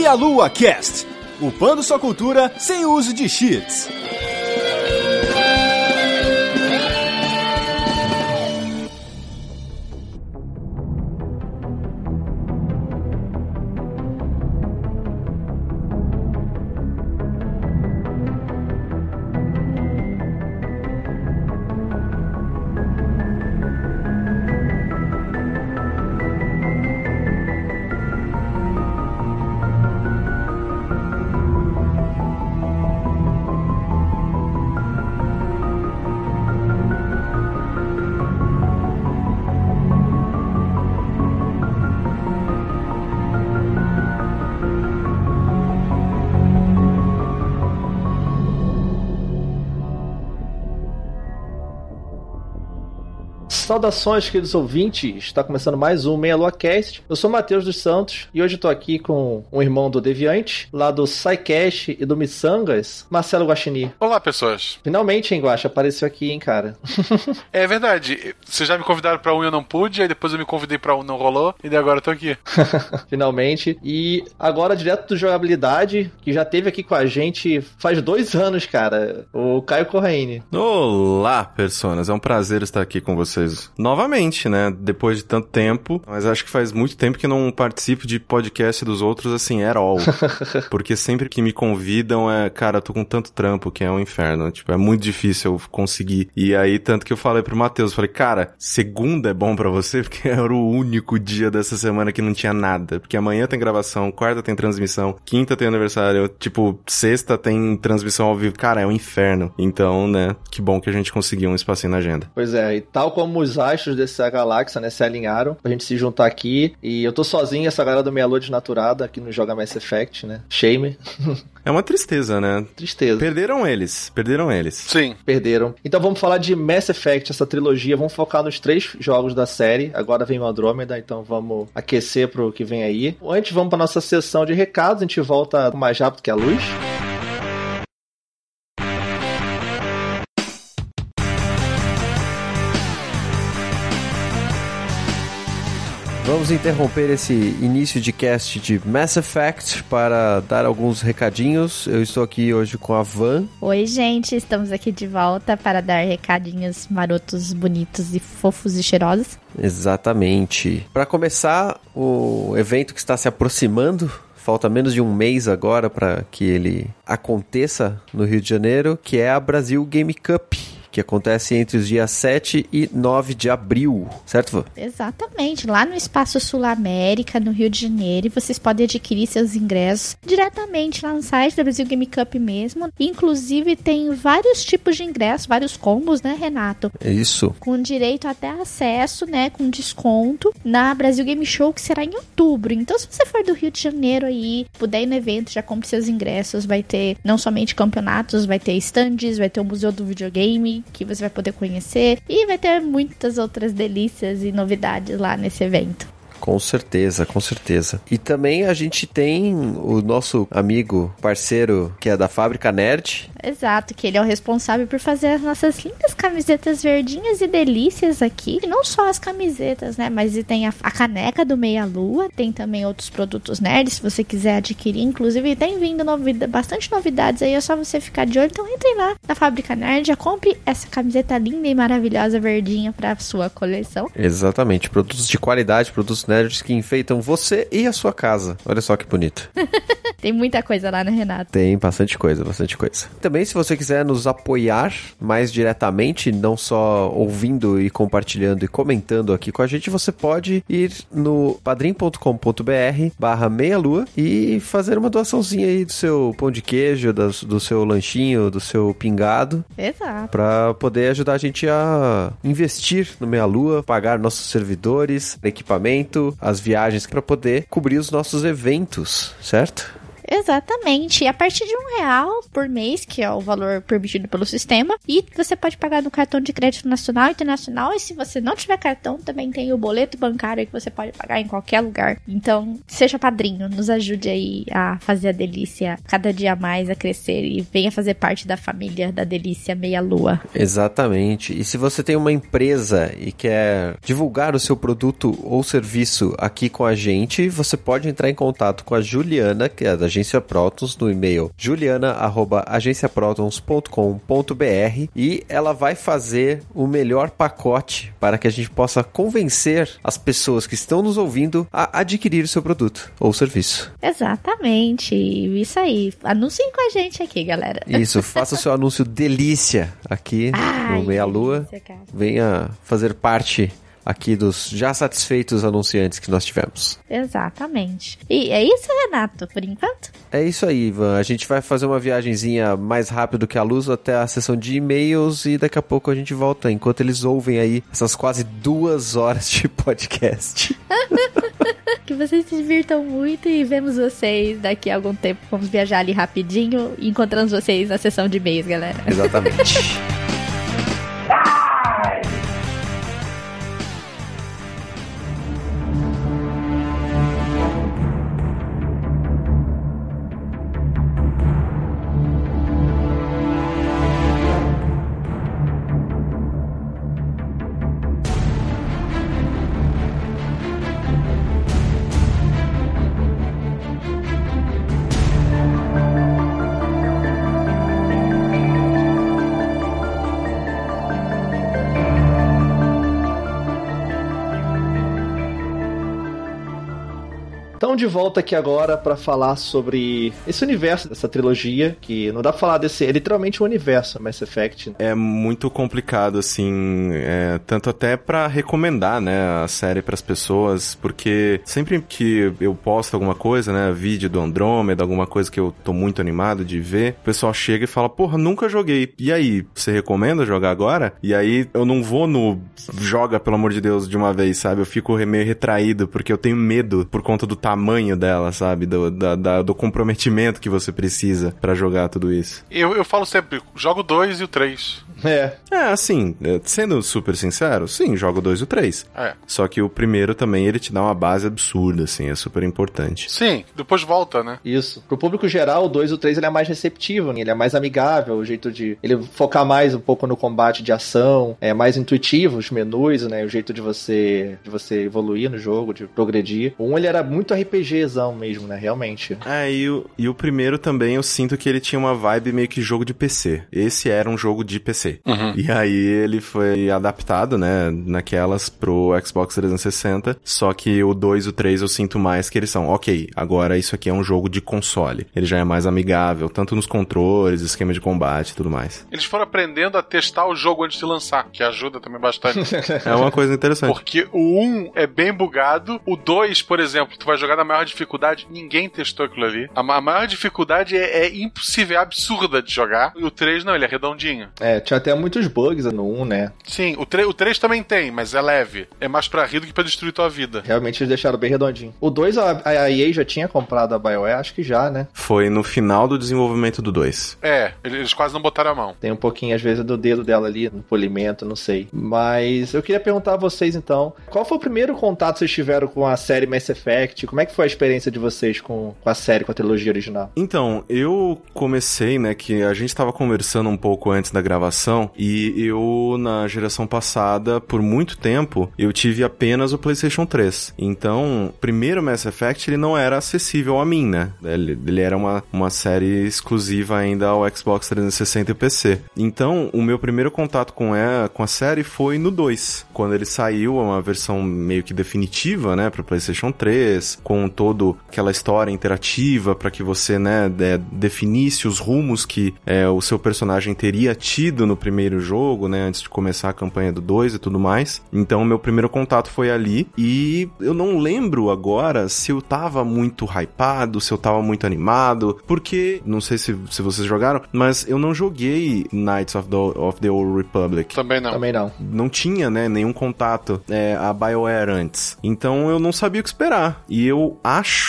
Meia Lua Cast, upando sua cultura sem uso de cheats. Saudações, queridos ouvintes, está começando mais um Meia Lua Cast. Eu sou o Matheus dos Santos e hoje estou aqui com um irmão do Deviante, lá do SciCast e do Missangas, Marcelo Guaxinim. Olá, pessoas. Finalmente, hein, Guaxa, apareceu aqui, hein, cara. É verdade, vocês já me convidaram pra um e eu não pude, aí depois eu me convidei pra um e não rolou, e agora eu tô aqui. Finalmente. E agora, direto do Jogabilidade, que já teve aqui com a gente faz 2 anos, cara, o Caio Corraine. Olá, personas, é um prazer estar aqui com vocês novamente, né? Depois de tanto tempo, mas acho que faz muito tempo que não participo de podcast dos outros assim, at all. Porque sempre que me convidam cara, eu tô com tanto trampo que é um inferno. Tipo, é muito difícil eu conseguir. E aí, tanto que eu falei pro Matheus, falei, cara, segunda é bom pra você? Porque era o único dia dessa semana que não tinha nada. Porque amanhã tem gravação, quarta tem transmissão, quinta tem aniversário, tipo, sexta tem transmissão ao vivo. Cara, é um inferno. Então, né, que bom que a gente conseguiu um espacinho na agenda. Pois é, e tal como os astros dessa galáxia, né, se alinharam pra gente se juntar aqui. E eu tô sozinho, essa galera do Meia Lua desnaturada aqui no Joga Mass Effect, né? Shame. É uma tristeza, né? Tristeza. Perderam eles. Sim. Perderam. Então vamos falar de Mass Effect, essa trilogia. Vamos focar nos 3 jogos da série. Agora vem o Andrômeda, então vamos aquecer pro que vem aí. Antes, vamos pra nossa sessão de recados. A gente volta mais rápido que a luz. Vamos interromper esse início de cast de Mass Effect para dar alguns recadinhos. Eu estou aqui hoje com a Van. Oi, gente, estamos aqui de volta para dar recadinhos marotos, bonitos e fofos e cheirosos. Exatamente. Para começar, o evento que está se aproximando, falta menos de um mês agora para que ele aconteça no Rio de Janeiro, que é a Brasil Game Cup, que acontece entre os dias 7 e 9 de abril, certo, Vô? Exatamente, lá no Espaço Sul América, no Rio de Janeiro, e vocês podem adquirir seus ingressos diretamente lá no site da Brasil Game Cup mesmo. Inclusive, tem vários tipos de ingressos, vários combos, né, Renato? Isso. Com direito até acesso, né, com desconto na Brasil Game Show, que será em outubro. Então, se você for do Rio de Janeiro aí, puder ir no evento, já compre seus ingressos. Vai ter não somente campeonatos, vai ter stands, vai ter o Museu do Videogame, que você vai poder conhecer, e vai ter muitas outras delícias e novidades lá nesse evento. Com certeza, com certeza. E também a gente tem o nosso amigo, parceiro, que é da Fábrica Nerd. Exato, que ele é o responsável por fazer as nossas lindas camisetas verdinhas e delícias aqui. E não só as camisetas, né? Mas tem a caneca do Meia Lua, tem também outros produtos nerds, se você quiser adquirir. Inclusive, tem vindo bastante novidades aí, é só você ficar de olho. Então, entre lá na Fábrica Nerd, já compre essa camiseta linda e maravilhosa verdinha para sua coleção. Exatamente, produtos de qualidade, produtos nerds que enfeitam você e a sua casa. Olha só que bonito. Tem muita coisa lá, né, Renato? Tem bastante coisa, bastante coisa. Também, se você quiser nos apoiar mais diretamente, não só ouvindo e compartilhando e comentando aqui com a gente, você pode ir no padrim.com.br/meialua e fazer uma doaçãozinha aí do seu pão de queijo, do seu lanchinho, do seu pingado. Exato. Pra poder ajudar a gente a investir no Meia Lua, pagar nossos servidores, equipamento, as viagens, pra poder cobrir os nossos eventos, certo? Exatamente. E a partir de R$1 por mês, que é o valor permitido pelo sistema, e você pode pagar no cartão de crédito nacional e internacional, e se você não tiver cartão, também tem o boleto bancário que você pode pagar em qualquer lugar. Então, seja padrinho, nos ajude aí a fazer a Delícia cada dia mais a crescer e venha fazer parte da família da Delícia Meia Lua. Exatamente. E se você tem uma empresa e quer divulgar o seu produto ou serviço aqui com a gente, você pode entrar em contato com a Juliana, que é da Agência Protons, no e-mail juliana@agenciaprotons.com.br, e ela vai fazer o melhor pacote para que a gente possa convencer as pessoas que estão nos ouvindo a adquirir o seu produto ou serviço. Exatamente. Isso aí. Anunciem com a gente aqui, galera. Isso, faça o seu anúncio delícia aqui no Meia Lua. Venha fazer parte aqui dos já satisfeitos anunciantes que nós tivemos. Exatamente. E é isso, Renato, por enquanto? É isso aí, Ivan. A gente vai fazer uma viagenzinha mais rápido que a luz até a sessão de e-mails e daqui a pouco a gente volta, enquanto eles ouvem aí essas quase 2 horas de podcast. Que vocês se divirtam muito e vemos vocês daqui a algum tempo. Vamos viajar ali rapidinho e encontramos vocês na sessão de e-mails, galera. Exatamente. Então, de volta aqui agora pra falar sobre esse universo dessa trilogia, que não dá pra falar desse... É literalmente um universo, Mass Effect. É muito complicado, assim, tanto até pra recomendar, né, a série pras pessoas, porque sempre que eu posto alguma coisa, né, vídeo do Andrômeda, alguma coisa que eu tô muito animado de ver, o pessoal chega e fala, porra, nunca joguei. E aí, você recomenda jogar agora? E aí, eu não vou no joga, pelo amor de Deus, de uma vez, sabe? Eu fico meio retraído, porque eu tenho medo por conta do tamanho dela, sabe? Do comprometimento que você precisa pra jogar tudo isso. Eu falo sempre, jogo o 2 e o 3. Assim, sendo super sincero, sim, jogo o 2 e o 3. Só que o primeiro também, ele te dá uma base absurda, assim, é super importante. Sim, depois volta, né? Isso. Pro público geral, o 2 e o 3 ele é mais receptivo, ele é mais amigável, o jeito de ele focar mais um pouco no combate de ação, é mais intuitivo, os menus, né, o jeito de você evoluir no jogo, de progredir. O 1 ele era muito RPGzão mesmo, né, realmente. E o primeiro também, eu sinto que ele tinha uma vibe meio que jogo de PC. Esse era um jogo de PC. Uhum. E aí ele foi adaptado, né, naquelas pro Xbox 360, só que o 2 e o 3 eu sinto mais que eles são, ok, agora isso aqui é um jogo de console. Ele já é mais amigável, tanto nos controles, esquema de combate e tudo mais. Eles foram aprendendo a testar o jogo antes de lançar, que ajuda também bastante. É uma coisa interessante. Porque o 1 é bem bugado, o 2, por exemplo, tu vai jogar na maior dificuldade, ninguém testou aquilo ali. A maior dificuldade é impossível, é absurda de jogar. E o 3 não, ele é redondinho. Tinha até muitos bugs no 1, né? Sim, o 3 também tem, mas é leve. É mais pra rir do que pra destruir tua vida. Realmente eles deixaram bem redondinho. O 2, a EA já tinha comprado a BioWare, acho que já, né? Foi no final do desenvolvimento do 2. Eles quase não botaram a mão. Tem um pouquinho, às vezes, do dedo dela ali, no polimento, não sei. Mas eu queria perguntar a vocês, então, qual foi o primeiro contato que vocês tiveram com a série Mass Effect? Como é que foi a experiência de vocês com a série, com a trilogia original? Então, eu comecei, né, que a gente tava conversando um pouco antes da gravação, e eu, na geração passada, por muito tempo, eu tive apenas o PlayStation 3. Então, o primeiro Mass Effect, ele não era acessível a mim, né? Ele era uma série exclusiva ainda ao Xbox 360 e PC. Então, o meu primeiro contato com a série foi no 2, quando ele saiu, uma versão meio que definitiva, né, pro PlayStation 3, com todo aquela história interativa para que você, né, definisse os rumos que o seu personagem teria tido no primeiro jogo, né, antes de começar a campanha do 2 e tudo mais. Então, meu primeiro contato foi ali, e eu não lembro agora se eu tava muito hypado, se eu tava muito animado, porque, não sei se vocês jogaram, mas eu não joguei Knights of the Old Republic. Também não. Não tinha, né, nenhum contato a BioWare antes. Então, eu não sabia o que esperar. E eu acho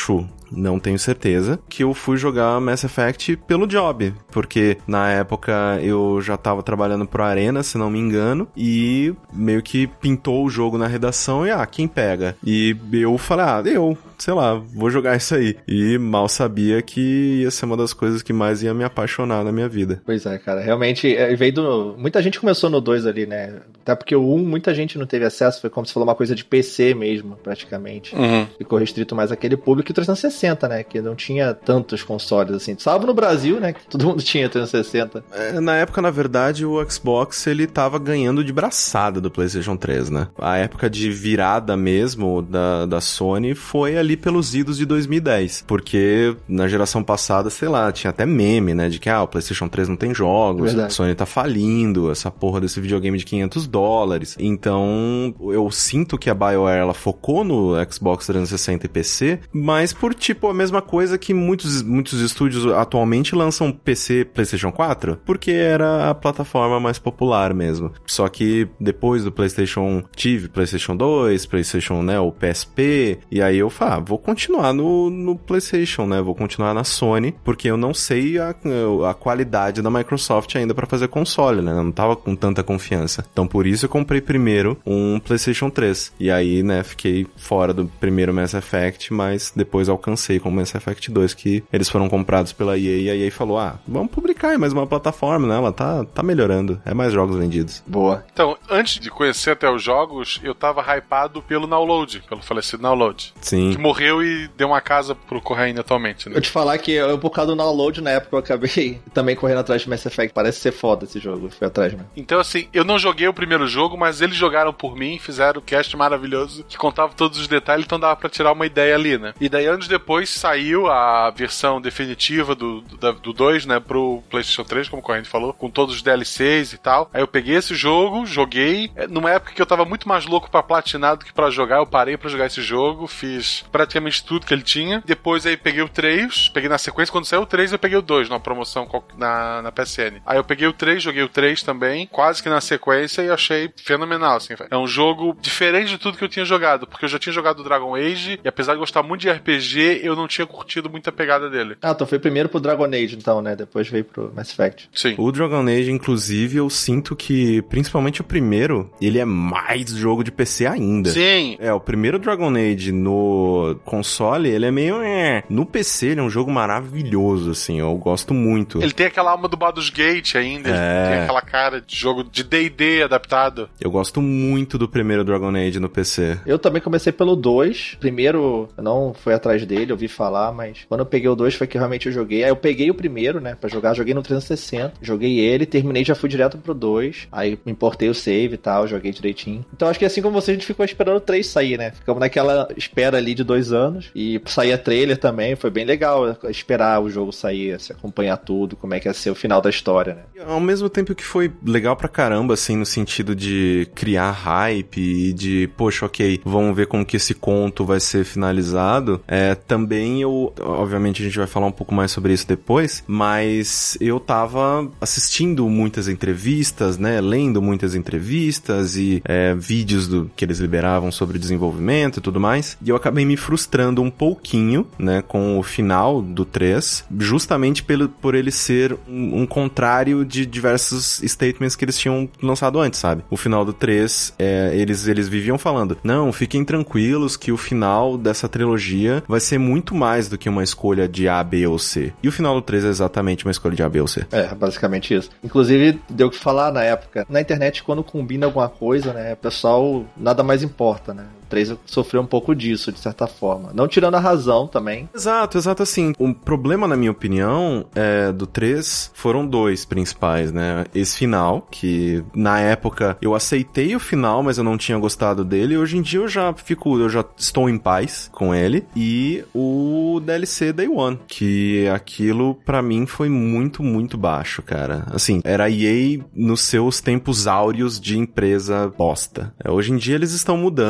não tenho certeza, que eu fui jogar Mass Effect pelo job, porque na época eu já tava trabalhando pro Arena, se não me engano, e meio que pintou o jogo na redação e, quem pega? E eu falei, sei lá, vou jogar isso aí. E mal sabia que ia ser uma das coisas que mais ia me apaixonar na minha vida. Pois é, cara, realmente veio do... Muita gente começou no 2 ali, né? Até porque o 1 muita gente não teve acesso, foi como se falou, uma coisa de PC mesmo, praticamente. Ficou restrito mais àquele público, e 360, né? Que não tinha tantos consoles assim. Salvo no Brasil, né? Que todo mundo tinha 360. Na época, na verdade, o Xbox, ele tava ganhando de braçada do PlayStation 3, né? A época de virada mesmo da Sony foi ali pelos idos de 2010, porque na geração passada, sei lá, tinha até meme, né, de que o PlayStation 3 não tem jogos, verdade. A Sony tá falindo, essa porra desse videogame de $500, então eu sinto que a BioWare, ela focou no Xbox 360 e PC, mas por tipo a mesma coisa que muitos estúdios atualmente lançam PC, PlayStation 4, porque era a plataforma mais popular mesmo, só que depois do PlayStation, tive PlayStation 2, PlayStation, né, o PSP, e aí eu falo, vou continuar no PlayStation, né? Vou continuar na Sony, porque eu não sei a qualidade da Microsoft ainda pra fazer console, né? Eu não tava com tanta confiança. Então, por isso eu comprei primeiro um PlayStation 3. E aí, né, fiquei fora do primeiro Mass Effect, mas depois alcancei com o Mass Effect 2, que eles foram comprados pela EA, e a EA falou, vamos publicar em mais uma plataforma, né? Ela tá melhorando. É mais jogos vendidos. Boa. Então, antes de conhecer até os jogos, eu tava hypado pelo Download, pelo falecido Download. Sim. Que morreu e deu uma casa pro Corraine atualmente, né? Eu te falar que por causa do download, na época eu acabei também correndo atrás de Mass Effect. Parece ser foda esse jogo, eu fui atrás mesmo. Então, assim, eu não joguei o primeiro jogo, mas eles jogaram por mim, fizeram um cast maravilhoso que contava todos os detalhes, então dava pra tirar uma ideia ali, né? E daí, anos depois, saiu a versão definitiva do 2, né, pro PlayStation 3, como o Corraine falou, com todos os DLCs e tal. Aí eu peguei esse jogo, joguei. Numa época que eu tava muito mais louco pra platinar do que pra jogar, eu parei pra jogar esse jogo, fiz praticamente tudo que ele tinha. Depois aí peguei o 3, peguei na sequência, quando saiu o 3 eu peguei o 2, numa promoção na PSN. Aí eu peguei o 3, joguei o 3 também, quase que na sequência, e achei fenomenal, assim. É um jogo diferente de tudo que eu tinha jogado, porque eu já tinha jogado Dragon Age, e apesar de gostar muito de RPG, eu não tinha curtido muito a pegada dele. Então foi primeiro pro Dragon Age, então, né? Depois veio pro Mass Effect. Sim. O Dragon Age, inclusive, eu sinto que, principalmente o primeiro, ele é mais jogo de PC ainda. Sim. O primeiro Dragon Age no console, ele é meio... No PC, ele é um jogo maravilhoso, assim, eu gosto muito. Ele tem aquela alma do Baldur's Gate ainda, ele tem aquela cara de jogo de D&D adaptado. Eu gosto muito do primeiro Dragon Age no PC. Eu também comecei pelo 2. Primeiro, eu não fui atrás dele, ouvi falar, mas quando eu peguei o 2 foi que realmente eu joguei. Aí eu peguei o primeiro, né, pra jogar, joguei no 360, joguei ele, terminei, já fui direto pro 2, aí me importei o save e tal, joguei direitinho. Então acho que assim como você, a gente ficou esperando o 3 sair, né, ficamos naquela espera ali de 2 anos, e saía trailer também, foi bem legal esperar o jogo sair, se acompanhar tudo, como é que ia ser o final da história, né. Ao mesmo tempo que foi legal pra caramba, assim, no sentido de criar hype e de, poxa, ok, vamos ver como que esse conto vai ser finalizado, também obviamente a gente vai falar um pouco mais sobre isso depois, mas eu tava assistindo muitas entrevistas, né, lendo muitas entrevistas e vídeos que eles liberavam sobre desenvolvimento e tudo mais, e eu acabei me frustrando um pouquinho, né, com o final do 3, justamente por ele ser um contrário de diversos statements que eles tinham lançado antes, sabe? O final do 3, eles viviam falando, não, fiquem tranquilos que o final dessa trilogia vai ser muito mais do que uma escolha de A, B ou C. E o final do 3 é exatamente uma escolha de A, B ou C. Basicamente isso. Inclusive, deu o que falar na época. Na internet, quando combina alguma coisa, né, o pessoal nada mais importa, né? O 3 sofreu um pouco disso, de certa forma. Não tirando a razão também. Exato, assim. O problema, na minha opinião, do 3 foram dois principais, né? Esse final, que na época eu aceitei o final, mas eu não tinha gostado dele. Hoje em dia eu já estou em paz com ele. E o DLC Day One, que aquilo pra mim foi muito, muito baixo, cara. Assim, era a EA nos seus tempos áureos de empresa bosta. Hoje em dia eles estão mudando, né?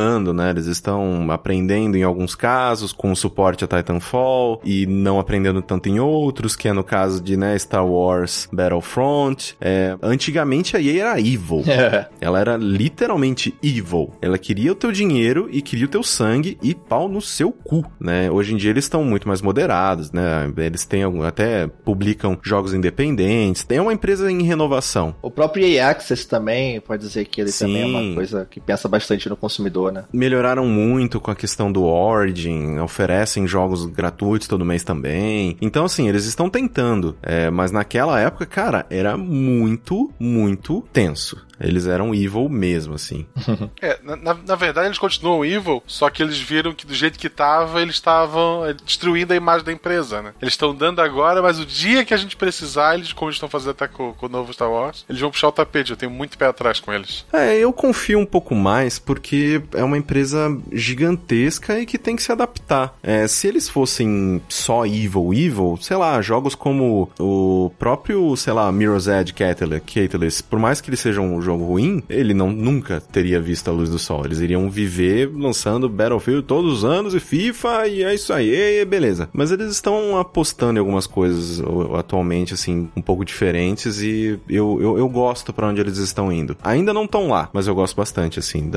né? Eles estão aprendendo em alguns casos com o suporte a Titanfall e não aprendendo tanto em outros, que é no caso de, né, Star Wars Battlefront. Antigamente a EA era evil. Ela era literalmente evil. Ela queria o teu dinheiro e queria o teu sangue e pau no seu cu, né? Hoje em dia eles estão muito mais moderados, né? Eles têm até publicam jogos independentes. Tem uma empresa em renovação. O próprio EA Access também, pode dizer que ele também é uma coisa que pensa bastante no consumidor, né? Melhoraram muito com a questão do Origin, oferecem jogos gratuitos todo mês também. Então, assim, eles estão tentando. Mas naquela época, cara, era muito, muito tenso. Eles eram evil mesmo, assim. Na verdade, eles continuam evil, só que eles viram que do jeito que tava, eles estavam destruindo a imagem da empresa, né? Eles estão dando agora, mas o dia que a gente precisar, eles, como eles estão fazendo até com o novo Star Wars, eles vão puxar o tapete. Eu tenho muito pé atrás com eles. Eu confio um pouco mais, porque é uma empresa gigantesca e que tem que se adaptar. Se eles fossem só evil, sei lá, jogos como o próprio, sei lá, Mirror's Edge Catalyst, por mais que ele seja um jogo ruim, ele nunca teria visto a luz do sol. Eles iriam viver lançando Battlefield todos os anos e FIFA, e é isso aí, beleza. Mas eles estão apostando em algumas coisas atualmente, assim, um pouco diferentes, e eu gosto pra onde eles estão indo. Ainda não estão lá, mas eu gosto bastante, assim,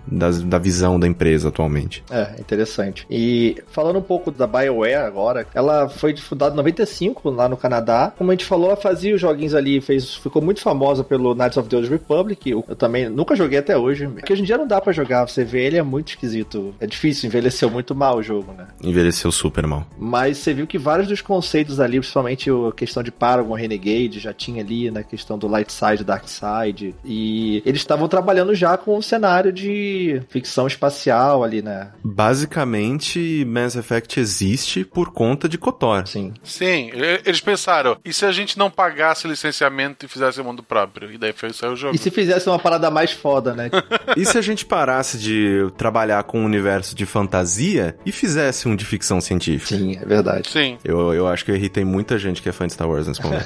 da visão da empresa atualmente. Interessante. E falando um pouco da BioWare agora, ela foi fundada em 95 lá no Canadá. Como a gente falou, ela fazia os joguinhos ali, ficou muito famosa pelo Knights of the Old Republic. Eu também nunca joguei até hoje, porque hoje em dia não dá pra jogar, você vê, ele é muito esquisito, é difícil, envelheceu muito mal o jogo, né? Envelheceu super mal. Mas você viu que vários dos conceitos ali, principalmente a questão de Paragon Renegade, já tinha ali na questão do Light Side, Dark Side, e eles estavam trabalhando já com o cenário de ficção espacial ali, né? Basicamente, Mass Effect existe por conta de KOTOR. Sim, eles pensaram, e se a gente não pagasse licenciamento e fizesse o mundo próprio? E daí saiu o jogo. E se fizesse uma parada mais foda, né? E se a gente parasse de trabalhar com um universo de fantasia e fizesse um de ficção científica? Sim, é verdade. Sim. Eu acho que eu irritei muita gente que é fã de Star Wars nesse momento.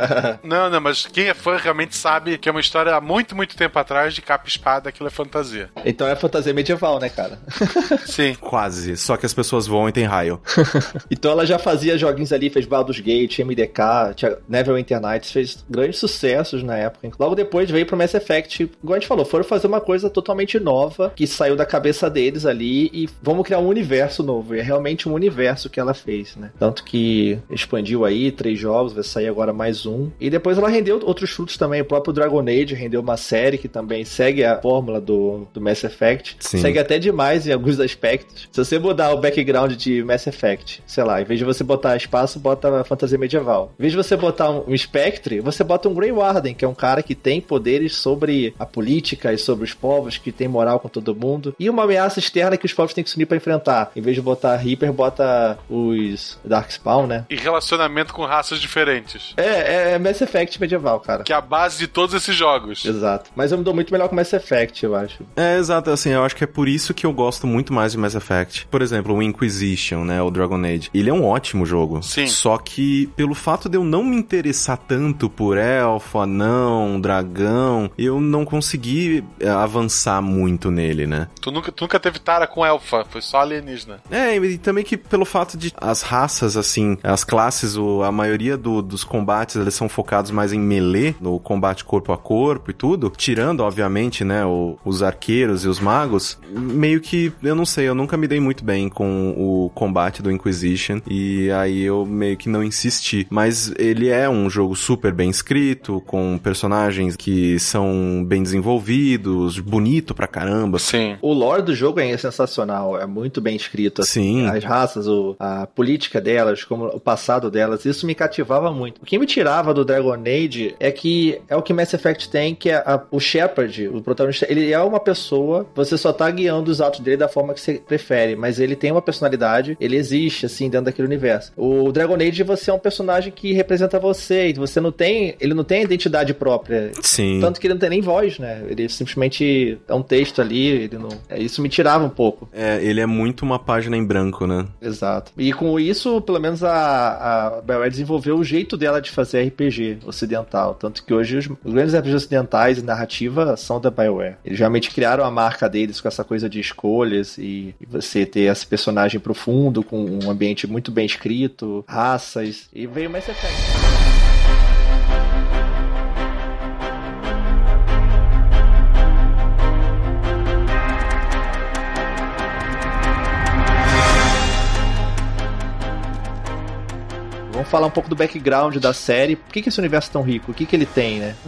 Não, mas quem é fã realmente sabe que é uma história há muito, muito tempo atrás de capa e espada, aquilo é fantasia. Então é fantasia medieval, né, cara? Sim. Quase, só que as pessoas voam e tem raio. Então ela já fazia joguinhos ali, fez Baldur's Gate, MDK, tinha Neverwinter Nights, fez grandes sucessos na época. Logo depois veio pro Mass Effect, igual a gente falou, foram fazer uma coisa totalmente nova, que saiu da cabeça deles ali, e vamos criar um universo novo, e é realmente um universo que ela fez, né? Tanto que expandiu aí, 3 jogos, vai sair agora mais um, e depois ela rendeu outros frutos também, o próprio Dragon Age rendeu uma série que também segue a fórmula do Mass Effect, Sim. Segue até demais em alguns aspectos. Se você mudar o background de Mass Effect, sei lá, em vez de você botar espaço, bota fantasia medieval. Em vez de você botar um Spectre, você bota um Grey Warden, que é um cara que tem poderes sobre a política e sobre os povos, que tem moral com todo mundo, e uma ameaça externa que os povos têm que se unir pra enfrentar. Em vez de botar Reaper, bota os Darkspawn, né? E relacionamento com raças diferentes. É Mass Effect medieval, cara. Que é a base de todos esses jogos. Exato. Mas eu me dou muito melhor com Mass Effect, eu acho. Exato, assim, eu acho que é por isso que eu gosto muito mais de Mass Effect. Por exemplo, o Inquisition, né, o Dragon Age. Ele é um ótimo jogo. Sim. Só que, pelo fato de eu não me interessar tanto por elfo, anão, dragão, eu não consegui avançar muito nele, né? Tu nunca teve tara com elfa, foi só alienígena. E também que pelo fato de as raças, assim, as classes, a maioria dos combates, eles são focados mais em melee, no combate corpo a corpo e tudo, tirando, obviamente, né, os arqueiros e os magos, meio que, eu não sei, eu nunca me dei muito bem com o combate do Inquisition, e aí eu meio que não insisti. Mas ele é um jogo super bem escrito, com personagens que são bem desenvolvidos, bonito pra caramba. Sim. O lore do jogo é sensacional, é muito bem escrito. Sim. As raças, a política delas, como o passado delas, isso me cativava muito. O que me tirava do Dragon Age é que é o que Mass Effect tem, que é o Shepard, o protagonista, ele é uma pessoa, você só tá guiando os atos dele da forma que você prefere, mas ele tem uma personalidade, ele existe, assim, dentro daquele universo. O Dragon Age, você é um personagem que representa você, e ele não tem identidade própria. Sim. Tanto tanto que ele não tem nem voz, né? Ele simplesmente é um texto ali, ele não... Isso me tirava um pouco. Ele é muito uma página em branco, né? Exato. E com isso, pelo menos a BioWare desenvolveu o jeito dela de fazer RPG ocidental. Tanto que hoje os grandes RPGs ocidentais e narrativa são da BioWare. Eles realmente criaram a marca deles com essa coisa de escolhas e você ter esse personagem profundo, com um ambiente muito bem escrito, raças, e veio Mass Effect. Vamos falar um pouco do background da série. Por que esse universo é tão rico? O que ele tem, né? Em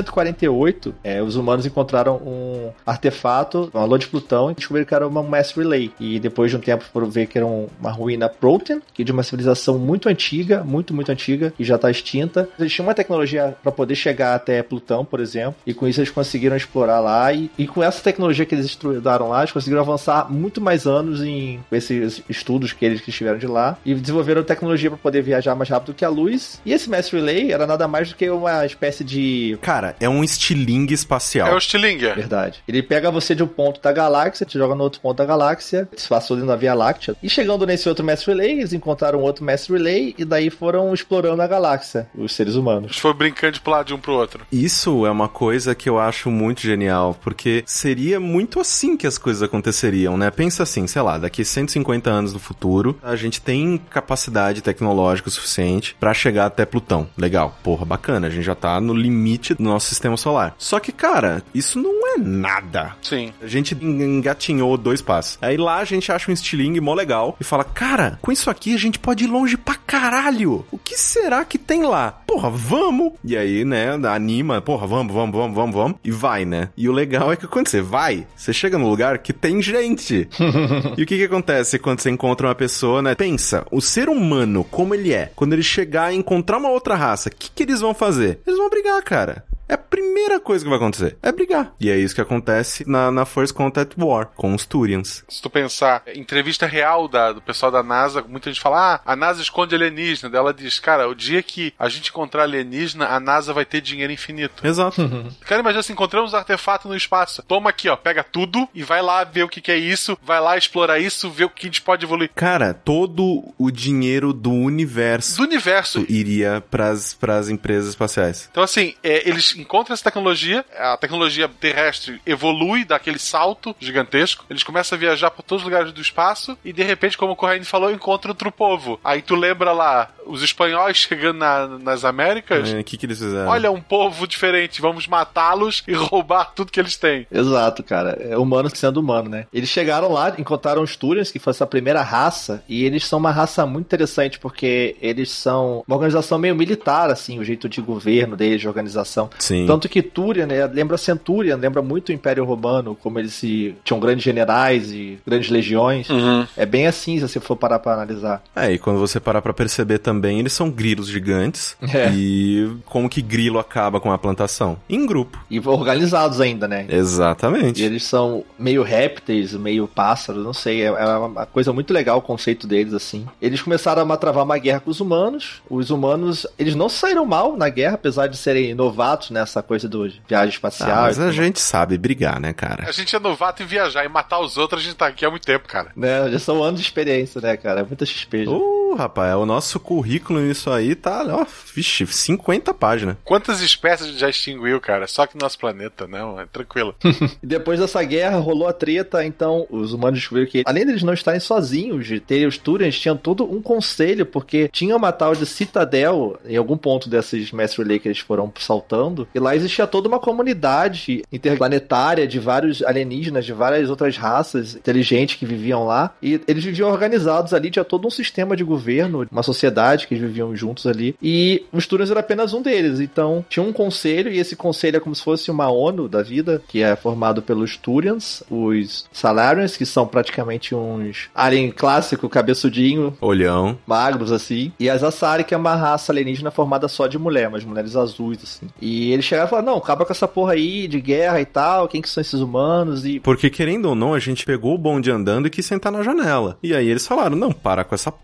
2148, os humanos encontraram um artefato, uma lua de Plutão, e descobriram que era uma Mass Relay. E depois de um tempo foram ver que era uma ruína Protean, que é de uma civilização muito antiga, muito antiga, que já está extinta. Eles tinham uma tecnologia para poder chegar até Plutão, por exemplo, e com isso eles conseguiram explorar lá. E com essa tecnologia que eles estudaram lá, eles conseguiram avançar muito mais anos em esses estudos que eles estiveram de lá, e desenvolveram tecnologia para poder viajar mais rápido que a luz. E esse Mass Relay era nada mais do que uma espécie de... Cara, é um estilingue espacial. É um estilingue. Verdade. Ele pega você de um ponto da galáxia, te joga no outro ponto da galáxia, se passou dentro da Via Láctea. E chegando nesse outro Mass Relay, eles encontraram outro Mass Relay e daí foram explorando a galáxia, os seres humanos. Eles foram brincando de pular de um pro outro. Isso é uma coisa que eu acho muito genial, porque seria muito assim que as coisas aconteceriam, né? Pensa assim, sei lá, daqui 150 anos no futuro, a gente tem capacidade tecnológica suficiente pra chegar até Plutão. Legal, porra, bacana, a gente já tá no limite do nosso sistema solar. Só que, cara, isso não é nada. Sim. A gente engatinhou 2 passos. Aí lá a gente acha um estilingue mó legal e fala, cara, com isso aqui a gente pode ir longe pra caralho. O que será que tem lá? Porra, vamos! E aí, né, anima, porra, vamos. E vai, né? E o legal é que quando você vai, você chega num lugar que tem gente. E o que acontece quando você encontra uma pessoa, né? Pensa, o ser humano, como ele é, quando ele chegar e encontrar uma outra raça, o que eles vão fazer? Eles vão brigar, cara. É a primeira coisa que vai acontecer. É brigar. E é isso que acontece na First Contact War, com os Turians. Se tu pensar, entrevista real do pessoal da NASA, muita gente fala, a NASA esconde alienígena. Daí ela diz, cara, o dia que a gente encontrar alienígena, a NASA vai ter dinheiro infinito. Exato. Cara, imagina se encontramos um artefato no espaço. Toma aqui, ó, pega tudo e vai lá ver o que é isso, vai lá explorar isso, ver o que a gente pode evoluir. Cara, todo o dinheiro do universo iria pras empresas espaciais. Então, assim, eles encontram essa tecnologia, a tecnologia terrestre evolui daquele salto gigantesco, eles começam a viajar por todos os lugares do espaço e, de repente, como o Corraine falou, encontra outro povo. Aí tu lembra lá, os espanhóis chegando nas Américas. O que eles fizeram? Olha, um povo diferente, vamos matá-los e roubar tudo que eles têm. Exato, cara. É humano sendo humano, né? Eles chegaram lá, encontraram os Turians, que foi essa primeira raça, e eles são uma raça muito interessante, porque eles são uma organização meio militar, assim, o jeito de governo deles, de organização. Sim. Tanto que Turian, né, lembra Centurion, lembra muito o Império Romano, como eles tinham grandes generais e grandes legiões. Uhum. É bem assim, se você for parar pra analisar. E quando você parar pra perceber também, eles são grilos gigantes. E como que grilo acaba com a plantação? Em grupo. E organizados ainda, né? Exatamente. E eles são meio répteis, meio pássaros, não sei. É uma coisa muito legal o conceito deles, assim. Eles começaram a travar uma guerra com os humanos. Os humanos, eles não saíram mal na guerra, apesar de serem novatos nessa coisa do viagem espacial. Mas a gente sabe brigar, né, cara? A gente é novato em viajar e matar os outros, a gente tá aqui há muito tempo, cara. Né, já são anos de experiência, né, cara? É muita XP. Rapaz, o nosso currículo nisso aí tá, ó, 50 páginas. Quantas espécies a gente já extinguiu, cara? Só que no nosso planeta, não, é tranquilo. E depois dessa guerra, rolou a treta, então os humanos descobriram que, além deles não estarem sozinhos, de terem os Turians, tinham todo um conselho, porque tinha uma tal de Citadel, em algum ponto desses Mass Relay que eles foram saltando, e lá existia toda uma comunidade interplanetária de vários alienígenas, de várias outras raças inteligentes que viviam lá, e eles viviam organizados ali, tinha todo um sistema de governo, uma sociedade que eles viviam juntos ali, e os Turians era apenas um deles, então tinha um conselho, e esse conselho é como se fosse uma ONU da vida, que é formado pelos Turians, os Salarians, que são praticamente uns alien clássico, cabeçudinho, olhão, magros assim, e as Asari, que é uma raça alienígena formada só de mulher, mas mulheres azuis assim. E eles chegaram e falaram, não, acaba com essa porra aí de guerra e tal, quem que são esses humanos? E porque querendo ou não, a gente pegou o bonde andando e quis sentar na janela. E aí eles falaram, não, para com essa porra, você acabou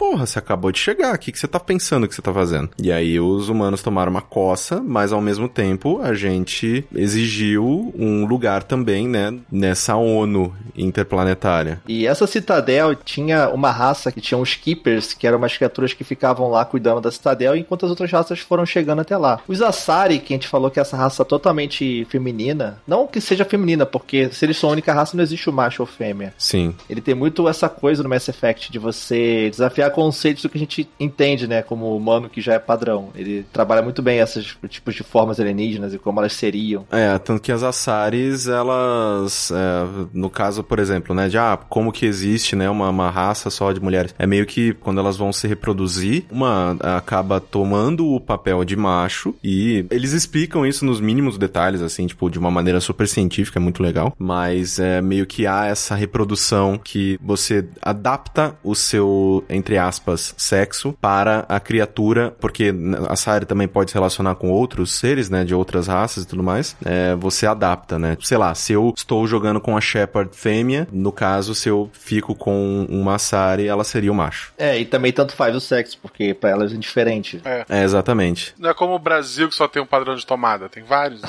acabou de chegar, o que você tá pensando que você tá fazendo? E aí os humanos tomaram uma coça, mas ao mesmo tempo a gente exigiu um lugar também, né, nessa ONU interplanetária. E essa citadel tinha uma raça que tinha os Keepers, que eram umas criaturas que ficavam lá cuidando da citadel, enquanto as outras raças foram chegando até lá. Os Asari, que a gente falou que é essa raça totalmente feminina, não que seja feminina, porque se eles são a única raça, não existe o macho ou fêmea. Sim. Ele tem muito essa coisa no Mass Effect de você desafiar conceitos do que a gente entende, né, como humano que já é padrão. Ele trabalha muito bem esses tipos de formas alienígenas e como elas seriam. Tanto que as Asaris, elas, no caso, por exemplo, né, de como que existe, né, uma raça só de mulheres. É meio que quando elas vão se reproduzir, uma acaba tomando o papel de macho e eles explicam isso nos mínimos detalhes, assim, tipo, de uma maneira super científica, é muito legal, mas meio que há essa reprodução que você adapta o seu, entre aspas, sexo para a criatura, porque a Asari também pode se relacionar com outros seres, né, de outras raças e tudo mais, você adapta, né, sei lá, se eu estou jogando com a Shepard fêmea, no caso, se eu fico com uma Asari, ela seria o macho. E também tanto faz o sexo, porque pra elas é indiferente. Exatamente. Não é como o Brasil, que só tem um padrão de tomada, tem vários.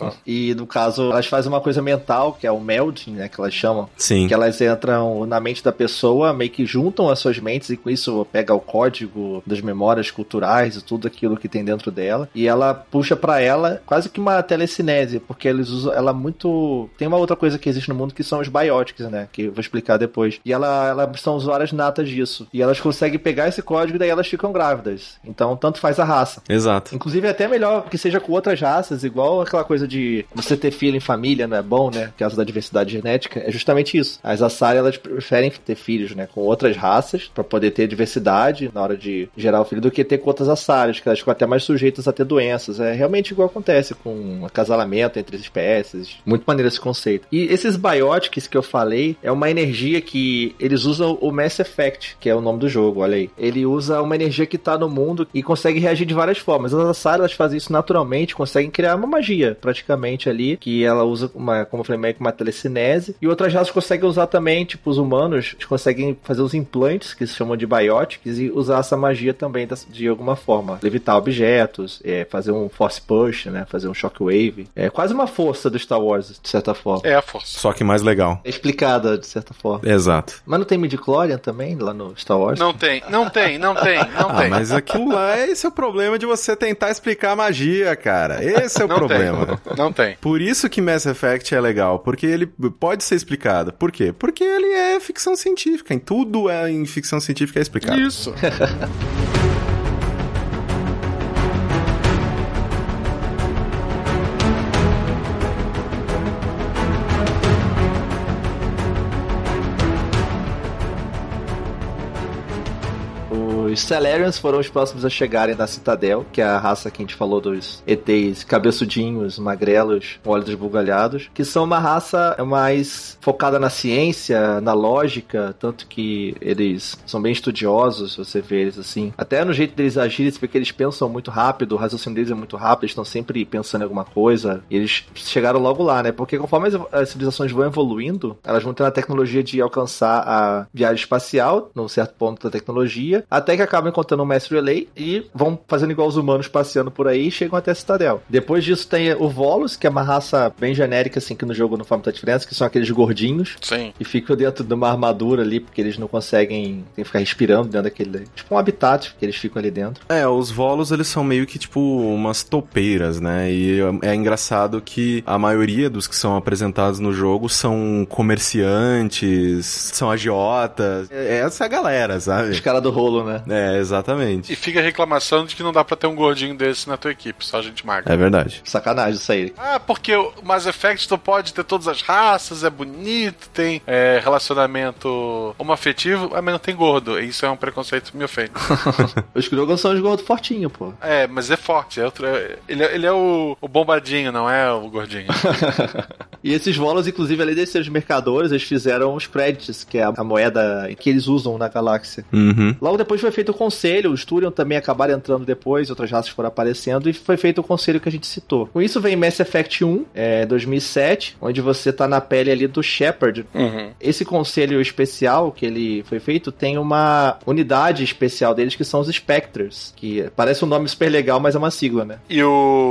E no caso, elas fazem uma coisa mental, que é o melding, né, que elas chamam. Sim. Que elas entram na mente da pessoa, meio que juntam as suas mentes e com isso pega o código das memórias culturais e tudo aquilo que tem dentro dela. E ela puxa pra ela quase que uma telecinese, porque eles usam ela muito... Tem uma outra coisa que existe no mundo que são os biotics, né, que eu vou explicar depois. E elas são usuárias natas disso. E elas conseguem pegar esse código e daí elas ficam grávidas. Então, tanto faz a raça. Exato. Inclusive, é até melhor que seja com outras raças, igual aquela coisa de você ter filho em família, não é bom, né? Por causa da diversidade genética. É justamente isso. As Asari, elas preferem ter filhos, né? Com outras raças, pra poder ter diversidade na hora de gerar o filho, do que ter com outras Asaris, que elas ficam até mais sujeitas a ter doenças. É realmente igual acontece com um acasalamento entre as espécies. Muito maneiro esse conceito. E esses biotics que eu falei, é uma energia que eles usam o Mass Effect, que é o nome do jogo, olha aí. Ele usa uma energia que tá no mundo e consegue reagir de várias formas. As Asari, elas fazem isso naturalmente, conseguem criar uma magia, praticamente ali, que ela usa como eu falei, meio que uma telecinese. E outras raças conseguem usar também, tipo os humanos, eles conseguem fazer os implantes, que se chamam de biotics, e usar essa magia também de alguma forma. Levitar objetos, fazer um force push, né? Fazer um shockwave. É quase uma força do Star Wars, de certa forma. É a força. Só que mais legal. É explicada, de certa forma. Exato. Mas não tem midichlorian também, lá no Star Wars? Não tem. Mas aquilo lá, esse é o problema de você tentar explicar a magia, cara. Esse é o problema. Não tem. Por isso que Mass Effect é legal, porque ele pode ser explicado. Por quê? Porque ele é ficção científica, em tudo em ficção científica é explicado. Isso. Os Salarians foram os próximos a chegarem na Citadel, que é a raça que a gente falou dos ETs cabeçudinhos, magrelos, com olhos esbugalhados, que são uma raça mais focada na ciência, na lógica, tanto que eles são bem estudiosos, você vê eles assim. Até no jeito deles agirem, porque eles pensam muito rápido, o raciocínio deles é muito rápido, eles estão sempre pensando em alguma coisa, e eles chegaram logo lá, né? Porque conforme as civilizações vão evoluindo, elas vão tendo a tecnologia de alcançar a viagem espacial, num certo ponto da tecnologia, até que acabam encontrando um mestre relay e vão fazendo igual os humanos passeando por aí e chegam até a Citadel. Depois disso tem o Volus, que é uma raça bem genérica, assim, que no jogo não faz muita diferença, que são aqueles gordinhos. Sim. E ficam dentro de uma armadura ali, porque eles não conseguem, tem que ficar respirando dentro daquele, tipo um habitat que eles ficam ali dentro. Os Volus, eles são meio que tipo umas topeiras, né? E é engraçado que a maioria dos que são apresentados no jogo são comerciantes, são agiotas. Essa é a galera, sabe? Os caras do rolo, né? Exatamente. E fica a reclamação de que não dá pra ter um gordinho desse na tua equipe, só gente magra. É verdade. Sacanagem isso aí. Porque o Mass Effect tu pode ter todas as raças, é bonito, tem relacionamento homoafetivo, mas não tem gordo. E isso é um preconceito que me ofende. Os Krogan são os gordos fortinhos, pô. Mas é forte. Ele é o bombadinho, não é o gordinho. E esses Volus, inclusive, além de serem os mercadores, eles fizeram os credits, que é a moeda que eles usam na galáxia. Uhum. Logo depois foi feito feito o conselho, os Turion também acabaram entrando depois, outras raças foram aparecendo, e foi feito o conselho que a gente citou. Com isso vem Mass Effect 1, 2007, onde você tá na pele ali do Shepard. Esse conselho especial que ele foi feito tem uma unidade especial deles que são os Spectres, que parece um nome super legal, mas é uma sigla, né? E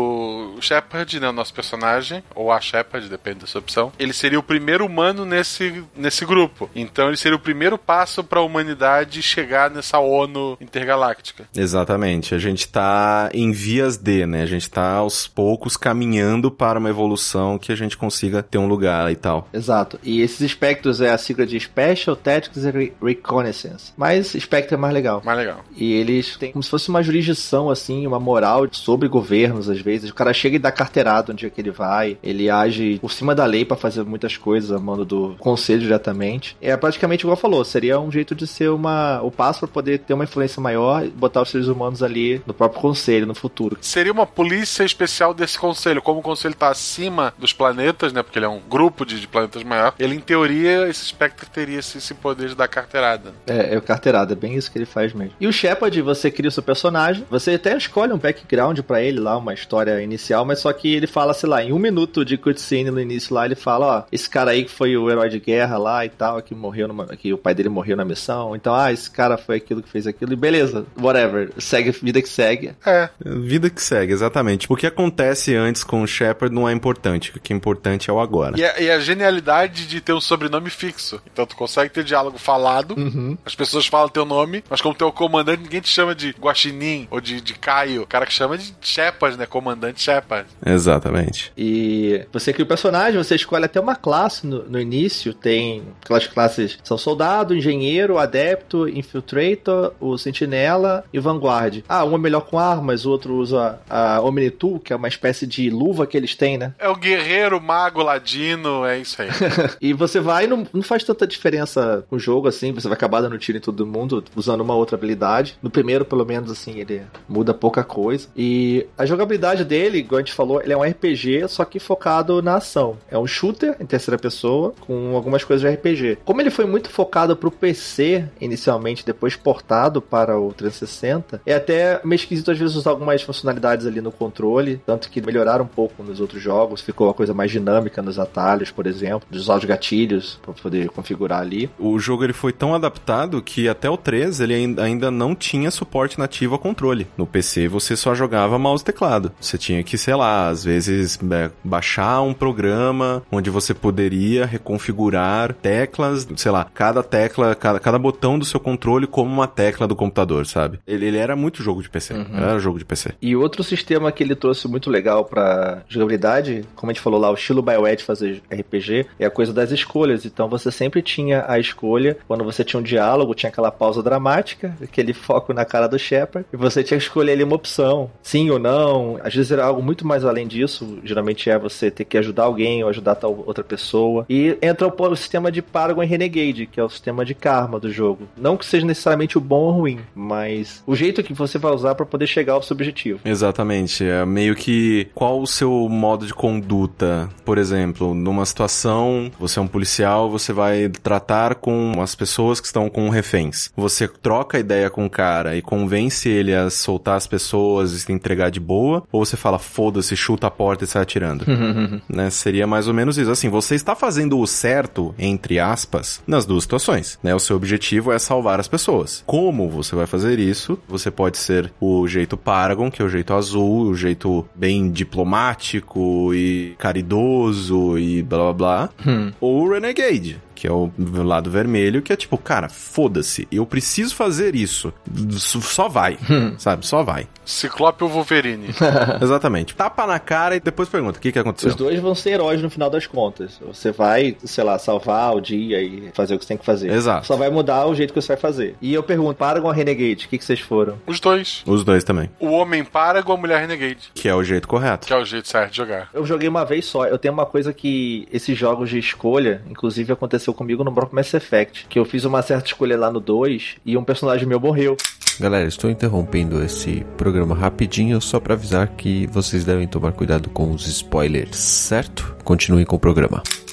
o Shepard, né, o nosso personagem, ou a Shepard, depende da sua opção, ele seria o primeiro humano nesse grupo. Então ele seria o primeiro passo para a humanidade chegar nessa ONU intergaláctica. Exatamente. A gente tá em vias de, né? A gente tá aos poucos caminhando para uma evolução que a gente consiga ter um lugar e tal. Exato. E esses Spectres é a sigla de Special Tactics and Reconnaissance. Mas Spectre é mais legal. Mais legal. E eles têm como se fosse uma jurisdição, assim, uma moral sobre governos, às vezes. O cara chega e dá carteirada onde é que ele vai. Ele age por cima da lei pra fazer muitas coisas, a mando do conselho diretamente. É praticamente igual falou, seria um jeito de ser o passo pra poder ter uma influência maior e botar os seres humanos ali no próprio conselho, no futuro. Seria uma polícia especial desse conselho. Como o conselho tá acima dos planetas, né? Porque ele é um grupo de planetas maior. Ele, em teoria, esse Spectre teria esse poder de dar carteirada. É o carteirada, é bem isso que ele faz mesmo. E o Shepard, você cria o seu personagem, você até escolhe um background pra ele lá, uma história inicial, mas só que ele fala, sei lá, em 1 minuto de cutscene no início lá, ele fala, ó, esse cara aí que foi o herói de guerra lá e tal, que morreu que o pai dele morreu na missão, então, esse cara foi aquilo que fez aquilo, e beleza, whatever, segue, vida que segue. Vida que segue, exatamente. O que acontece antes com o Shepard não é importante, o que é importante é o agora. E a genialidade de ter um sobrenome fixo, então tu consegue ter diálogo falado, as pessoas falam teu nome, mas como teu comandante, ninguém te chama de Guaxinim ou de Caio, o cara que chama de Shepard, né, comandante Shepard. Exatamente. E você cria o personagem, você escolhe até uma classe no início, tem aquelas classes, são soldado, engenheiro, adepto, infiltrator, o sentinela e o vanguard. Um é melhor com armas, o outro usa a Omni-Tool, que é uma espécie de luva que eles têm, né? É o guerreiro, mago, ladino, é isso aí. E você vai, não faz tanta diferença com o jogo, assim, você vai acabar dando tiro em todo mundo, usando uma outra habilidade. No primeiro, pelo menos, assim, ele muda pouca coisa. E a jogabilidade dele, igual a gente falou, ele é um RPG, só que focado na ação. É um shooter em terceira pessoa, com algumas coisas de RPG. Como ele foi muito focado pro PC, inicialmente, depois portado para o 360, é até meio esquisito, às vezes, usar algumas funcionalidades ali no controle, tanto que melhoraram um pouco nos outros jogos, ficou uma coisa mais dinâmica nos atalhos, por exemplo, de usar os gatilhos para poder configurar ali. O jogo ele foi tão adaptado que até o 3 ele ainda não tinha suporte nativo a controle. No PC você só jogava mouse e teclado. Você tinha que, sei lá, às vezes baixar um programa onde você poderia reconfigurar teclas, sei lá, cada tecla, cada botão do seu controle como uma tecla do computador, sabe? Ele era muito jogo de PC. Era jogo de PC. E outro sistema que ele trouxe muito legal pra jogabilidade, como a gente falou lá, o estilo BioWare de fazer RPG, é a coisa das escolhas. Então você sempre tinha a escolha, quando você tinha um diálogo, tinha aquela pausa dramática, aquele foco na cara do Shepard, e você tinha que escolher ali uma opção, sim ou não. Às vezes era algo muito mais além disso, geralmente é você ter que ajudar alguém ou ajudar tal outra pessoa. E entra o sistema de Paragon e Renegade, que é o sistema de karma do jogo. Não que seja necessariamente o bom ou ruim, mas o jeito que você vai usar para poder chegar ao seu objetivo. Exatamente, é meio que qual o seu modo de conduta. Por exemplo, numa situação, você é um policial, você vai tratar com as pessoas que estão com reféns. Você troca a ideia com o cara e convence ele a soltar as pessoas e se entregar de boa, ou você fala, foda-se, chuta a porta e sai atirando. Né? Seria mais ou menos isso. Assim, você está fazendo o certo, entre aspas, nas duas situações. Né? O seu objetivo é salvar as pessoas. Como você vai fazer isso? Você pode ser o jeito Paragon, que é o jeito azul, o jeito bem diplomático e caridoso e blá blá blá. Ou o Renegade, que é o lado vermelho, que é tipo, cara, foda-se, eu preciso fazer isso. Só vai, sabe? Só vai. Ciclope ou Wolverine? Exatamente. Tapa na cara e depois pergunta, o que aconteceu? Os dois vão ser heróis no final das contas. Você vai, sei lá, salvar o dia e fazer o que você tem que fazer. Exato. Só vai mudar o jeito que você vai fazer. E eu pergunto, Paragon ou Renegade, o que vocês foram? Os dois. Os dois também. O homem Paragon, a mulher Renegade. Que é o jeito correto. Que é o jeito certo de jogar. Eu joguei uma vez só. Eu tenho uma coisa que esses jogos de escolha, inclusive aconteceu comigo no próprio Mass Effect, que eu fiz uma certa escolha lá no 2 e um personagem meu morreu. Galera, estou interrompendo esse programa rapidinho só para avisar que vocês devem tomar cuidado com os spoilers, certo? Continuem com o programa.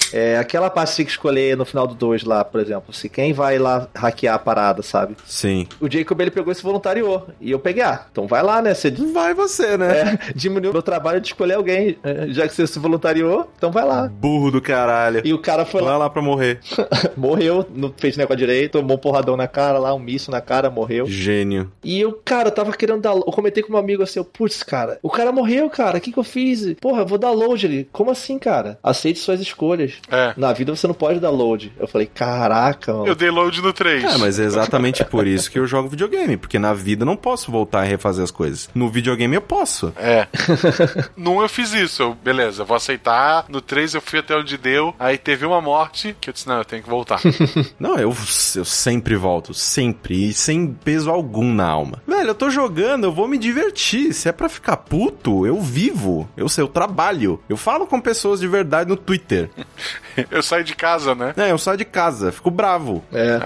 Aquela parte que você tem que escolher no final do 2 lá, por exemplo, se quem vai lá hackear a parada, sabe? Sim. O Jacob, ele pegou e se voluntariou. E eu peguei, então vai lá, né? Vai você, né? Diminuiu meu trabalho de escolher alguém. Já que você se voluntariou, então vai lá. Burro do caralho. E o cara foi Vai lá pra morrer. Morreu, não fez negócio direito, tomou um porradão na cara lá, um míssil na cara, morreu. Gênio. E eu, cara, tava querendo dar... Eu comentei com um amigo assim, putz, cara, o cara morreu, cara, o que eu fiz? Porra, eu vou dar load ali. Como assim, cara? Aceite suas escolhas. Na vida você não pode dar load. Eu falei, caraca, mano. Eu dei load no 3. Mas é exatamente por isso que eu jogo videogame, porque na vida eu não posso voltar e refazer as coisas. No videogame eu posso. No 1 eu fiz isso, beleza, eu vou aceitar. No 3 eu fui até onde deu, aí teve uma morte, que eu disse, não, eu tenho que voltar. Não, eu sempre volto, sempre, e sem peso algum na alma. Velho, eu tô jogando, eu vou me divertir. Se é pra ficar puto, eu vivo, eu trabalho. Eu falo com pessoas de verdade no Twitter. Eu saio de casa, né? Eu saio de casa, fico bravo.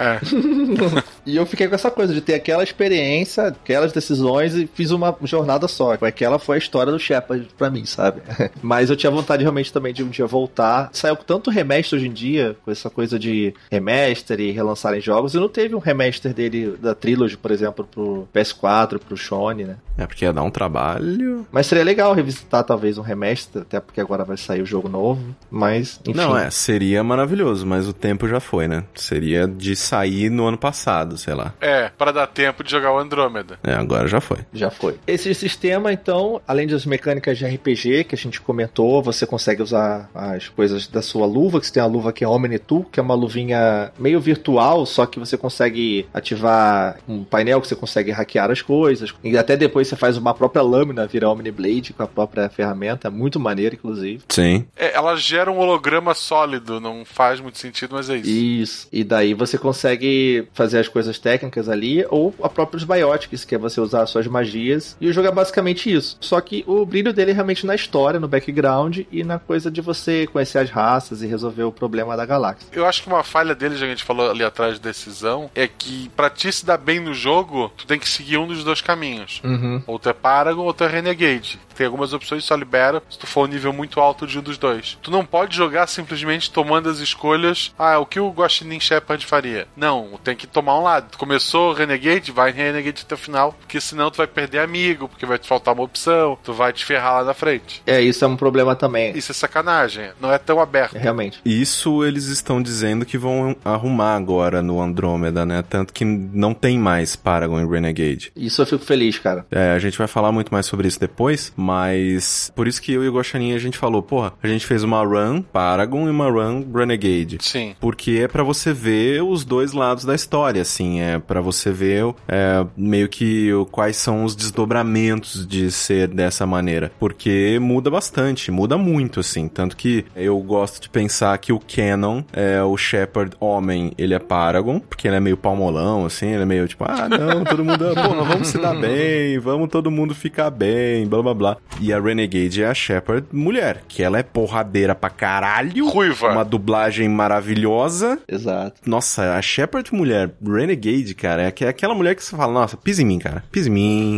E eu fiquei com essa coisa de ter aquela experiência, aquelas decisões e fiz uma jornada só. Aquela foi a história do Shepard pra mim, sabe? Mas eu tinha vontade realmente também de um dia voltar. Saiu tanto remaster hoje em dia, com essa coisa de remaster e relançarem jogos, e não teve um remaster dele, da Trilogy, por exemplo, pro PS4, pro Sony, né? Porque ia dar um trabalho. Mas seria legal revisitar talvez um remaster, até porque agora vai sair o jogo novo, mas enfim. Não, seria maravilhoso, mas o tempo já foi, né? Seria de sair no ano passado, sei lá. Pra dar tempo de jogar o Andrômeda. Agora já foi. Já foi. Esse sistema, então, além das mecânicas de RPG que a gente comentou, você consegue usar as coisas da sua luva, que você tem a luva que é Omni-Tool, que é uma luvinha meio virtual, só que você consegue ativar um painel que você consegue hackear as coisas, e até depois você faz uma própria lâmina, vira Omni-Blade com a própria ferramenta, muito maneiro, inclusive. Sim. Ela gera um holograma sólido, não faz muito sentido, mas é isso. Isso. E daí você consegue fazer as coisas técnicas ali, ou a próprios Biotics, que é você usar as suas magias, e o jogo é basicamente isso. Só que o brilho dele é realmente na história, no background, e na coisa de você conhecer as raças e resolver o problema da galáxia. Eu acho que uma falha dele, já que a gente falou ali atrás de decisão, é que pra ti se dar bem no jogo, tu tem que seguir um dos dois caminhos. Ou tu é Paragon ou tu é Renegade. Tem algumas opções que só libera se tu for um nível muito alto de um dos dois. Tu não pode jogar simplesmente tomando as escolhas, o que o Guaxinim Shepard faria. Não, tem que tomar um lado. Tu começou Renegade, vai Renegade até o final, porque senão tu vai perder amigo, porque vai te faltar uma opção, tu vai te ferrar lá na frente. Isso é um problema também. Isso é sacanagem, não é tão aberto. Realmente. Isso eles estão dizendo que vão arrumar agora no Andrômeda, né? Tanto que não tem mais Paragon e Renegade. Isso eu fico feliz, cara. A gente vai falar muito mais sobre isso depois, mas por isso que eu e o Guaxinim a gente falou, a gente fez uma run Paragon e uma run Renegade. Sim. Porque é pra você ver os dois lados da história, assim, é pra você ver meio que quais são os desdobramentos de ser dessa maneira. Porque muda bastante, muda muito, assim, tanto que eu gosto de pensar que o canon é o Shepard homem, ele é Paragon, porque ele é meio palmolão, assim, ele é meio tipo, não, todo mundo, vamos se dar bem, vamos todo mundo ficar bem, blá blá blá. E a Renegade é a Shepard mulher, que ela é porradeira pra caralho. Ruiva. Uma dublagem maravilhosa. Exato. Nossa, a Shepard mulher, Renegade, cara, é aquela mulher que você fala, nossa, pisa em mim, cara, pisa em mim.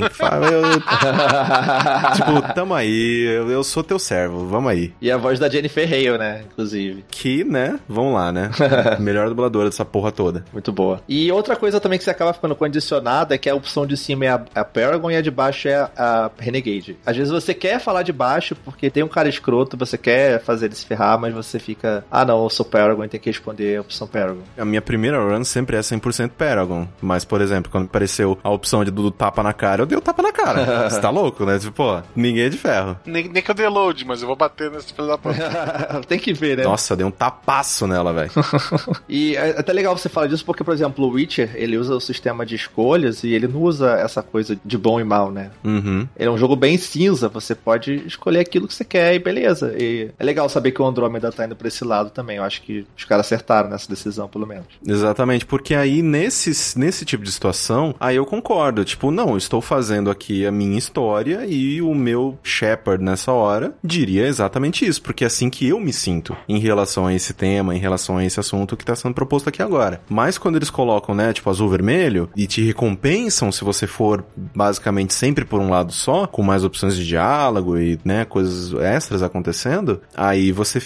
Tipo, tamo aí, eu sou teu servo, vamos aí. E a voz da Jennifer Hale, né, inclusive. Que, né, vamos lá, né, melhor dubladora dessa porra toda. Muito boa. E outra coisa também que você acaba ficando condicionada é que a opção de cima é a Paragon e a de baixo é a Renegade. Às vezes você quer falar de baixo porque tem um cara escroto, você quer fazer ele se ferrar, mas você fica, não, eu sou Paragon e tem que responder a opção Paragon. A minha primeira run sempre é 100% Paragon, mas, por exemplo, quando apareceu a opção do tapa na cara, eu dei o tapa na cara. Você tá louco, né? Tipo, ninguém é de ferro. Nem que eu dei load, mas eu vou bater nesse filho da puta. Tem que ver, né? Nossa, dei um tapaço nela, velho. E é até legal você falar disso porque, por exemplo, o Witcher, ele usa o sistema de escolhas e ele não usa essa coisa de bom e mal, né? Uhum. Ele é um jogo bem cinza, você pode escolher aquilo que você quer e beleza. E é legal saber que o Andrômeda tá indo pra esse lado também. Eu acho que os caras acertaram nessa decisão, pelo menos. Exatamente, porque aí nesse tipo de situação, aí eu concordo. Tipo, não, eu estou fazendo aqui a minha história e o meu Shepard nessa hora diria exatamente isso, porque é assim que eu me sinto em relação a esse tema, em relação a esse assunto que tá sendo proposto aqui agora. Mas quando eles colocam, né, tipo azul-vermelho e te recompensam se você for basicamente sempre por um lado só, com mais opções de diálogo e, né, coisas extras acontecendo, aí você fica meio que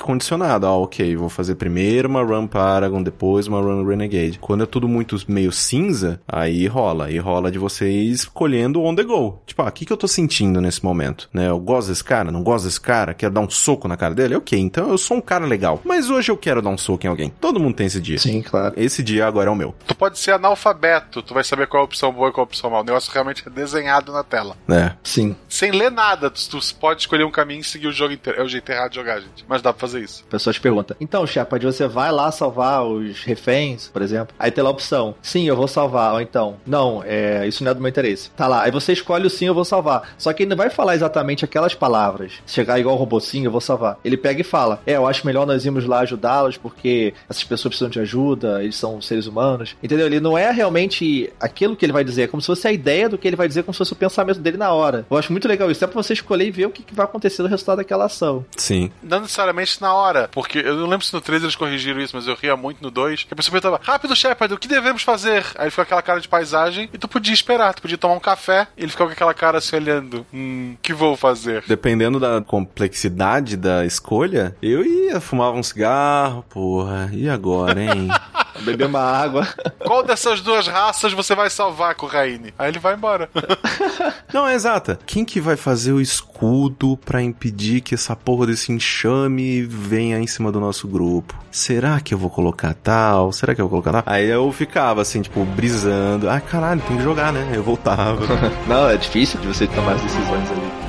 condicionado. Ok, vou fazer primeiro uma run Paragon, depois uma run Renegade. Quando é tudo muito meio cinza, aí rola de você ir escolhendo on the go. Tipo, o que eu tô sentindo nesse momento, né? Eu gosto desse cara, não gosto desse cara, quero dar um soco na cara dele? Ok, então eu sou um cara legal. Mas hoje eu quero dar um soco em alguém. Todo mundo tem esse dia. Sim, claro. Esse dia agora é o meu. Tu pode ser analfabeto, tu vai saber qual é a opção boa e qual é a opção mal. O negócio realmente é desenhado na tela. Sim. Sem ler nada, tu pode escolher um caminho e seguir o jogo inteiro. É o jeito errado de jogar, gente. Mas dá pra fazer isso. A pessoa te pergunta, então, Shepard, você vai lá salvar os reféns, por exemplo? Aí tem lá a opção, sim, eu vou salvar. Ou então, não, isso não é do meu interesse. Tá lá, aí você escolhe o sim, eu vou salvar. Só que ele não vai falar exatamente aquelas palavras. Chegar igual o robô, sim, eu vou salvar. Ele pega e fala, eu acho melhor nós irmos lá ajudá-los, porque essas pessoas precisam de ajuda, eles são seres humanos. Entendeu? Ele não é realmente aquilo que ele vai dizer, é como se fosse a ideia do que ele vai dizer, como se fosse o pensamento dele na hora. Eu acho muito legal isso, é pra você escolher e ver o que vai acontecer no resultado daquela ação. Sim. Não necessariamente na hora, porque eu não lembro se no 3 eles corrigiram isso, mas eu ria muito no 2, que a pessoa perguntava, rápido, Shepard, o que devemos fazer? Aí ele ficou com aquela cara de paisagem e tu podia esperar, tu podia tomar um café e ele ficou com aquela cara assim olhando, que vou fazer? Dependendo da complexidade da escolha, eu ia fumar um cigarro, porra, e agora, hein? Beber uma água. Qual dessas duas raças você vai salvar, Corraine? Aí ele vai embora. Não, é exata. Quem que vai fazer o escudo pra impedir que essa porra desse enxame venha em cima do nosso grupo? Será que eu vou colocar tal? Será que eu vou colocar tal? Aí eu ficava assim, tipo, brisando. Ai, caralho, tem que jogar, né? Eu voltava. Não, é difícil de você tomar as decisões ali.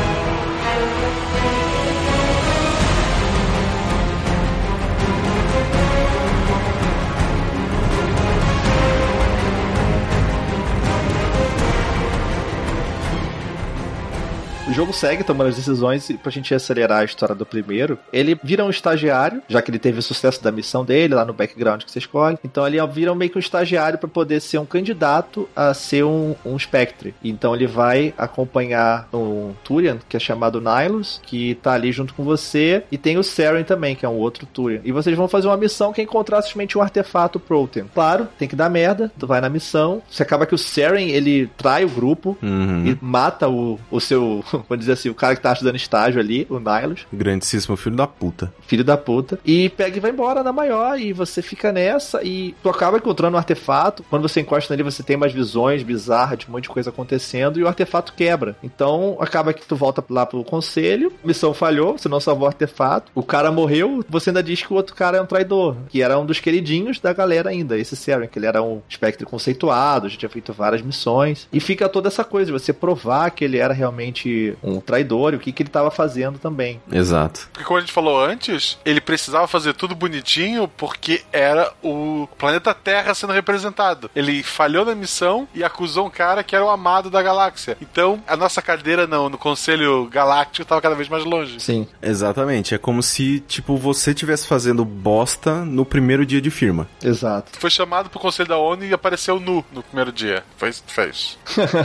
O jogo segue tomando as decisões e pra gente acelerar a história do primeiro, ele vira um estagiário, já que ele teve o sucesso da missão dele lá no background que você escolhe. Então ele vira meio que um estagiário pra poder ser um candidato a ser um Spectre. Então ele vai acompanhar um Turian, que é chamado Nihilus, que tá ali junto com você, e tem o Saren também, que é um outro Turian. E vocês vão fazer uma missão que é encontrar simplesmente um artefato Protean. Claro, tem que dar merda, tu vai na missão, você acaba que o Saren, ele trai o grupo e mata o seu... vamos dizer assim, o cara que tá ajudando estágio ali, o Nihilus. Grandíssimo filho da puta. Filho da puta. E pega e vai embora na maior, e você fica nessa, e tu acaba encontrando um artefato. Quando você encosta nele, você tem umas visões bizarras de um monte de coisa acontecendo, e o artefato quebra. Então, acaba que tu volta lá pro conselho, a missão falhou, você não salvou o artefato, o cara morreu, você ainda diz que o outro cara é um traidor, que era um dos queridinhos da galera ainda, esse Saren, que ele era um Spectre conceituado, já tinha feito várias missões, e fica toda essa coisa de você provar que ele era realmente um traidor e o que ele estava fazendo também. Exato. Porque como a gente falou antes, ele precisava fazer tudo bonitinho porque era o planeta Terra sendo representado. Ele falhou na missão e acusou um cara que era o amado da galáxia. Então, a nossa cadeira no Conselho Galáctico estava cada vez mais longe. Sim. Exatamente. É como se, tipo, você estivesse fazendo bosta no primeiro dia de firma. Exato. Foi chamado pro Conselho da ONU e apareceu nu no primeiro dia. Fez.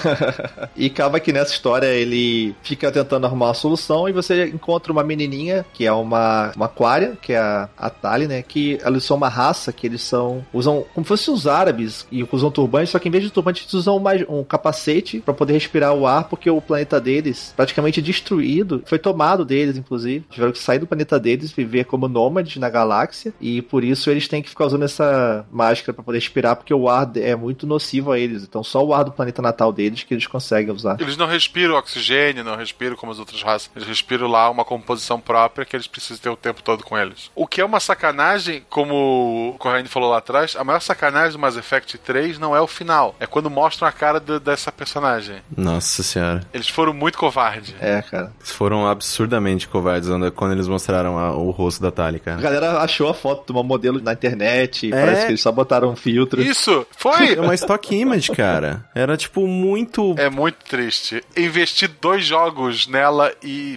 E acaba que nessa história ele fica tentando arrumar uma solução e você encontra uma menininha que é uma aquária, que é a Tali, né? Que eles são uma raça que eles usam como se fossem os árabes e usam turbante, só que em vez de turbante eles usam um capacete pra poder respirar o ar, porque o planeta deles praticamente destruído, foi tomado deles, inclusive. Tiveram que sair do planeta deles, viver como nômades na galáxia, e por isso eles têm que ficar usando essa máscara pra poder respirar, porque o ar é muito nocivo a eles. Então só o ar do planeta natal deles que eles conseguem usar. Eles não respiram oxigênio, não respiram como as outras raças. Eles respiram lá uma composição própria que eles precisam ter o tempo todo com eles. O que é uma sacanagem, como o Corraine falou lá atrás, a maior sacanagem do Mass Effect 3 não é o final. É quando mostram a cara dessa personagem. Nossa senhora. Eles foram muito covardes. É, cara. Eles foram absurdamente covardes quando eles mostraram o rosto da Tali, cara. A galera achou a foto de uma modelo na internet, parece que eles só botaram um filtro. Isso! Foi! É uma stock image, cara. Era, tipo, muito... É muito triste. Investir 2 jogos nela e...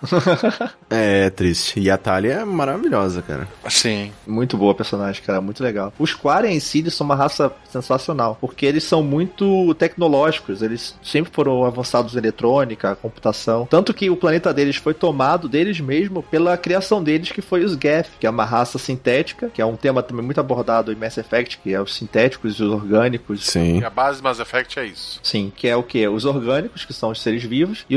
É triste. E a Tali é maravilhosa, cara. Sim. Muito boa a personagem, cara. Muito legal. Os Quarian em si, eles são uma raça sensacional, porque eles são muito tecnológicos. Eles sempre foram avançados em eletrônica, computação. Tanto que o planeta deles foi tomado deles mesmo pela criação deles, que foi os Geth, que é uma raça sintética, que é um tema também muito abordado em Mass Effect, que é os sintéticos e os orgânicos. Sim. E a base do Mass Effect é isso. Sim, que é o quê? Os orgânicos, que são os seres vivos, e os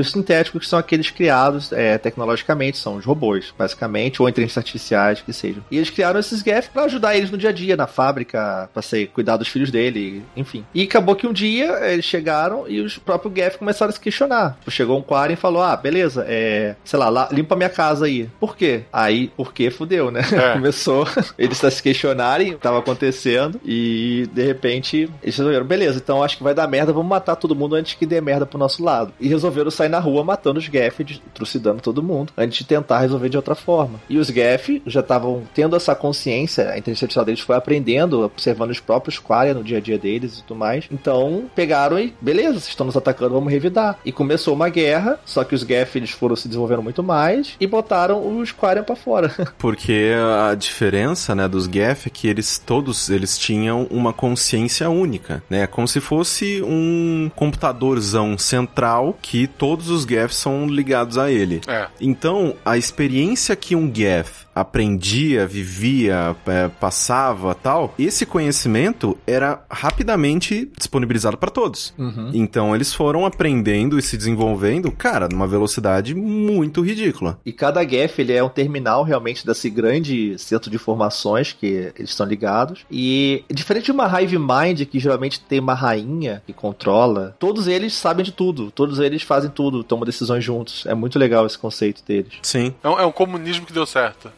os sintéticos, que são aqueles criados tecnologicamente, são os robôs, basicamente, ou inteligências artificiais, que sejam. E eles criaram esses Geth pra ajudar eles no dia a dia, na fábrica, pra cuidar dos filhos dele, enfim. E acabou que um dia eles chegaram e os próprios Geth começaram a se questionar. Chegou um Quarian e falou, beleza, sei lá, limpa minha casa aí. Por quê? Aí, porque fudeu, né? Começou eles a se questionarem o que estava acontecendo e, de repente, eles resolveram, beleza, então acho que vai dar merda, vamos matar todo mundo antes que dê merda pro nosso lado. E resolveram sair na rua matando os Geth, trucidando todo mundo, antes de tentar resolver de outra forma. E os Geth já estavam tendo essa consciência, a inteligência artificial deles foi aprendendo, observando os próprios Quarian no dia a dia deles e tudo mais. Então, pegaram e, beleza, vocês estão nos atacando, vamos revidar. E começou uma guerra, só que os Geth, eles foram se desenvolvendo muito mais e botaram os Quarian pra fora. Porque a diferença, né, dos Geth é que todos eles tinham uma consciência única, né? Como se fosse um computadorzão central que todos os Geth são ligados a ele. Então, a experiência que um Geth aprendia, vivia, passava, tal, esse conhecimento era rapidamente disponibilizado para todos. Então, eles foram aprendendo e se desenvolvendo, cara, numa velocidade muito ridícula. E cada Geth, ele é um terminal realmente desse grande centro de informações que eles estão ligados. E diferente de uma Hive Mind, que geralmente tem uma rainha que controla, todos eles sabem de tudo. Todos eles fazem tudo, tomam decisões juntos. É muito legal esse conceito deles. Sim. É um comunismo que deu certo.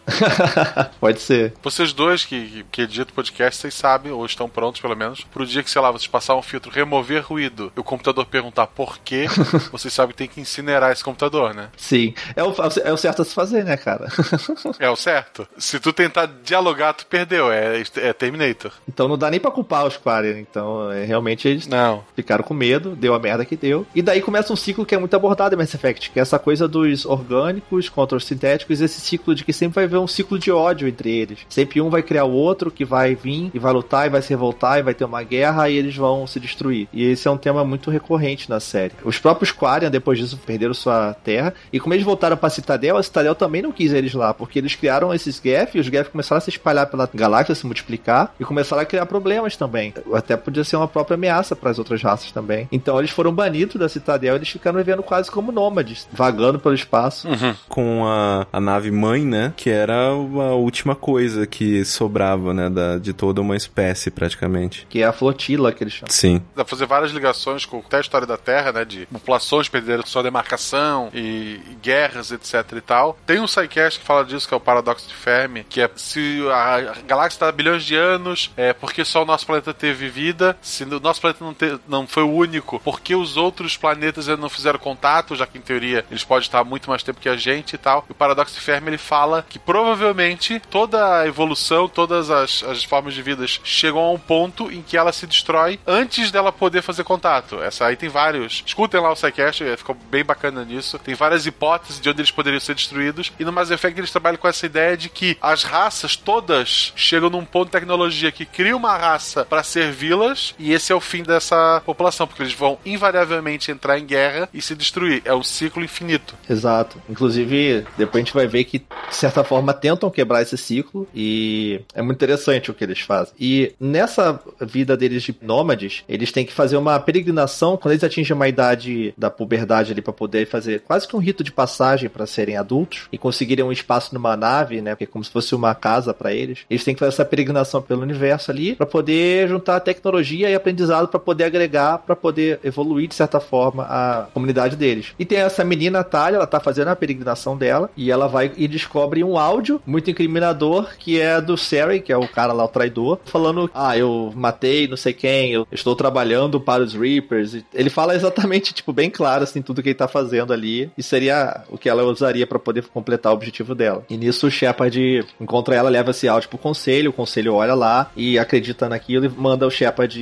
Pode ser. Vocês dois que editam podcast, vocês sabem, ou estão prontos pelo menos, pro dia que, sei lá, vocês passar um filtro, remover ruído, e o computador perguntar por quê, vocês sabem que tem que incinerar esse computador, né? Sim. É o certo a se fazer, né, cara? É o certo. Se tu tentar dialogar, tu perdeu. É Terminator. Então não dá nem pra culpar os Quarian. Então, realmente eles ficaram com medo, deu a merda que deu. E daí começa um ciclo que é muito abordado em Mass Effect, que é essa coisa dos orgânicos contra os sintéticos, esse ciclo de que sempre vai haver um ciclo de ódio entre eles. Sempre um vai criar o outro, que vai vir e vai lutar e vai se revoltar e vai ter uma guerra e eles vão se destruir. E esse é um tema muito recorrente na série. Os próprios Quarian, depois disso, perderam sua terra. E como eles voltaram pra Citadel, a Citadel também não quis eles lá, porque eles criaram esses Geth e os Geth começaram a se espalhar pela galáxia, se multiplicar e começaram a criar problemas também. Até podia ser uma própria ameaça para as outras raças também. Então eles foram banidos da Citadel e eles ficaram vivendo quase como nômades, vagando pelo espaço. Com a nave mãe, né, que era a última coisa que sobrava, né, de toda uma espécie, praticamente. Que é a flotila que eles chamam. Sim. Dá pra fazer várias ligações com até a história da Terra, né, de populações perderam sua demarcação e guerras, etc e tal. Tem um sidecast que fala disso, que é o Paradoxo de Fermi, que é se a galáxia está há bilhões de anos, porque só o nosso planeta teve vida, se o nosso planeta não foi o único, porque os outros planetas ainda não fizeram contato, já que em teoria eles podem estar há muito mais tempo que a gente e tal. E o Paradoxo de Fermi, ele fala que provavelmente toda a evolução, todas as formas de vida chegam a um ponto em que ela se destrói antes dela poder fazer contato. Essa aí tem vários. Escutem lá o sidecast, ficou bem bacana nisso. Tem várias hipóteses de onde eles poderiam ser destruídos. E no Mass Effect eles trabalham com essa ideia de que as raças todas chegam num ponto de tecnologia que cria uma raça para servi-las, e esse é o fim dessa população, porque eles vão invariavelmente entrar em guerra e se destruir. É um ciclo infinito. Exato. Inclusive, depois a gente vai ver que, de certa forma, tentam quebrar esse ciclo, e é muito interessante o que eles fazem. E nessa vida deles de nômades, eles têm que fazer uma peregrinação quando eles atingem uma idade da puberdade ali, para poder fazer quase que um rito de passagem para serem adultos e conseguirem um espaço numa nave, né, porque é como se fosse uma casa para eles. Eles têm que fazer essa peregrinação pelo universo ali para poder juntar tecnologia e aprendizado para poder agregar, para poder evoluir de certa forma a comunidade deles. E tem essa menina Talia, ela tá fazendo a peregrinação dela e ela vai e descobre um áudio muito incriminador que é do Sari, que é o cara lá, o traidor, falando: eu matei não sei quem, eu estou trabalhando para os Reapers. E ele fala exatamente, tipo, bem claro assim, tudo que ele tá fazendo ali, e seria o que ela usaria para poder completar o objetivo dela. E nisso o Shepard encontra ela, leva esse áudio pro conselho, o conselho olha lá e acredita naquilo e manda o Shepard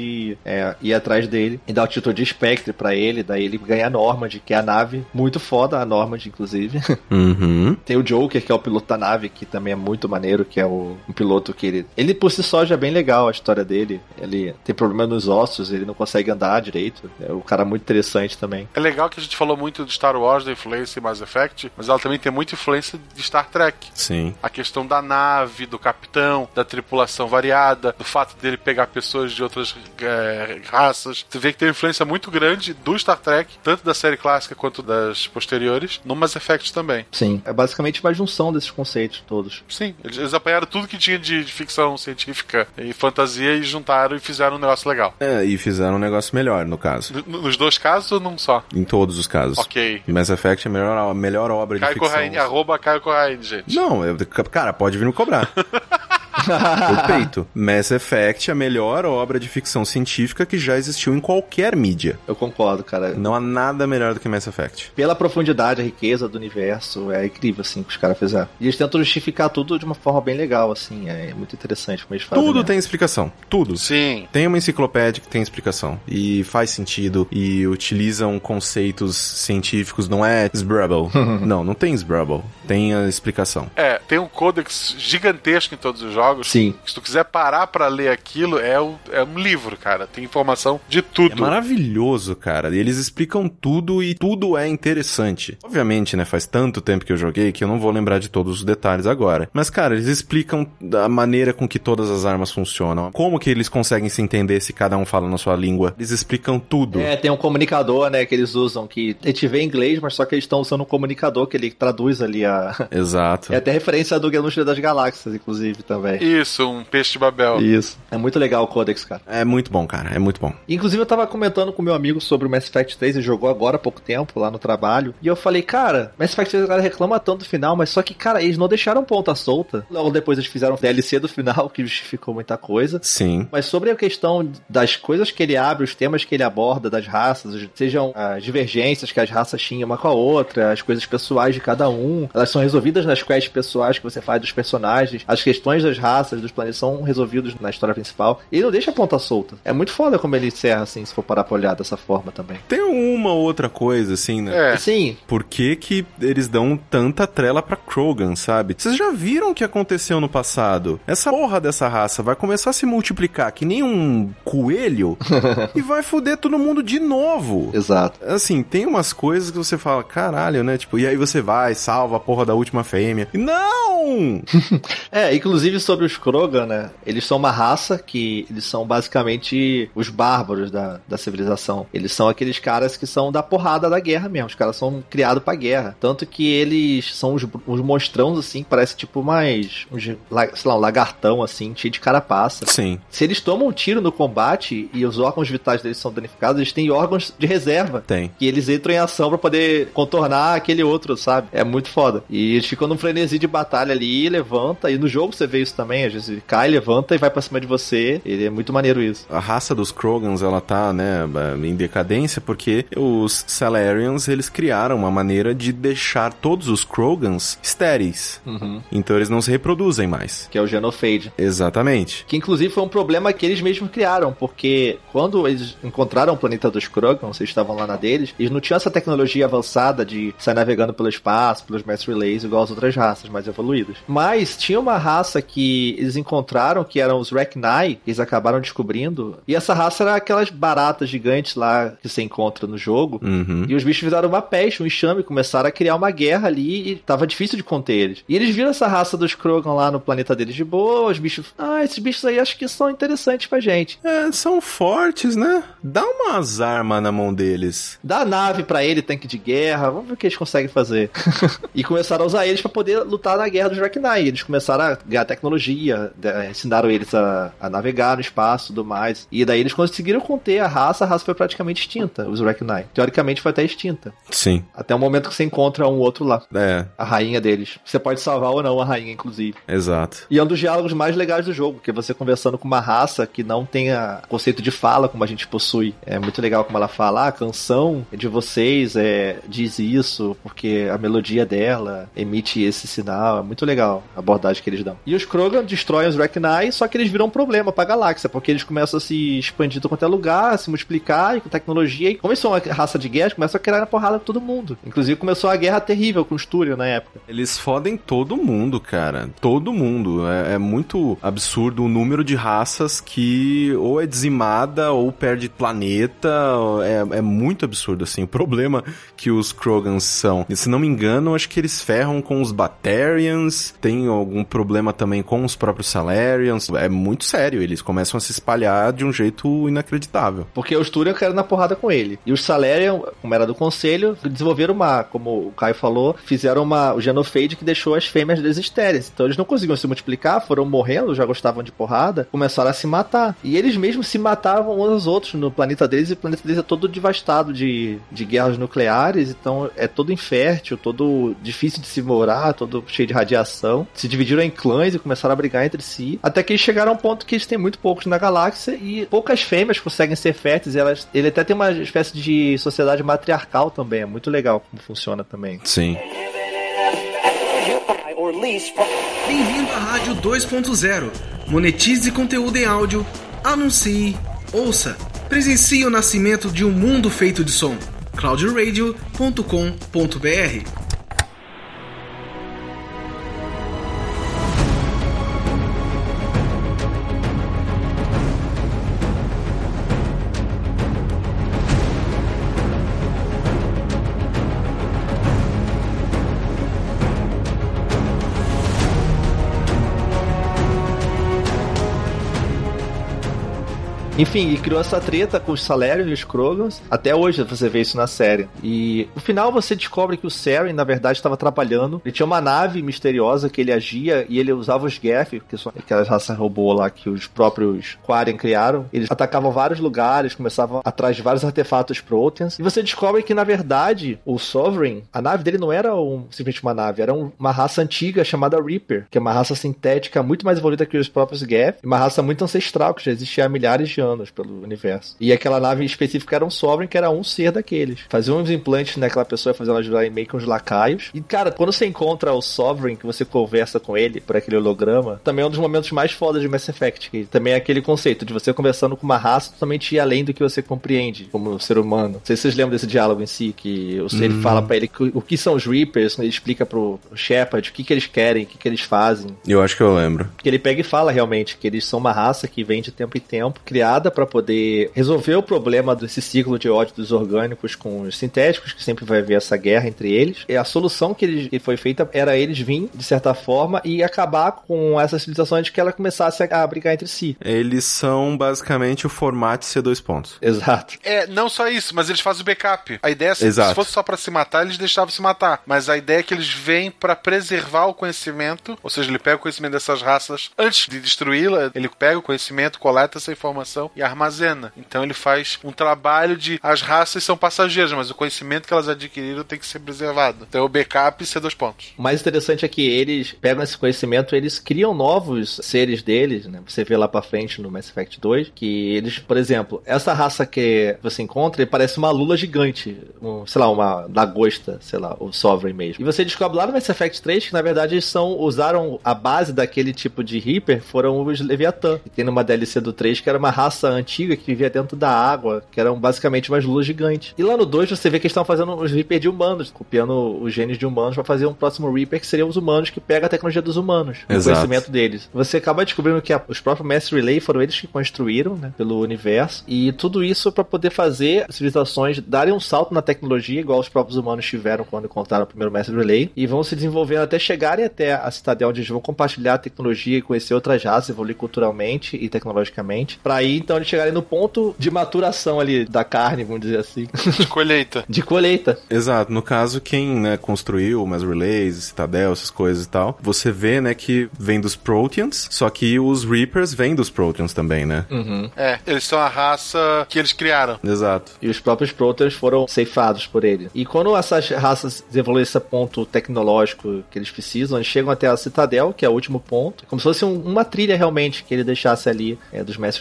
ir atrás dele e dá o título de Spectre pra ele. Daí ele ganha a Normand, que é a nave muito foda, a Normand inclusive. Tem o Joker, que é o piloto da nave, nave, que também é muito maneiro, que é um piloto que ele por si só já é bem legal a história dele. Ele tem problema nos ossos, ele não consegue andar direito. É um cara muito interessante também. É legal que a gente falou muito de Star Wars, da influência em Mass Effect, mas ela também tem muita influência de Star Trek. Sim. A questão da nave, do capitão, da tripulação variada, do fato dele pegar pessoas de outras raças. Você vê que tem uma influência muito grande do Star Trek, tanto da série clássica quanto das posteriores, no Mass Effect também. Sim. É basicamente uma junção desses conceitos todos. Sim. Eles apanharam tudo que tinha de ficção científica e fantasia e juntaram e fizeram um negócio legal. E fizeram um negócio melhor, no caso. Nos dois casos ou num só? Em todos os casos. Ok. Mass Effect é a melhor obra de ficção. Caio Corraine, gente. Não, cara, pode vir me cobrar. Eu peito. Mass Effect é a melhor obra de ficção científica que já existiu em qualquer mídia. Eu concordo, cara. Não há nada melhor do que Mass Effect. Pela profundidade, a riqueza do universo, é incrível, assim, que os caras fizeram. E eles tentam justificar tudo de uma forma bem legal, assim, é muito interessante como eles fazem. Tudo tem explicação. Tudo. Sim. Tem uma enciclopédia que tem explicação. E faz sentido. E utilizam conceitos científicos. Não é Sbrubble. Não tem Sbrubble. Tem a explicação. Tem um códex gigantesco em todos os jogos. Sim. Se tu quiser parar pra ler aquilo, é um livro, cara. Tem informação de tudo. É maravilhoso, cara. E eles explicam tudo e tudo é interessante. Obviamente, né, faz tanto tempo que eu joguei que eu não vou lembrar de todos os detalhes agora. Mas, cara, eles explicam a maneira com que todas as armas funcionam. Como que eles conseguem se entender se cada um fala na sua língua. Eles explicam tudo. Tem um comunicador, né, que eles usam, que a gente vê em inglês, mas só que eles estão usando um comunicador que ele traduz ali a... Exato. É até referência do Guia das Galáxias, inclusive, também. Isso, um peixe de Babel. Isso. É muito legal o Codex, cara. É muito bom, cara. É muito bom. Inclusive, eu tava comentando com meu amigo sobre o Mass Effect 3, ele jogou agora há pouco tempo, lá no trabalho, e eu falei, cara, Mass Effect 3 a galera reclama tanto do final, mas só que, cara, eles não deixaram ponta solta. Logo depois eles fizeram DLC do final, que justificou muita coisa. Sim. Mas sobre a questão das coisas que ele abre, os temas que ele aborda das raças, sejam as divergências que as raças tinham uma com a outra, as coisas pessoais de cada um, elas são resolvidas nas quests pessoais que você faz dos personagens, as questões das raças, dos planetas são resolvidos na história principal, e ele não deixa a ponta solta. É muito foda como ele encerra, assim, se for parar pra olhar dessa forma também. Tem uma outra coisa, assim, né? Sim. Por que eles dão tanta trela pra Krogan, sabe? Vocês já viram o que aconteceu no passado? Essa porra dessa raça vai começar a se multiplicar que nem um coelho e vai foder todo mundo de novo. Exato. Assim, tem umas coisas que você fala, caralho, né? Tipo, e aí você vai, salva a porra da última fêmea. Não! Inclusive sobre os Krogan, né? Eles são uma raça que eles são basicamente os bárbaros da civilização. Eles são aqueles caras que são da porrada da guerra mesmo. Os caras são criados pra guerra. Tanto que eles são uns monstrões, assim, parece tipo sei lá, um lagartão, assim, cheio de carapaça. Sim. Se eles tomam um tiro no combate e os órgãos vitais deles são danificados, eles têm órgãos de reserva. Tem. E eles entram em ação pra poder contornar aquele outro, sabe? É muito foda. E eles ficam num frenesi de batalha ali, levanta, e no jogo você vê isso também, às vezes ele cai, levanta e vai pra cima de você. Ele é muito maneiro isso. A raça dos Krogans, ela tá, né, em decadência porque os Salarians, eles criaram uma maneira de deixar todos os Krogans estéreis. Então eles não se reproduzem mais. Que é o Genophage. Exatamente. Que inclusive foi um problema que eles mesmos criaram, porque quando eles encontraram o planeta dos Krogans, eles estavam lá na deles, eles não tinham essa tecnologia avançada de sair navegando pelo espaço, pelos Mass Relays, igual as outras raças mais evoluídas. Mas tinha uma raça que eles encontraram, que eram os Rachni, que eles acabaram descobrindo, e essa raça era aquelas baratas gigantes lá que você encontra no jogo, e os bichos fizeram uma peste, um enxame, começaram a criar uma guerra ali e tava difícil de conter eles. E eles viram essa raça dos Krogan lá no planeta deles de boa, os bichos, esses bichos aí acho que são interessantes pra gente. São fortes, né? Dá umas armas na mão deles. Dá nave pra ele, tanque de guerra, vamos ver o que eles conseguem fazer. E começaram a usar eles pra poder lutar na guerra dos Rachni. Eles começaram a ganhar tecnologia, ensinaram eles a navegar no espaço e tudo mais. E daí eles conseguiram conter a raça foi praticamente extinta, os Rachni. Teoricamente foi até extinta. Sim. Até o momento que você encontra um outro lá. A rainha deles. Você pode salvar ou não a rainha, inclusive. Exato. E é um dos diálogos mais legais do jogo, que é você conversando com uma raça que não tem conceito de fala como a gente possui. É muito legal como ela fala, a canção de vocês diz isso, porque a melodia dela emite esse sinal. É muito legal a abordagem que eles dão. E os Krogan Krogan destroem os Rachni, só que eles viram um problema pra galáxia, porque eles começam a se expandir de qualquer lugar, a se multiplicar, e com tecnologia, e como eles são uma raça de guerra, eles começam a criar na porrada com todo mundo. Inclusive começou a guerra terrível com o Stúrio na época. Eles fodem todo mundo, cara. Todo mundo. É muito absurdo o número de raças que ou é dizimada ou perde planeta. É muito absurdo, assim. O problema que os Krogans são, e, se não me engano, acho que eles ferram com os Batarians, tem algum problema também com os próprios Salarians. É muito sério. Eles começam a se espalhar de um jeito inacreditável. Porque o Stúrio quer na porrada com ele. E os Salarian, como era do conselho, desenvolveram como o Caio falou, fizeram o genofade que deixou as fêmeas deles estéreis. Então eles não conseguiam se multiplicar, foram morrendo, já gostavam de porrada, começaram a se matar. E eles mesmos se matavam uns aos outros no planeta deles, e o planeta deles é todo devastado de guerras nucleares, então é todo infértil, todo difícil de se morar, todo cheio de radiação. Se dividiram em clãs e começaram a brigar entre si, até que eles chegaram a um ponto que eles têm muito poucos na galáxia e poucas fêmeas conseguem ser férteis. Ele até tem uma espécie de sociedade matriarcal também, é muito legal como funciona também. Sim. Bem-vindo à Rádio 2.0. Monetize conteúdo em áudio, anuncie, ouça, presencie o nascimento de um mundo feito de som. cloudradio.com.br. Enfim, e criou essa treta com os Salarian e os Krogans. Até hoje você vê isso na série. E no final você descobre que o Saren, na verdade, estava trabalhando. Ele tinha uma nave misteriosa que ele agia e ele usava os Geth, que são aquelas raças robô lá que os próprios Quarian criaram. Eles atacavam vários lugares, começavam atrás de vários artefatos Proteans. E você descobre que, na verdade, o Sovereign, a nave dele não era simplesmente uma nave, era uma raça antiga chamada Reaper, que é uma raça sintética muito mais evoluída que os próprios Geth, uma raça muito ancestral que já existia há milhares de anos pelo universo. E aquela nave específica era um Sovereign, que era um ser daqueles. Fazia uns implantes naquela pessoa, fazendo ela ajudar meio que uns lacaios. E, cara, quando você encontra o Sovereign, que você conversa com ele por aquele holograma, também é um dos momentos mais fodas de Mass Effect, que também é aquele conceito de você conversando com uma raça totalmente ir além do que você compreende como ser humano. Não sei se vocês lembram desse diálogo em si, que ele fala pra ele o que são os Reapers, ele explica pro Shepard o que eles querem, o que eles fazem. Eu acho que eu lembro. Que ele pega e fala realmente que eles são uma raça que vem de tempo em tempo, criada para poder resolver o problema desse ciclo de ódio dos orgânicos com os sintéticos, que sempre vai haver essa guerra entre eles. E a solução que foi feita era eles virem, de certa forma, e acabar com essa civilização de que ela começasse a brigar entre si. Eles são basicamente o formato C2 pontos. Exato. Não só isso, mas eles fazem o backup. A ideia é se fosse só pra se matar, eles deixavam se matar. Mas a ideia é que eles vêm pra preservar o conhecimento, ou seja, ele pega o conhecimento dessas raças antes de destruí-la, ele pega o conhecimento, coleta essa informação e armazena. Então ele faz um trabalho de as raças são passageiras, mas o conhecimento que elas adquiriram tem que ser preservado. Então o backup C2 pontos. O mais interessante é que eles pegam esse conhecimento, eles criam novos seres deles, né? Você vê lá pra frente no Mass Effect 2, que eles, por exemplo, essa raça que você encontra, ele parece uma lula gigante, sei lá, uma lagosta, sei lá, o Sovereign mesmo. E você descobre lá no Mass Effect 3 que na verdade eles usaram a base daquele tipo de Reaper, foram os Leviatã. E tem numa DLC do 3 que era uma raça antiga que vivia dentro da água, que eram basicamente umas lulas gigantes. E lá no 2 você vê que eles estão fazendo os Reaper de humanos, copiando os genes de humanos para fazer um próximo Reaper que seriam os humanos, que pega a tecnologia dos humanos, o conhecimento deles. Você acaba descobrindo que os próprios Mass Relay foram eles que construíram, né, pelo universo, e tudo isso para poder fazer as civilizações darem um salto na tecnologia, igual os próprios humanos tiveram quando encontraram o primeiro Mass Relay, e vão se desenvolvendo até chegarem até a Citadel, onde eles vão compartilhar a tecnologia e conhecer outras raças, evoluir culturalmente e tecnologicamente, para aí então eles chegarem no ponto de maturação ali da carne, vamos dizer assim. De colheita. De colheita. Exato. No caso, quem, né, construiu Mass Relays, Citadel, essas coisas e tal, você vê, né, que vem dos Proteans, só que os Reapers vêm dos Proteans também, né? Uhum. Eles são a raça que eles criaram. Exato. E os próprios Proteans foram ceifados por ele. E quando essas raças desenvolvem esse ponto tecnológico que eles precisam, eles chegam até a Citadel, que é o último ponto, como se fosse uma trilha realmente que ele deixasse ali dos Mass Relay, para que todos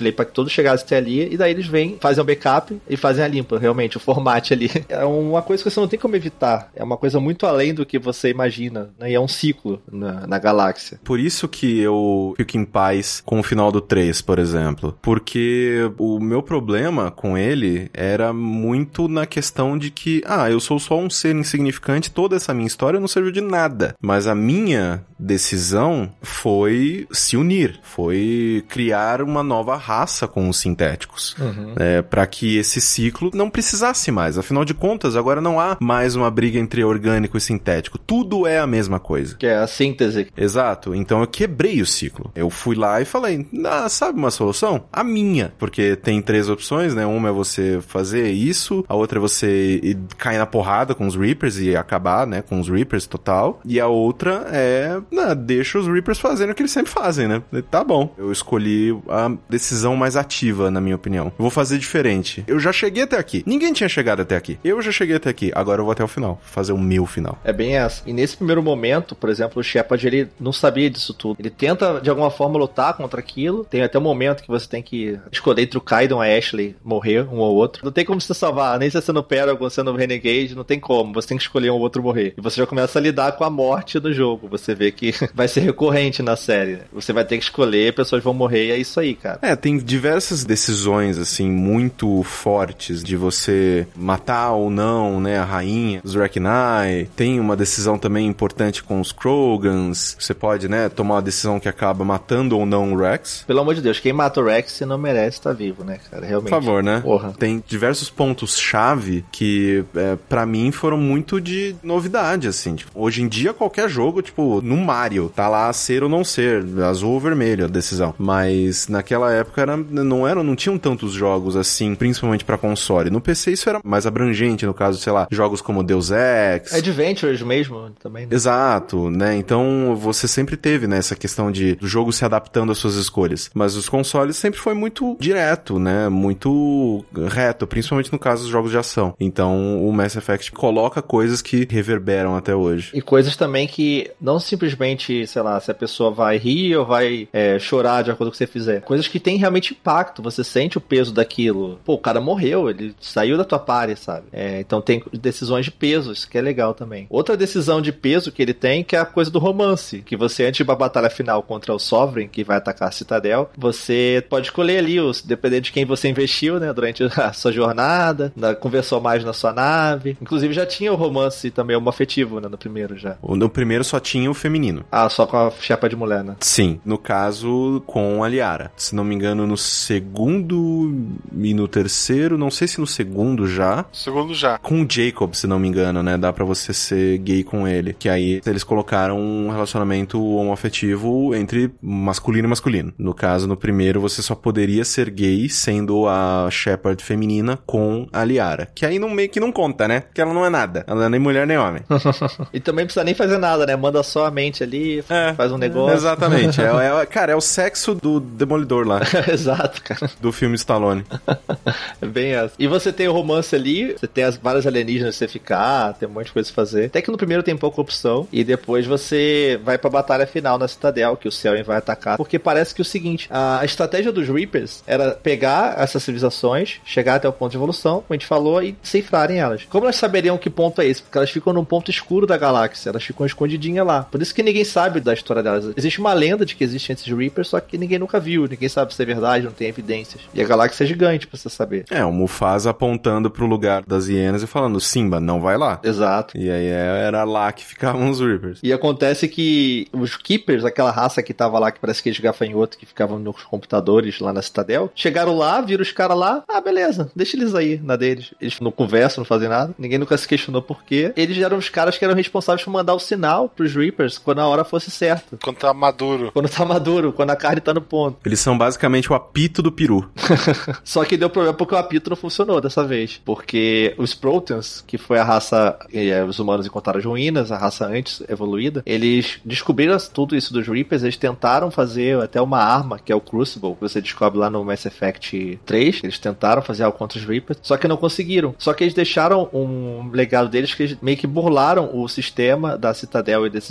quando chegasse até ali, e daí eles vêm, fazem o backup e fazem a limpa, realmente, o formato ali. É uma coisa que você não tem como evitar. É uma coisa muito além do que você imagina, né? E é um ciclo na galáxia. Por isso que eu fico em paz com o final do 3, por exemplo. Porque o meu problema com ele era muito na questão de que, eu sou só um ser insignificante, toda essa minha história não serviu de nada. Mas a minha decisão foi se unir, foi criar uma nova raça com os sintéticos, para que esse ciclo não precisasse mais. Afinal de contas, agora não há mais uma briga entre orgânico e sintético. Tudo é a mesma coisa. Que é a síntese. Exato. Então eu quebrei o ciclo. Eu fui lá e falei, sabe uma solução? A minha. Porque tem 3 opções, né? Uma é você fazer isso, a outra é você cair na porrada com os Reapers e acabar, né, com os Reapers total. E a outra é, deixa os Reapers fazendo o que eles sempre fazem, né? Tá bom. Eu escolhi a decisão mais ativa, na minha opinião. Eu vou fazer diferente. Eu já cheguei até aqui. Ninguém tinha chegado até aqui. Eu já cheguei até aqui. Agora eu vou até o final. Fazer o meu final. É bem essa. E nesse primeiro momento, por exemplo, o Shepard, ele não sabia disso tudo. Ele tenta, de alguma forma, lutar contra aquilo. Tem até um momento que você tem que escolher entre o Kaidan e a Ashley morrer, um ou outro. Não tem como você salvar, nem se você no Paragon, você no Renegade, não tem como. Você tem que escolher um ou outro morrer. E você já começa a lidar com a morte do jogo. Você vê que vai ser recorrente na série. Você vai ter que escolher, pessoas vão morrer, e é isso aí, cara. Tem diversas decisões, assim, muito fortes de você matar ou não, né, a rainha, os Rachni. Tem uma decisão também importante com os Krogans. Você pode, né, tomar uma decisão que acaba matando ou não o Rex. Pelo amor de Deus, quem mata o Rex não merece estar vivo, né, cara? Realmente. Por favor, né? Porra. Tem diversos pontos-chave que, pra mim, foram muito de novidade, assim. Tipo, hoje em dia, qualquer jogo, tipo, no Mario, tá lá ser ou não ser, azul ou vermelho a decisão. Mas naquela época não tinham tantos jogos assim, principalmente pra console. No PC isso era mais abrangente, no caso, sei lá, jogos como Deus Ex. Adventures mesmo, também. Né? Exato, né? Então você sempre teve, né, essa questão do jogo se adaptando às suas escolhas. Mas os consoles sempre foi muito direto, né? Muito reto, principalmente no caso dos jogos de ação. Então o Mass Effect coloca coisas que reverberam até hoje. E coisas também que não simplesmente, sei lá, se a pessoa vai rir ou vai chorar de acordo com o que você fizer. Coisas que têm realmente impacto, você sente o peso daquilo. Pô, o cara morreu, ele saiu da tua party, sabe? Então tem decisões de peso, isso que é legal também. Outra decisão de peso que ele tem, que é a coisa do romance, que você, antes da batalha final contra o Sovereign, que vai atacar a Citadel, você pode escolher ali, dependendo de quem você investiu, né, durante a sua jornada, conversou mais na sua nave. Inclusive já tinha o romance também, homoafetivo, né, no primeiro já. No primeiro só tinha o feminino. Só com a chapa de mulher, né? Sim, no caso com a Liara. Se não me engano, no segundo e no terceiro, não sei se no segundo já. Segundo já. Com o Jacob, se não me engano, né? Dá pra você ser gay com ele. Que aí eles colocaram um relacionamento homoafetivo entre masculino e masculino. No caso, no primeiro, você só poderia ser gay sendo a Shepard feminina com a Liara. Que aí meio que não conta, né? Porque ela não é nada. Ela não é nem mulher nem homem. E também precisa nem fazer nada, né? Manda só a mente ali, faz um negócio. Exatamente. Cara, é o sexo do Demolidor lá. Exato, cara. Do filme Stallone. É bem essa. E você tem o romance ali, você tem várias alienígenas pra você ficar, tem um monte de coisa pra fazer. Até que no primeiro tem pouca opção, e depois você vai pra batalha final na Citadel, que o Selwyn vai atacar. Porque parece que é o seguinte, a estratégia dos Reapers era pegar essas civilizações, chegar até o ponto de evolução, como a gente falou, e cifrarem elas. Como elas saberiam que ponto é esse? Porque elas ficam num ponto escuro da galáxia, elas ficam escondidinhas lá. Por isso que ninguém sabe da história delas. Existe uma lenda de que existem esses Reapers, só que ninguém nunca viu, ninguém sabe se é verdade, não tem evidências. E a galáxia é gigante, pra você saber. O Mufasa apontando pro lugar das hienas e falando, Simba, não vai lá. Exato. E aí era lá que ficavam os Reapers. E acontece que os Keepers, aquela raça que tava lá, que parece que eles gafanhotos, que ficavam nos computadores lá na Citadel, chegaram lá, viram os caras lá, beleza, deixa eles aí, na deles. Eles não conversam, não fazem nada, ninguém nunca se questionou por quê. Eles eram os caras que eram responsáveis por mandar o sinal pros Reapers quando a hora fosse certa. Quando tá maduro. Quando a carne tá no ponto. Eles são basicamente o apito do peru. Só que deu problema porque o apito não funcionou dessa vez. Porque os Proteans, que foi a raça, os humanos encontraram as ruínas, a raça antes evoluída, eles descobriram tudo isso dos Reapers, eles tentaram fazer até uma arma, que é o Crucible, que você descobre lá no Mass Effect 3, eles tentaram fazer algo contra os Reapers, só que não conseguiram. Só que eles deixaram um legado deles que eles meio que burlaram o sistema da Citadel e desses Keepers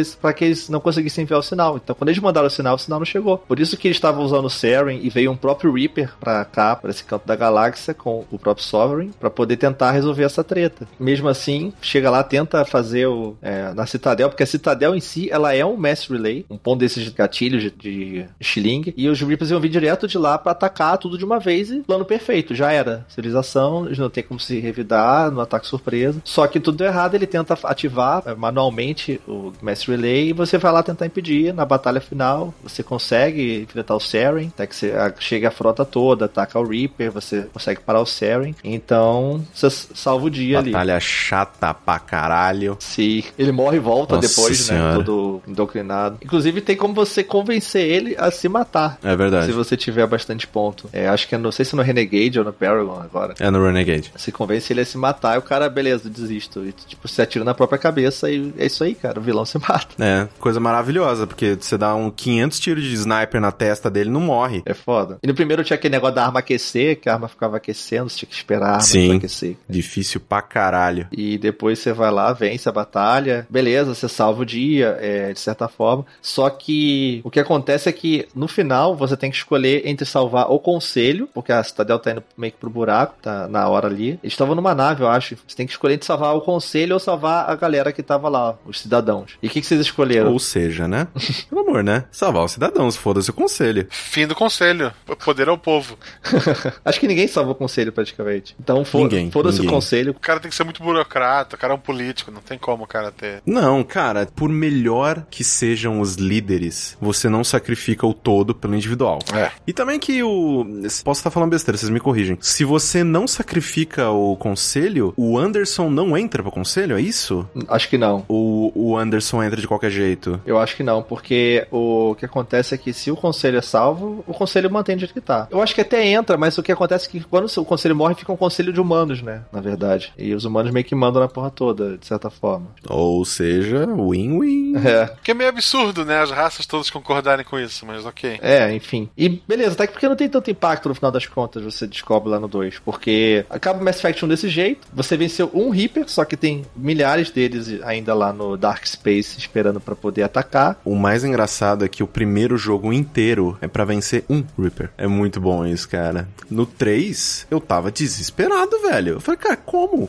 pra que eles não conseguissem enviar o sinal. Então, quando eles mandaram o sinal não chegou. Por isso que eles estavam usando o Saren e veio um próprio Reaper pra cá, pra esse canto da galáxia, com o próprio Sovereign, pra poder tentar resolver essa treta. Mesmo assim, chega lá, tenta fazer na Citadel, porque a Citadel em si, ela é um Mass Relay, um ponto desses gatilhos de Shilling, e os Reapers iam vir direto de lá pra atacar tudo de uma vez e plano perfeito, já era. Civilização, eles não tem como se revidar no ataque surpresa. Só que tudo deu errado, ele tenta ativar manualmente o Mass Relay e você vai lá tentar impedir. Na batalha final, você consegue enfrentar o Saren, até que você chega a frota toda, ataca o Reaper, você consegue parar o Saren. Então, você salva o dia ali. Batalha chata pra caralho. Sim, ele morre e volta. Nossa depois, senhora. Né? Todo indoctrinado. Inclusive, tem como você convencer ele a se matar. É verdade. Se você tiver bastante ponto. Acho que não sei se no Renegade ou no Paragon agora. É no Renegade. Você convence ele a se matar e o cara, beleza, desisto. E, tipo, você atira na própria cabeça e é isso aí, cara. O vilão se mata. É, coisa maravilhosa, porque você dá 500 tiros de sniper na testa dele e não morre. É foda. E no primeiro tinha aquele negócio da arma aquecer, que a arma ficava aquecendo, você tinha que esperar a arma pra aquecer. Difícil pra caralho. E depois você vai lá, vence a batalha, beleza, você salva o dia, de certa forma. Só que o que acontece é que no final você tem que escolher entre salvar o conselho, porque a Citadel tá indo meio que pro buraco, tá na hora ali. Eles estavam numa nave, eu acho. Você tem que escolher entre salvar o conselho ou salvar a galera que tava lá, os cidadãos. E o que vocês escolheram? Ou seja, né? Pelo amor, né? Salvar os cidadãos, foda-se o conselho. Fim do conselho. Poder ao povo. Acho que ninguém salva o conselho praticamente. Então foda-se o conselho. O cara tem que ser muito burocrata, o cara é um político, não tem como o cara ter... Não, cara, por melhor que sejam os líderes, você não sacrifica o todo pelo individual. É. E também que posso estar falando besteira, vocês me corrigem. Se você não sacrifica o conselho, o Anderson não entra pro conselho, é isso? Acho que não. O Anderson entra de qualquer jeito? Eu acho que não, porque o que acontece é que se o conselho é salvo, o conselho mantém do jeito que tá. Eu acho que até entra, mas o que acontece é que quando o conselho morre, fica um conselho de humanos, né? Na verdade. E os humanos meio que mandam na porra toda, de certa forma. Ou seja, win-win. Que é meio absurdo, né? As raças todas concordarem com isso, mas ok. Enfim. E beleza, até que porque não tem tanto impacto no final das contas, você descobre lá no 2. Porque acaba o Mass Effect 1 desse jeito, você venceu um Reaper, só que tem milhares deles ainda lá no Dark Space esperando pra poder atacar. O mais engraçado é que o primeiro jogo inteiro é pra vencer um Reaper. É muito bom isso, cara. No 3, eu tava desesperado, velho. Eu falei, cara, como?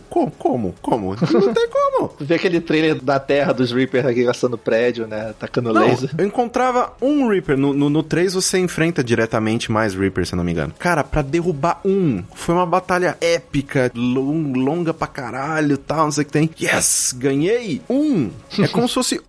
Não tem como. Vê aquele trailer da Terra dos Reapers aqui gastando prédio, né? Atacando laser. Eu encontrava um Reaper. No 3 você enfrenta diretamente mais Reapers, se eu não me engano. Cara, pra derrubar foi uma batalha épica, longa pra caralho e tal, não sei o que tem. Yes! Ganhei! É como se fosse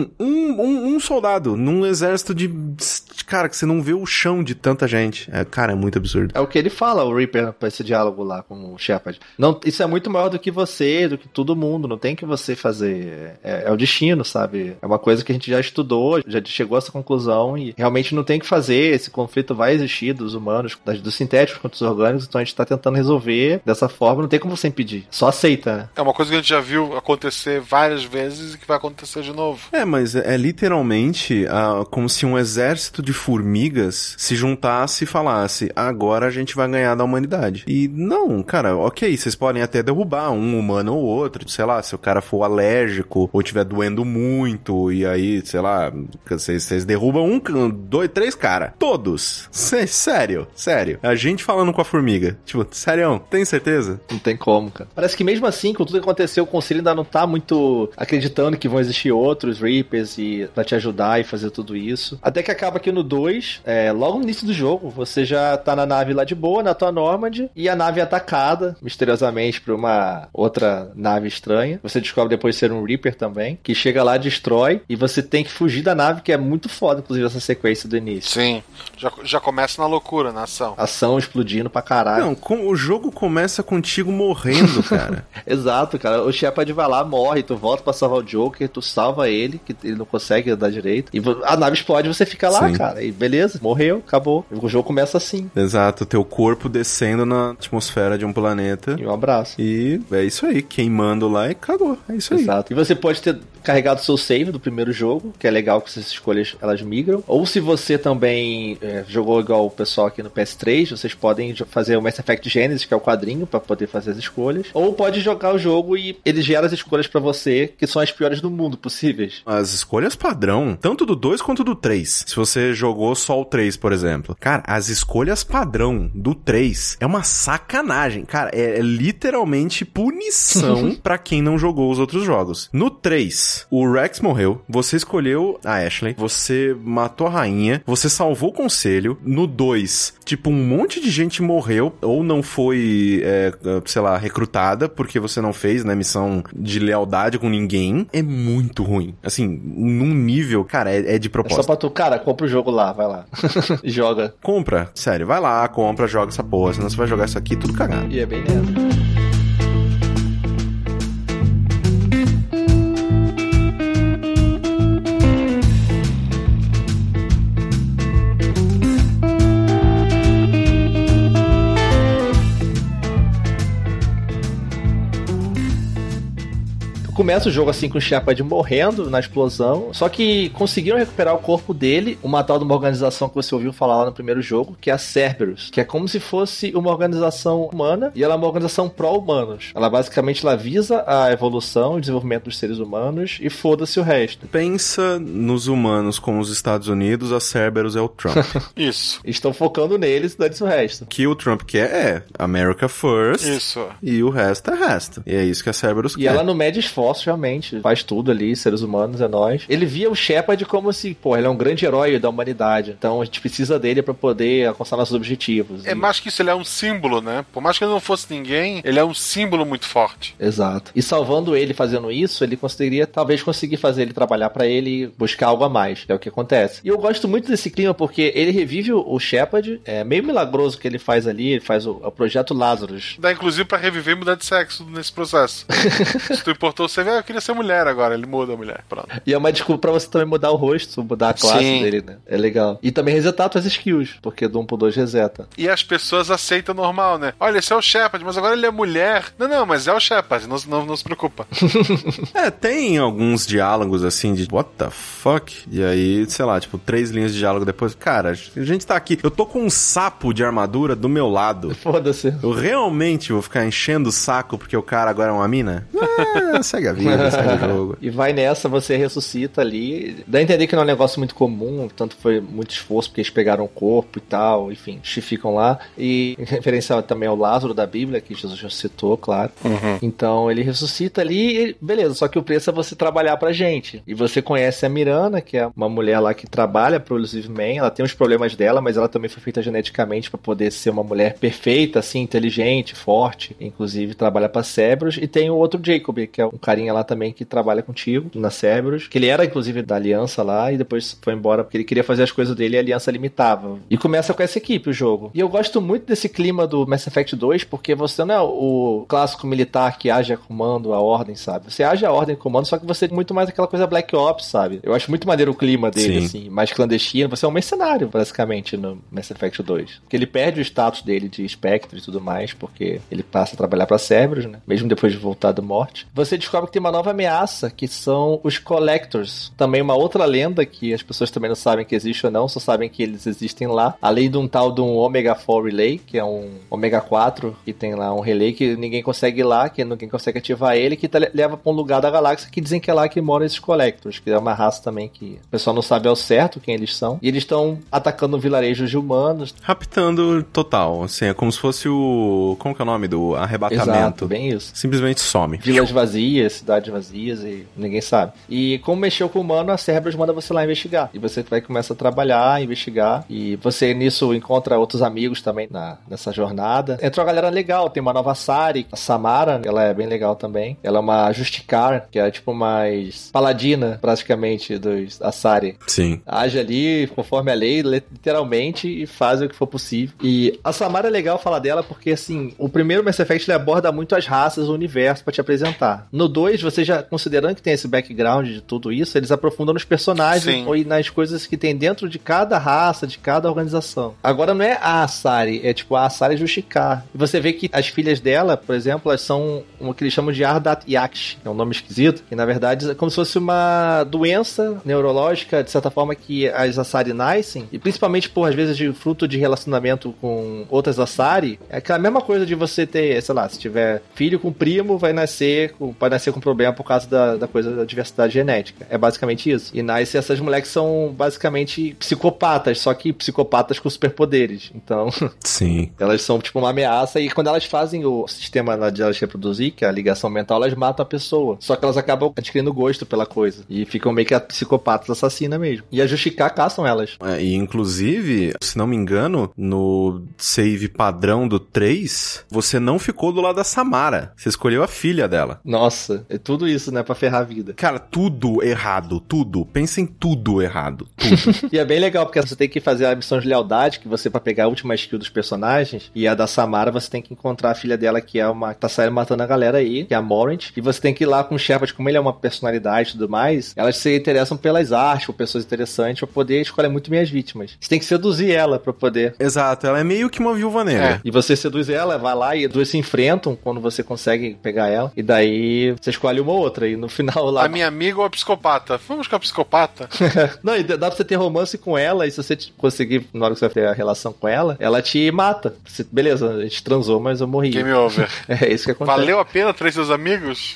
um soldado num exército de... Cara, que você não vê o chão de tanta gente. Cara, é muito absurdo. É o que ele fala, o Reaper, pra esse diálogo lá com o Shepard. Não, isso é muito maior do que você, do que todo mundo. Não tem que você fazer. É o destino, sabe? É uma coisa que a gente já estudou, já chegou a essa conclusão e realmente não tem que fazer. Esse conflito vai existir dos humanos, dos sintéticos contra os orgânicos, então a gente tá tentando resolver dessa forma. Não tem como você impedir. Só aceita, né? É uma coisa que a gente já viu acontecer várias vezes e que vai acontecer de novo. Mas é literalmente como se um exército de formigas se juntasse e falasse, agora a gente vai ganhar da humanidade. E não, cara, ok, vocês podem até derrubar um humano ou outro, sei lá, se o cara for alérgico ou tiver doendo muito, e aí, sei lá, vocês derrubam 2, 3 cara. Todos. Sério. A gente falando com a formiga. Tipo, sério, tem certeza? Não tem como, cara. Parece que mesmo assim, com tudo que aconteceu, o conselho ainda não tá muito acreditando que vão existir outros Reapers pra te ajudar e fazer tudo isso. Até que acaba que no 2, logo no início do jogo, você já tá na nave lá de boa, na tua Normandy, e a nave é atacada, misteriosamente, por uma outra nave estranha. Você descobre depois ser um Reaper também, que chega lá, destrói, e você tem que fugir da nave, que é muito foda, inclusive, essa sequência do início. Sim, já começa na loucura, na ação. Ação explodindo pra caralho. Não, o jogo começa contigo morrendo, cara. Exato, cara. O Shepard vai lá, morre, tu volta pra salvar o Joker, tu salva ele, que ele não consegue andar direito, e a nave explode e você fica lá, Sim. cara. E beleza, morreu, acabou. O jogo começa assim. Exato, teu corpo descendo na atmosfera de um planeta. E um abraço. E é isso aí, queimando lá e acabou. É isso aí. Exato. E você pode ter carregado seu save do primeiro jogo, que é legal que essas escolhas elas migram. Ou se você também jogou igual o pessoal aqui no PS3, vocês podem fazer o Mass Effect Genesis, que é o quadrinho, pra poder fazer as escolhas. Ou pode jogar o jogo e ele gera as escolhas pra você, que são as piores do mundo possíveis. incríveis. As escolhas padrão, tanto do 2 quanto do 3. Se você jogou só o 3, por exemplo. Cara, as escolhas padrão do 3 é uma sacanagem. Cara, é literalmente punição pra quem não jogou os outros jogos. No 3, o Rex morreu, você escolheu a Ashley, você matou a rainha, você salvou o conselho. No 2, tipo, um monte de gente morreu ou não foi, sei lá, recrutada porque você não fez, né, missão de lealdade com ninguém. É muito ruim. Assim, num nível, cara, é de propósito. É só pra tu, cara, compra o jogo lá, vai lá. Joga. Compra, sério, vai lá, compra, joga essa porra, senão você vai jogar isso aqui tudo cagado. E é bem nessa. Começa o jogo assim com o Shepard morrendo na explosão, só que conseguiram recuperar o corpo dele, uma tal de uma organização que você ouviu falar lá no primeiro jogo, que é a Cerberus, que é como se fosse uma organização humana, e ela é uma organização pró-humanos. Ela basicamente visa a evolução e desenvolvimento dos seres humanos e foda-se o resto. Pensa nos humanos como os Estados Unidos, a Cerberus é o Trump. Isso. Estão focando neles e dane-se o resto. O que o Trump quer é America First. Isso. E o resto é resto. E é isso que a Cerberus quer. E ela não mede esforço, realmente. Faz tudo ali, seres humanos, é nós. Ele via o Shepard como se, pô, ele é um grande herói da humanidade. Então a gente precisa dele pra poder alcançar nossos objetivos. É mais que isso, ele é um símbolo, né? Por mais que ele não fosse ninguém, ele é um símbolo muito forte. Exato. E salvando ele fazendo isso, ele conseguiria, talvez, conseguir fazer ele trabalhar pra ele e buscar algo a mais, que é o que acontece. E eu gosto muito desse clima porque ele revive o Shepard, é meio milagroso que ele faz ali, ele faz o projeto Lazarus. Dá inclusive pra reviver e mudar de sexo nesse processo. Se tu importou, você vê, eu queria ser mulher agora, ele muda a mulher, pronto. E é uma desculpa pra você também mudar o rosto, mudar a classe dele, né? É legal. E também resetar tuas skills, porque do 1 pro 2 reseta. E as pessoas aceitam normal, né? Olha, esse é o Shepard, mas agora ele é mulher. Não, mas é o Shepard, não se preocupa. Tem alguns diálogos assim de what the fuck? E aí, sei lá, tipo, 3 linhas de diálogo depois. Cara, a gente tá aqui. Eu tô com um sapo de armadura do meu lado. Foda-se. Eu realmente vou ficar enchendo o saco porque o cara agora é uma mina? Segue a vida, segue o jogo. E vai nessa, você ressuscita ali. Dá a entender que não é um negócio muito comum, tanto foi muito esforço porque eles pegaram o corpo e tal, enfim, ficam lá. E em referência também ao Lázaro da Bíblia, que Jesus já citou, claro. Uhum. Então ele ressuscita ali e beleza, só que o preço é você trabalhar pra gente. E você conhece a Mirana, que é uma mulher lá que trabalha pro Illusive Man, ela tem os problemas dela, mas ela também foi feita geneticamente pra poder ser uma mulher perfeita, assim, inteligente, forte, inclusive trabalha pra Cerberus. E tem o outro Jacob, que é um carinha lá também que trabalha contigo na Cerberus, que ele era inclusive da Aliança lá e depois foi embora porque ele queria fazer as coisas dele e a Aliança limitava. E começa com essa equipe o jogo. E eu gosto muito desse clima do Mass Effect 2 porque você não é o clássico militar que age a comando, a ordem, sabe? Você age a ordem e comando, só que você é muito mais aquela coisa Black Ops, sabe? Eu acho muito maneiro o clima dele, assim, mais clandestino. Você é um mercenário, basicamente, no Mass Effect 2. Porque ele perde o status dele de Spectre e tudo mais, porque ele passa a trabalhar pra Cerberus, né? Mesmo depois de voltar da morte. Você descobre que tem uma nova ameaça, que são os Collectors. Também uma outra lenda que as pessoas também não sabem que existe ou não, só sabem que eles existem lá. Além de um tal de um Omega 4 Relay, que é um Omega 4, que tem lá um relay que ninguém consegue ir lá, que ninguém consegue ativar ele, que leva pra um lugar da galáxia que dizem que é lá que moram esses Collectors, que é uma raça também que o pessoal não sabe ao certo quem eles são. E eles estão atacando vilarejos de humanos. Raptando total, assim, é como se fosse o... Como que é o nome? Do arrebatamento. Exato, bem isso. Simplesmente some. Vilas vazias, cidades vazias e ninguém sabe. E como mexeu com o humano, a Cerberus manda você lá investigar. E você vai começar a trabalhar, investigar. E você nisso encontra outros amigos também nessa jornada. Entrou uma galera legal, tem uma nova Asari, a Samara, ela é bem legal também. Ela é uma Justicar, que é tipo mais paladina, praticamente, dos Asari. Sim. Age ali conforme a lei, literalmente, e faz o que for possível. E a Samara é legal falar dela porque, assim, o primeiro Mass Effect ele aborda muito as raças, o universo pra te apresentar. No 2, você já, considerando que tem esse background de tudo isso, eles aprofundam nos personagens e nas coisas que tem dentro de cada raça, de cada organização. Agora não é a Asari, é tipo a Asari Justicar. E você vê que as filhas dela, por exemplo, elas são o que eles chamam de Ardat Yaksh, é um nome esquisito, que na verdade é como se fosse uma doença neurológica, de certa forma, que as Asari nascem, e principalmente por, às vezes, de fruto de relacionamento com outras Asari, é aquela mesma coisa de você ter, sei lá, se tiver filho com primo, vai nascer com nascer com problema por causa da coisa da diversidade genética. É basicamente isso. E nasce essas moleques são basicamente psicopatas, só que psicopatas com superpoderes. Então, Sim. elas são tipo uma ameaça e quando elas fazem o sistema lá de elas reproduzir, que é a ligação mental, elas matam a pessoa. Só que elas acabam adquirindo gosto pela coisa. E ficam meio que psicopatas assassinas mesmo. E a Justicar caçam elas. E inclusive, se não me engano, no save padrão do 3, você não ficou do lado da Samara. Você escolheu a filha dela. Nossa, é tudo isso, né? Pra ferrar a vida. Cara, tudo errado, tudo. Pensa em tudo errado, tudo. E é bem legal, porque você tem que fazer a missão de lealdade, que você, pra pegar a última skill dos personagens, e a da Samara, você tem que encontrar a filha dela, que é uma que tá saindo matando a galera aí, que é a Morant, e você tem que ir lá com o Shepard, como ele é uma personalidade e tudo mais, elas se interessam pelas artes, por pessoas interessantes, pra poder escolher muito bem as vítimas. Você tem que seduzir ela pra poder... Exato, ela é meio que uma viúva negra. E você seduz ela, vai lá e as duas se enfrentam quando você consegue pegar ela, e daí você escolhe uma ou outra, e no final lá... A minha amiga ou a psicopata? Vamos com a psicopata? Não, e dá pra você ter romance com ela, e se você conseguir, na hora que você vai ter a relação com ela, ela te mata. Você, beleza, a gente transou, mas eu morri. Game over. É isso que acontece. Valeu a pena trazer seus amigos?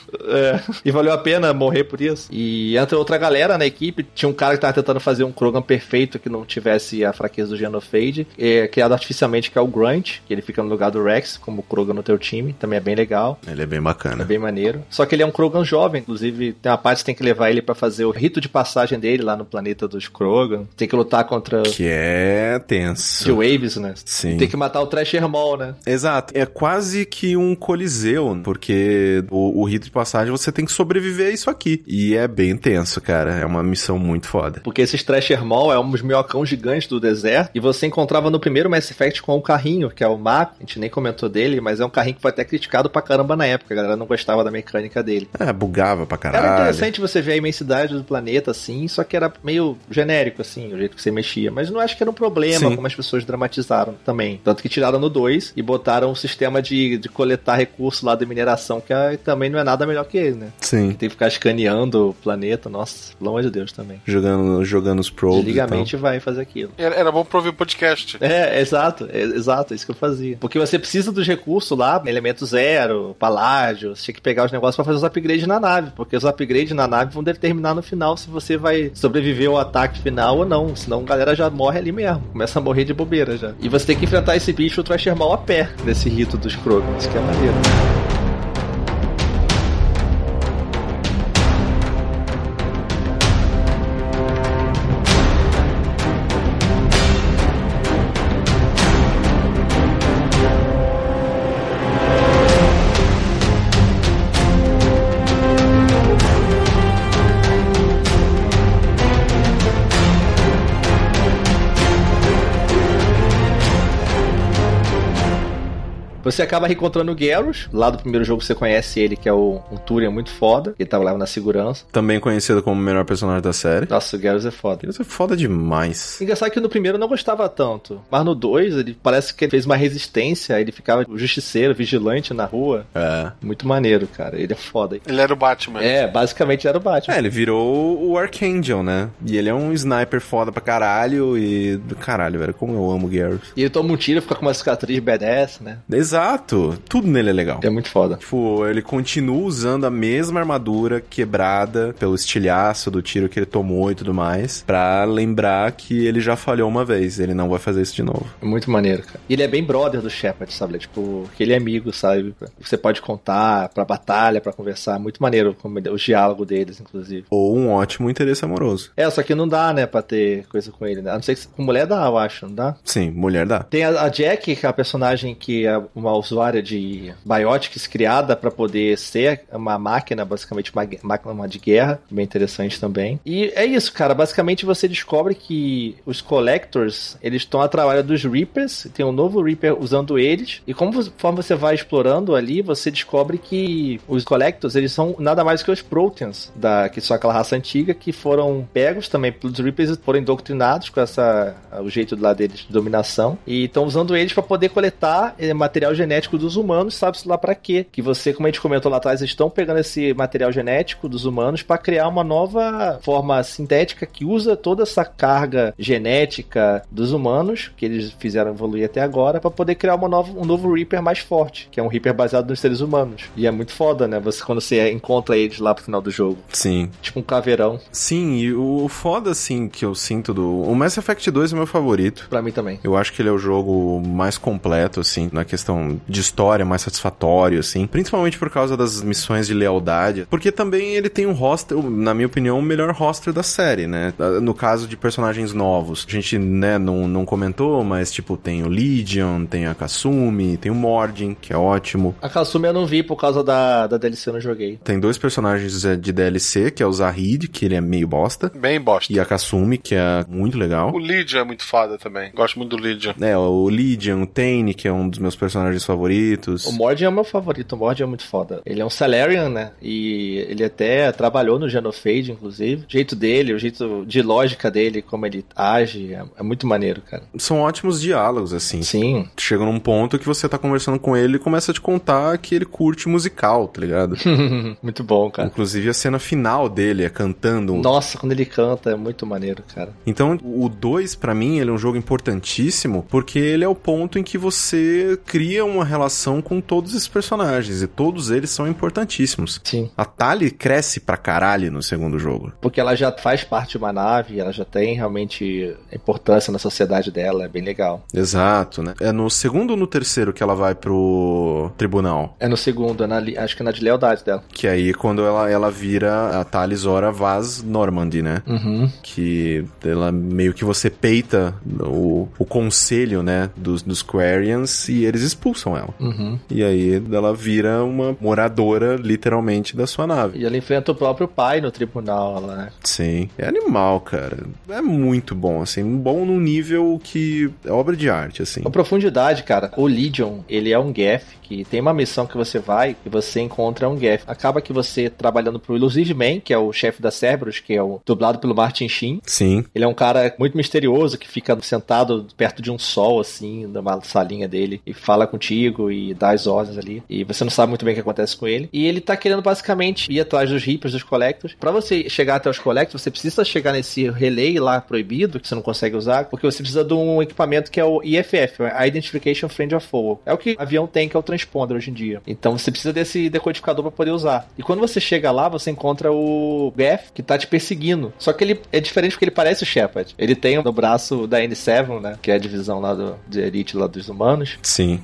E valeu a pena morrer por isso. E entra outra galera na equipe. Tinha um cara que tava tentando fazer um Krogan perfeito que não tivesse a fraqueza do Genofade, criado artificialmente, que é o Grunt, que ele fica no lugar do Rex, como Krogan no teu time. Também é bem legal. Ele é bem bacana. É bem maneiro. Só que ele é um Krogan jovem. Inclusive, tem uma parte que você tem que levar ele pra fazer o rito de passagem dele lá no planeta dos Krogan. Tem que lutar contra... Que é tenso. De Waves, né? Sim. Tem que matar o Thrasher Maul, né? Exato. É quase que um coliseu, porque o rito de passagem você tem que sobreviver a isso aqui. E é bem tenso, cara. É uma missão muito foda. Porque esses Thrasher Maul é um dos minhocão gigantes do deserto, e você encontrava no primeiro Mass Effect com o carrinho, que é o Mako. A gente nem comentou dele, mas é um carrinho que foi até criticado pra caramba na época. A galera não gostava da mecânica dele. Bugava pra caralho. Era interessante você ver a imensidade do planeta, assim, só que era meio genérico, assim, o jeito que você mexia. Mas não acho que era um problema, como as pessoas dramatizaram também. Tanto que tiraram no 2 e botaram um sistema de coletar recursos lá da mineração, que também não é nada melhor que ele, né? Sim. Tem que ficar escaneando o planeta, nossa, pelo amor de Deus também. Jogando os probes. Desligamente vai fazer aquilo. Era bom pra ouvir o podcast. Exato, é isso que eu fazia. Porque você precisa dos recursos lá, elemento zero, paládio, você tinha que pegar os negócios pra fazer os upgrades na nave, porque os upgrades na nave vão determinar no final se você vai sobreviver ao ataque final ou não, senão a galera já morre ali mesmo, começa a morrer de bobeira já. E você tem que enfrentar esse bicho, o Thrasher Maul, a pé, nesse rito dos Krogan, isso que é maneiro. Você acaba reencontrando o Garrus, lá do primeiro jogo você conhece ele, que é um Turian muito foda, ele tava lá na segurança. Também conhecido como o melhor personagem da série. Nossa, o Garrus é foda. Garrus é foda demais. Engraçado que no primeiro eu não gostava tanto, mas no 2 ele parece que ele fez uma resistência, ele ficava justiceiro, vigilante na rua. Muito maneiro, cara, ele é foda. Ele era o Batman. Basicamente era o Batman. Ele virou o Archangel, né? E ele é um sniper foda pra caralho e... Caralho, velho, como eu amo o Garrus. E ele toma um tiro, fica com uma cicatriz badass, né? Exato, tudo nele é legal. É muito foda. Tipo, ele continua usando a mesma armadura quebrada pelo estilhaço do tiro que ele tomou e tudo mais, pra lembrar que ele já falhou uma vez, ele não vai fazer isso de novo. É muito maneiro, cara. E ele é bem brother do Shepard, sabe? Tipo, que ele é amigo, sabe? Você pode contar pra batalha, pra conversar. Muito maneiro o diálogo deles, inclusive. Ou um ótimo interesse amoroso. Só que não dá, né, pra ter coisa com ele, né? A não ser que com mulher dá, eu acho, não dá? Sim, mulher dá. Tem a Jack, que é a personagem que é uma usuária de Biotics criada pra poder ser uma máquina, basicamente uma máquina de guerra, bem interessante também. E é isso, cara, basicamente você descobre que os Collectors, eles estão a trabalho dos Reapers, tem um novo Reaper usando eles, e conforme você vai explorando ali, você descobre que os Collectors, eles são nada mais que os Proteans, que são aquela raça antiga, que foram pegos também pelos Reapers e foram doutrinados com o jeito lá deles de dominação, e estão usando eles pra poder coletar material genético dos humanos, sabe-se lá pra quê. Que você, como a gente comentou lá atrás, estão pegando esse material genético dos humanos para criar uma nova forma sintética que usa toda essa carga genética dos humanos, que eles fizeram evoluir até agora, para poder criar um novo Reaper mais forte, que é um Reaper baseado nos seres humanos. E é muito foda, né? Quando você encontra eles lá pro final do jogo. Sim. Tipo um caveirão. Sim, e o foda, assim, que eu sinto o Mass Effect 2 é meu favorito. Pra mim também. Eu acho que ele é o jogo mais completo, assim, na questão de história, mais satisfatório, assim. Principalmente por causa das missões de lealdade. Porque também ele tem um roster, na minha opinião, o melhor roster da série, né? No caso de personagens novos. A gente, né, não comentou, mas, tipo, tem o Legion, tem a Kasumi, tem o Mordin, que é ótimo. A Kasumi eu não vi por causa da DLC, eu não joguei. Tem 2 personagens de DLC, que é o Zahid, que ele é meio bosta. Bem bosta. E a Kasumi, que é muito legal. O Legion é muito foda também. Gosto muito do Legion. O Legion, o Tane, que é um dos meus personagens favoritos. O Mordin é o meu favorito. O Mordin é muito foda. Ele é um Salarian, né? E ele até trabalhou no Genophage, inclusive. O jeito dele, o jeito de lógica dele, como ele age, é muito maneiro, cara. São ótimos diálogos, assim. Sim. Chega num ponto que você tá conversando com ele e começa a te contar que ele curte musical, tá ligado? Muito bom, cara. Inclusive a cena final dele é cantando. Nossa, quando ele canta é muito maneiro, cara. Então, o 2, pra mim, ele é um jogo importantíssimo porque ele é o ponto em que você cria uma relação com todos esses personagens e todos eles são importantíssimos. Sim. A Tali cresce pra caralho no segundo jogo. Porque ela já faz parte de uma nave, ela já tem realmente importância na sociedade dela, é bem legal. Exato, né? É no segundo ou no terceiro que ela vai pro tribunal? É no segundo, acho que é na de lealdade dela. Que aí quando ela vira a Talis Ora Vaz Normandy, né? Uhum. Que ela meio que você peita o conselho, né, dos Quarians e eles expulsam ela. Uhum. E aí ela vira uma moradora, literalmente, da sua nave. E ela enfrenta o próprio pai no tribunal, né? Sim. É animal, cara. É muito bom, assim. Bom num nível que é obra de arte, assim. A profundidade, cara. O Legion, ele é um Geth, que tem uma missão que você vai e você encontra um Geth. Acaba que você trabalhando pro Illusive Man, que é o chefe da Cerberus, que é o dublado pelo Martin Sheen. Sim. Ele é um cara muito misterioso, que fica sentado perto de um sol, assim, numa salinha dele, e fala contigo e dá as ordens ali. E você não sabe muito bem o que acontece com ele. E ele tá querendo basicamente ir atrás dos Reapers, dos Collectors. Pra você chegar até os Collectors, você precisa chegar nesse relay lá proibido, que você não consegue usar, porque você precisa de um equipamento que é o IFF, a Identification Friend of Foe. É o que o avião tem, que é o transponder hoje em dia. Então você precisa desse decodificador pra poder usar. E quando você chega lá, você encontra o Geth, que tá te perseguindo. Só que ele é diferente porque ele parece o Shepard. Ele tem no braço da N7, né? Que é a divisão lá de elite lá dos humanos. Sim.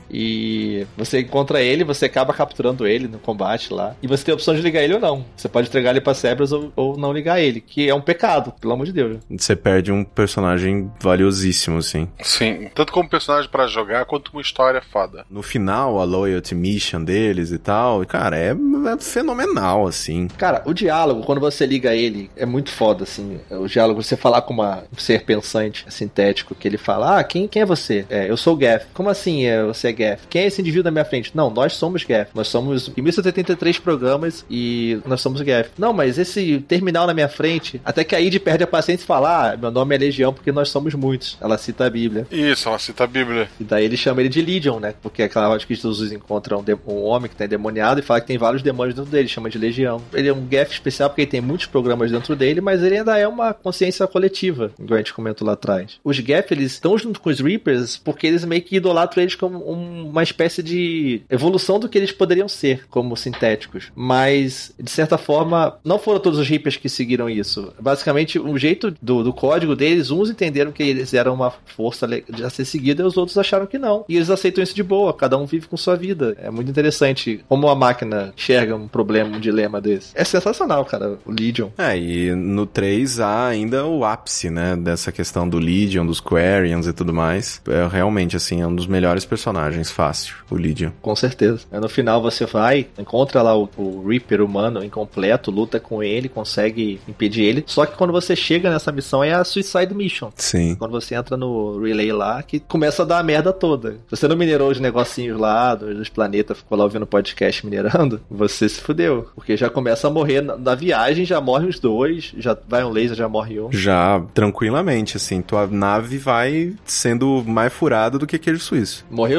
E você encontra ele, você acaba capturando ele no combate lá. E você tem a opção de ligar ele ou não. Você pode entregar ele pra Cerberus ou não ligar ele, que é um pecado, pelo amor de Deus. Você perde um personagem valiosíssimo, assim. Sim, tanto como personagem pra jogar, quanto uma história foda. No final, a Loyalty Mission deles e tal, cara, é fenomenal, assim. Cara, o diálogo, quando você liga ele, é muito foda, assim. O diálogo, você falar com um ser pensante, sintético, que ele fala, quem é você? Eu sou o Geth. Como assim você é Geth? Quem é esse indivíduo na minha frente? Não, nós somos Geth. Nós somos em 1073 programas e nós somos Geth. Não, mas esse terminal na minha frente, até que a Id perde a paciência e fala, meu nome é Legião porque nós somos muitos. Ela cita a Bíblia. Isso, ela cita a Bíblia. E daí ele chama ele de Legion, né? Porque aquela hora que Jesus encontra um homem que tá endemoniado e fala que tem vários demônios dentro dele, chama de Legião. Ele é um Geth especial porque ele tem muitos programas dentro dele, mas ele ainda é uma consciência coletiva, igual a gente comentou lá atrás. Os Geth, eles estão junto com os Reapers porque eles meio que idolatram eles como uma espécie de evolução do que eles poderiam ser, como sintéticos. Mas, de certa forma, não foram todos os Reapers que seguiram isso. Basicamente, o jeito do código deles, uns entenderam que eles eram uma força a ser seguida e os outros acharam que não. E eles aceitam isso de boa, cada um vive com sua vida. É muito interessante como a máquina enxerga um problema, um dilema desse. É sensacional, cara, o Legion. E no 3 há ainda o ápice, né, dessa questão do Legion, dos Quarians e tudo mais. É realmente, assim, é um dos melhores personagens, fácil, o Legion. Com certeza. No final você vai, encontra lá o Reaper humano incompleto, luta com ele, consegue impedir ele. Só que quando você chega nessa missão é a Suicide Mission. Sim. Quando você entra no Relay lá, que começa a dar a merda toda. Se você não minerou os negocinhos lá, dos planetas, ficou lá ouvindo o podcast minerando, você se fudeu. Porque já começa a morrer na viagem, já morre os dois, já vai um laser, já morre um. Já, tranquilamente, assim, tua nave vai sendo mais furada do que queijo suíço. Morreu gente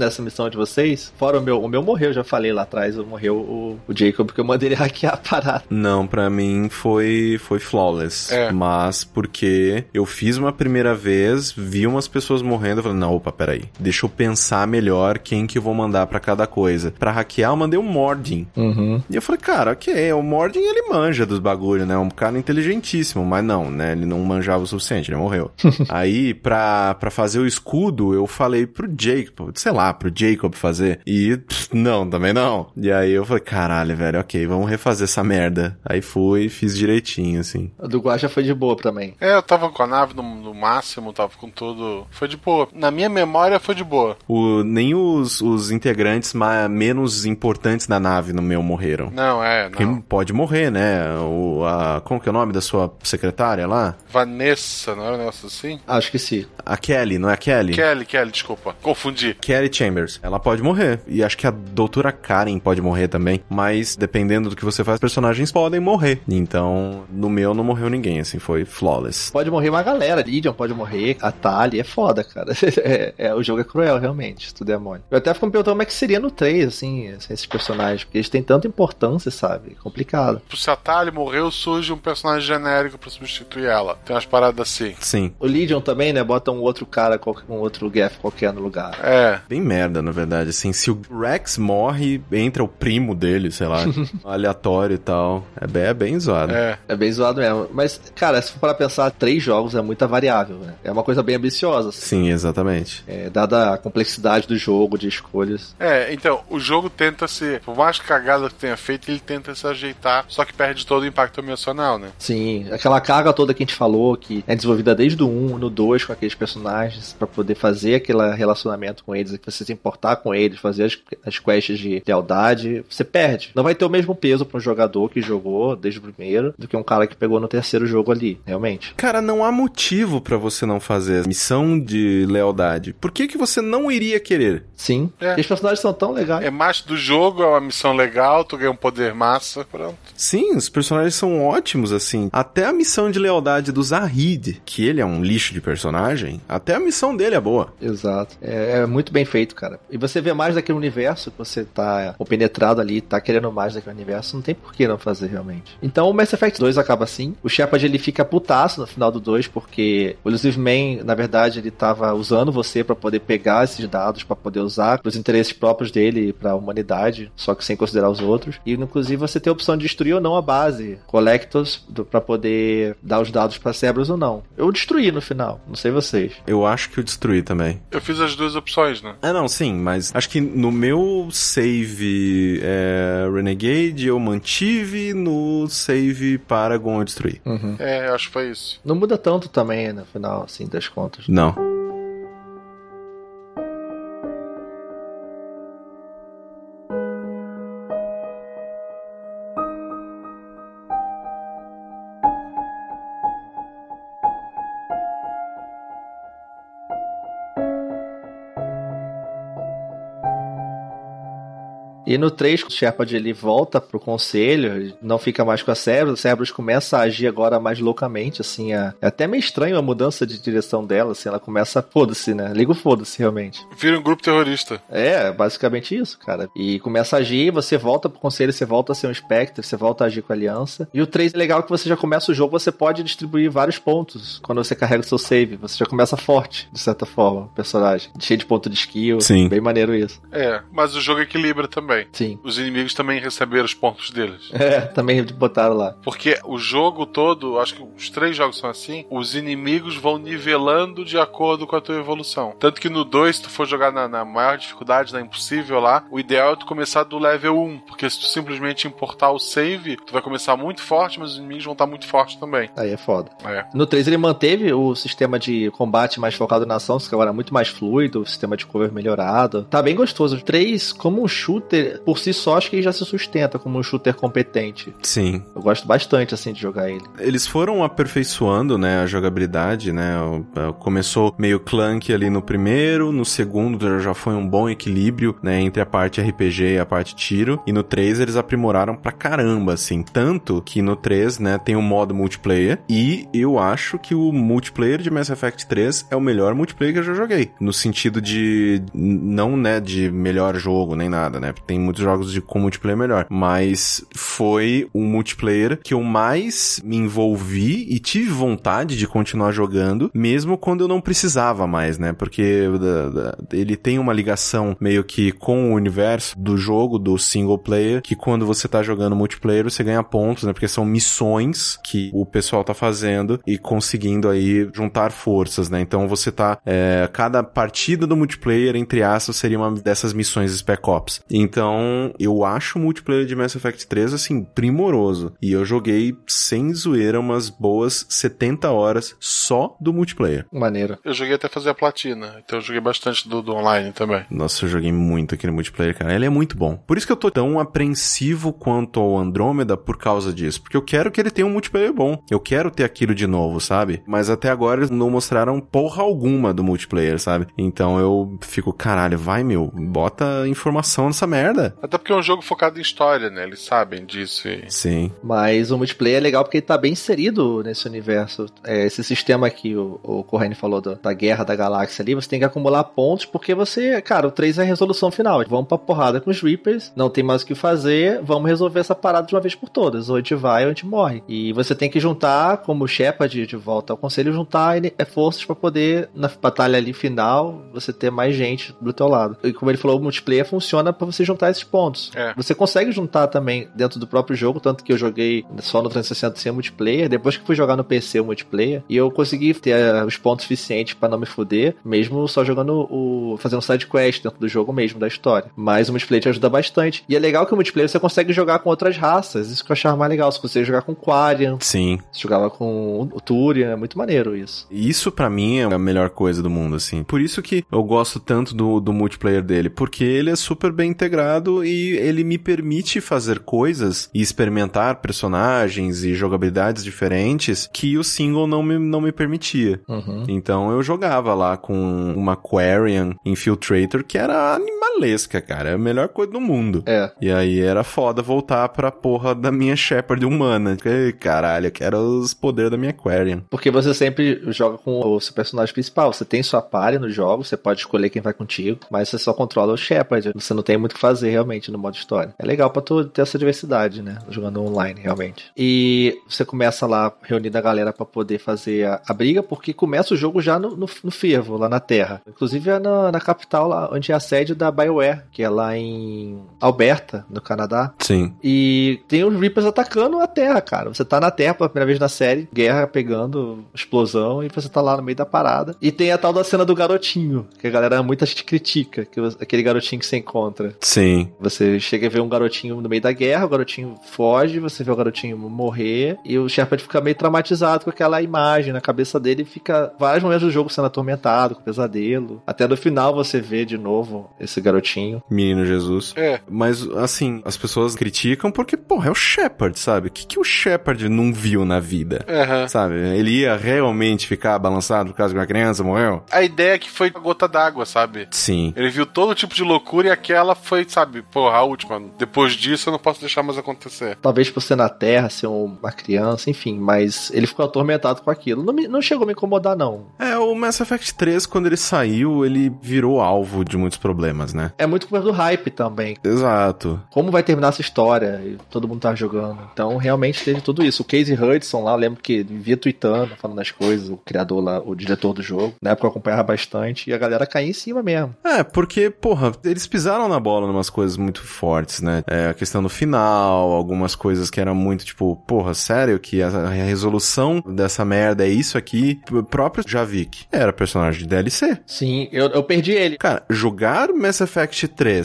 dessa missão de vocês? Fora o meu morreu, já falei lá atrás, morreu o Jacob, porque eu mandei ele hackear a parada. Não, pra mim foi flawless. Mas porque eu fiz uma primeira vez, vi umas pessoas morrendo, eu falei, não, opa, peraí, deixa eu pensar melhor quem que eu vou mandar pra cada coisa. Pra hackear, eu mandei um Mordin. E eu falei, cara, ok, o Mordin ele manja dos bagulho, né? Um cara inteligentíssimo, mas não, né? Ele não manjava o suficiente, ele morreu. Aí, pra fazer o escudo, eu falei pro Jacob fazer. E, não, também não. E aí eu falei, caralho, velho, ok, vamos refazer essa merda. Aí fui e fiz direitinho, assim. O do Guaxa foi de boa também. Eu tava com a nave no máximo, tava com tudo. Foi de boa. Na minha memória foi de boa. Nem os integrantes menos importantes da nave no meu morreram. Não. Quem pode morrer, né? Como que é o nome da sua secretária lá? Vanessa, não era um negócio assim? Acho que sim. A Kelly, não é a Kelly? Kelly, desculpa. Confundi. Kelly Chambers. Ela pode morrer. E acho que a doutora Karen pode morrer também. Mas, dependendo do que você faz, personagens podem morrer. Então, no meu não morreu ninguém, assim, foi flawless. Pode morrer uma galera. Lydion pode morrer. A Tali é foda, cara. O jogo é cruel, realmente. Tudo é demônio. Eu até fico me perguntando como é que seria no 3, assim, esses personagens. Porque eles têm tanta importância, sabe? É complicado. Se a Tali morreu, surge um personagem genérico pra substituir ela. Tem umas paradas assim. Sim. O Lydion também, né? Bota um outro cara, um outro Geth qualquer no lugar. Bem merda, na verdade. Assim, se o Rex morre, entra o primo dele, sei lá, aleatório e tal. É bem zoado. É bem zoado mesmo. Mas, cara, se for para pensar, 3 jogos é muita variável, né? É uma coisa bem ambiciosa. Assim. Sim, exatamente. Dada a complexidade do jogo, de escolhas. Então, o jogo tenta ser, por mais cagada que tenha feito, ele tenta se ajeitar, só que perde todo o impacto emocional, né? Sim, aquela carga toda que a gente falou, que é desenvolvida desde o 1, no 2, com aqueles personagens, pra poder fazer aquele relacionamento com eles, você se importar com eles, fazer as quests de lealdade, você perde. Não vai ter o mesmo peso pra um jogador que jogou desde o primeiro, do que um cara que pegou no terceiro jogo ali, realmente. Cara, não há motivo pra você não fazer missão de lealdade. Por que você não iria querer? Sim, porque os personagens são tão legais. É mais do jogo, é uma missão legal, tu ganha um poder massa, pronto. Sim, os personagens são ótimos, assim. Até a missão de lealdade do Zahid, que ele é um lixo de personagem, até a missão dele é boa. Exato. É muito bem feito, cara. E você vê mais daquele universo, que você tá penetrado ali, tá querendo mais daquele universo, não tem por que não fazer, realmente. Então o Mass Effect 2 acaba assim. O Shepard, ele fica putaço no final do 2, porque o Illusive Man, na verdade, ele tava usando você pra poder pegar esses dados, pra poder usar pros interesses próprios dele, pra humanidade, só que sem considerar os outros. E, inclusive, você tem a opção de destruir ou não a base Collectors pra poder dar os dados pra Cerberus ou não. Eu destruí no final, não sei vocês. Eu acho que eu destruí também. Eu fiz as duas opções, né? Não, sim, mas acho que no meu save Renegade eu mantive, no save Paragon eu destruí. Eu acho que foi isso. Não muda tanto também, no final, assim, das contas. Não. E no 3, o Shepard, ele volta pro conselho, ele não fica mais com a Cerberus começa a agir agora mais loucamente, assim, é até meio estranho a mudança de direção dela, assim, ela começa, foda-se, né, liga o foda-se, realmente. Vira um grupo terrorista. Basicamente isso, cara. E começa a agir, você volta pro conselho, você volta a ser um Spectre, você volta a agir com a aliança. E o 3 é legal que você já começa o jogo, você pode distribuir vários pontos quando você carrega o seu save, você já começa forte, de certa forma, o personagem, cheio de ponto de skill. Sim. Bem maneiro isso. Mas o jogo equilibra também. Sim. Os inimigos também receberam os pontos deles. Também botaram lá. Porque o jogo todo, acho que os 3 jogos são assim, os inimigos vão nivelando de acordo com a tua evolução. Tanto que no 2, se tu for jogar na maior dificuldade, na impossível lá, o ideal é tu começar do level 1, porque se tu simplesmente importar o save, tu vai começar muito forte, mas os inimigos vão estar muito fortes também. Aí é foda. No 3 ele manteve o sistema de combate mais focado na ação, que agora é muito mais fluido, o sistema de cover melhorado. Tá bem gostoso. O 3, como um shooter, por si só, acho que ele já se sustenta como um shooter competente. Sim. Eu gosto bastante, assim, de jogar ele. Eles foram aperfeiçoando, né, a jogabilidade, né? Começou meio clunky ali no primeiro, no segundo já foi um bom equilíbrio, né, entre a parte RPG e a parte tiro, e no 3 eles aprimoraram pra caramba, assim, tanto que no 3, né, tem o modo multiplayer, e eu acho que o multiplayer de Mass Effect 3 é o melhor multiplayer que eu já joguei, no sentido de, não, né, de melhor jogo, nem nada, né, tem muitos jogos com multiplayer melhor, mas foi um multiplayer que eu mais me envolvi e tive vontade de continuar jogando, mesmo quando eu não precisava mais, né, porque ele tem uma ligação meio que com o universo do jogo, do single player, que quando você tá jogando multiplayer, você ganha pontos, né, porque são missões que o pessoal tá fazendo e conseguindo aí juntar forças, né, então você tá, cada partida do multiplayer, entre aspas, seria uma dessas missões Spec Ops. Então, eu acho o multiplayer de Mass Effect 3, assim, primoroso, e eu joguei sem zoeira umas boas 70 horas só do multiplayer. Maneiro. Eu joguei até fazer a platina, então eu joguei bastante do online também. Nossa, eu joguei muito aqui no multiplayer, cara. Ele é muito bom. Por isso que eu tô tão apreensivo quanto ao Andrômeda por causa disso. Porque eu quero que ele tenha um multiplayer bom. Eu quero ter aquilo de novo, sabe? Mas até agora eles não mostraram porra alguma do multiplayer, sabe? Então eu fico, caralho, vai, meu, bota informação nessa merda. Até porque é um jogo focado em história, né? Eles sabem disso. Sim. Mas o multiplayer é legal porque ele tá bem inserido nesse universo. Esse sistema que o Corrêne falou da Guerra da Galáxia ali, você tem que acumular pontos porque você, cara, o 3 é a resolução final. Vamos pra porrada com os Reapers, não tem mais o que fazer, vamos resolver essa parada de uma vez por todas. Ou a gente vai ou a gente morre. E você tem que juntar, como Shepard de volta ao conselho, juntar forças pra poder, na batalha ali final, você ter mais gente do teu lado. E como ele falou, o multiplayer funciona pra você juntar esses pontos. Você consegue juntar também dentro do próprio jogo, tanto que eu joguei só no 360 sem multiplayer, depois que fui jogar no PC o multiplayer, e eu consegui ter os pontos suficientes pra não me fuder, mesmo só jogando fazendo side quest dentro do jogo mesmo, da história. Mas o multiplayer te ajuda bastante. E é legal que o multiplayer você consegue jogar com outras raças, isso que eu achava mais legal. Você consegue jogar com Quarian, sim, você jogava com o Turian, é muito maneiro isso. Isso pra mim é a melhor coisa do mundo, assim. Por isso que eu gosto tanto do multiplayer dele, porque ele é super bem integrado e ele me permite fazer coisas e experimentar personagens e jogabilidades diferentes que o single não me permitia. Uhum. Então eu jogava lá com uma Quarian Infiltrator que era animalesca, cara. É a melhor coisa do mundo. E aí era foda voltar pra porra da minha Shepard humana. Ei, caralho, eu quero os poderes da minha Quarian. Porque você sempre joga com o seu personagem principal. Você tem sua party no jogo, você pode escolher quem vai contigo, mas você só controla o Shepard. Você não tem muito o que fazer realmente no modo história. É legal pra tu ter essa diversidade, né? Jogando online, realmente. E você começa lá reunindo a galera pra poder fazer a briga, porque começa o jogo já no fervo, lá na Terra. Inclusive é na capital, lá onde é a sede da BioWare, que é lá em Alberta, no Canadá. Sim. E tem os Reapers atacando a Terra, cara. Você tá na Terra pela primeira vez na série, guerra pegando, explosão, e você tá lá no meio da parada. E tem a tal da cena do garotinho, que a galera, muita gente critica, aquele garotinho que você encontra. Sim. Você chega a ver um garotinho no meio da guerra, o garotinho foge, você vê o garotinho morrer, e o Shepard fica meio traumatizado com aquela imagem na cabeça dele, fica vários momentos do jogo sendo atormentado, com pesadelo. Até no final você vê de novo esse garotinho. Menino Jesus. Mas, assim, as pessoas criticam porque, porra, é o Shepard, sabe? O que o Shepard não viu na vida? Sabe? Ele ia realmente ficar balançado por causa que uma criança morreu? A ideia é que foi a gota d'água, sabe? Sim. Ele viu todo tipo de loucura e aquela foi, sabe, porra, a última. Depois disso eu não posso deixar mais acontecer. Talvez por ser na Terra, ser uma criança, enfim, mas ele ficou atormentado com aquilo. Não chegou a me incomodar, não. O Mass Effect 3, quando ele saiu, ele virou alvo de muitos problemas, né? É muito por causa do hype também. Exato. Como vai terminar essa história? E todo mundo tá jogando. Então, realmente teve tudo isso. O Casey Hudson lá, eu lembro que vivia tweetando, falando as coisas, o criador lá, o diretor do jogo. Na época eu acompanhava bastante e a galera caía em cima mesmo. Porque, porra, eles pisaram na bola em umas coisas muito fortes, né? A questão do final, algumas coisas que eram muito, tipo, porra, sério que a resolução dessa merda é isso aqui? O próprio Javik era personagem de DLC. Sim, eu perdi ele. Cara, jogar Mass Effect 3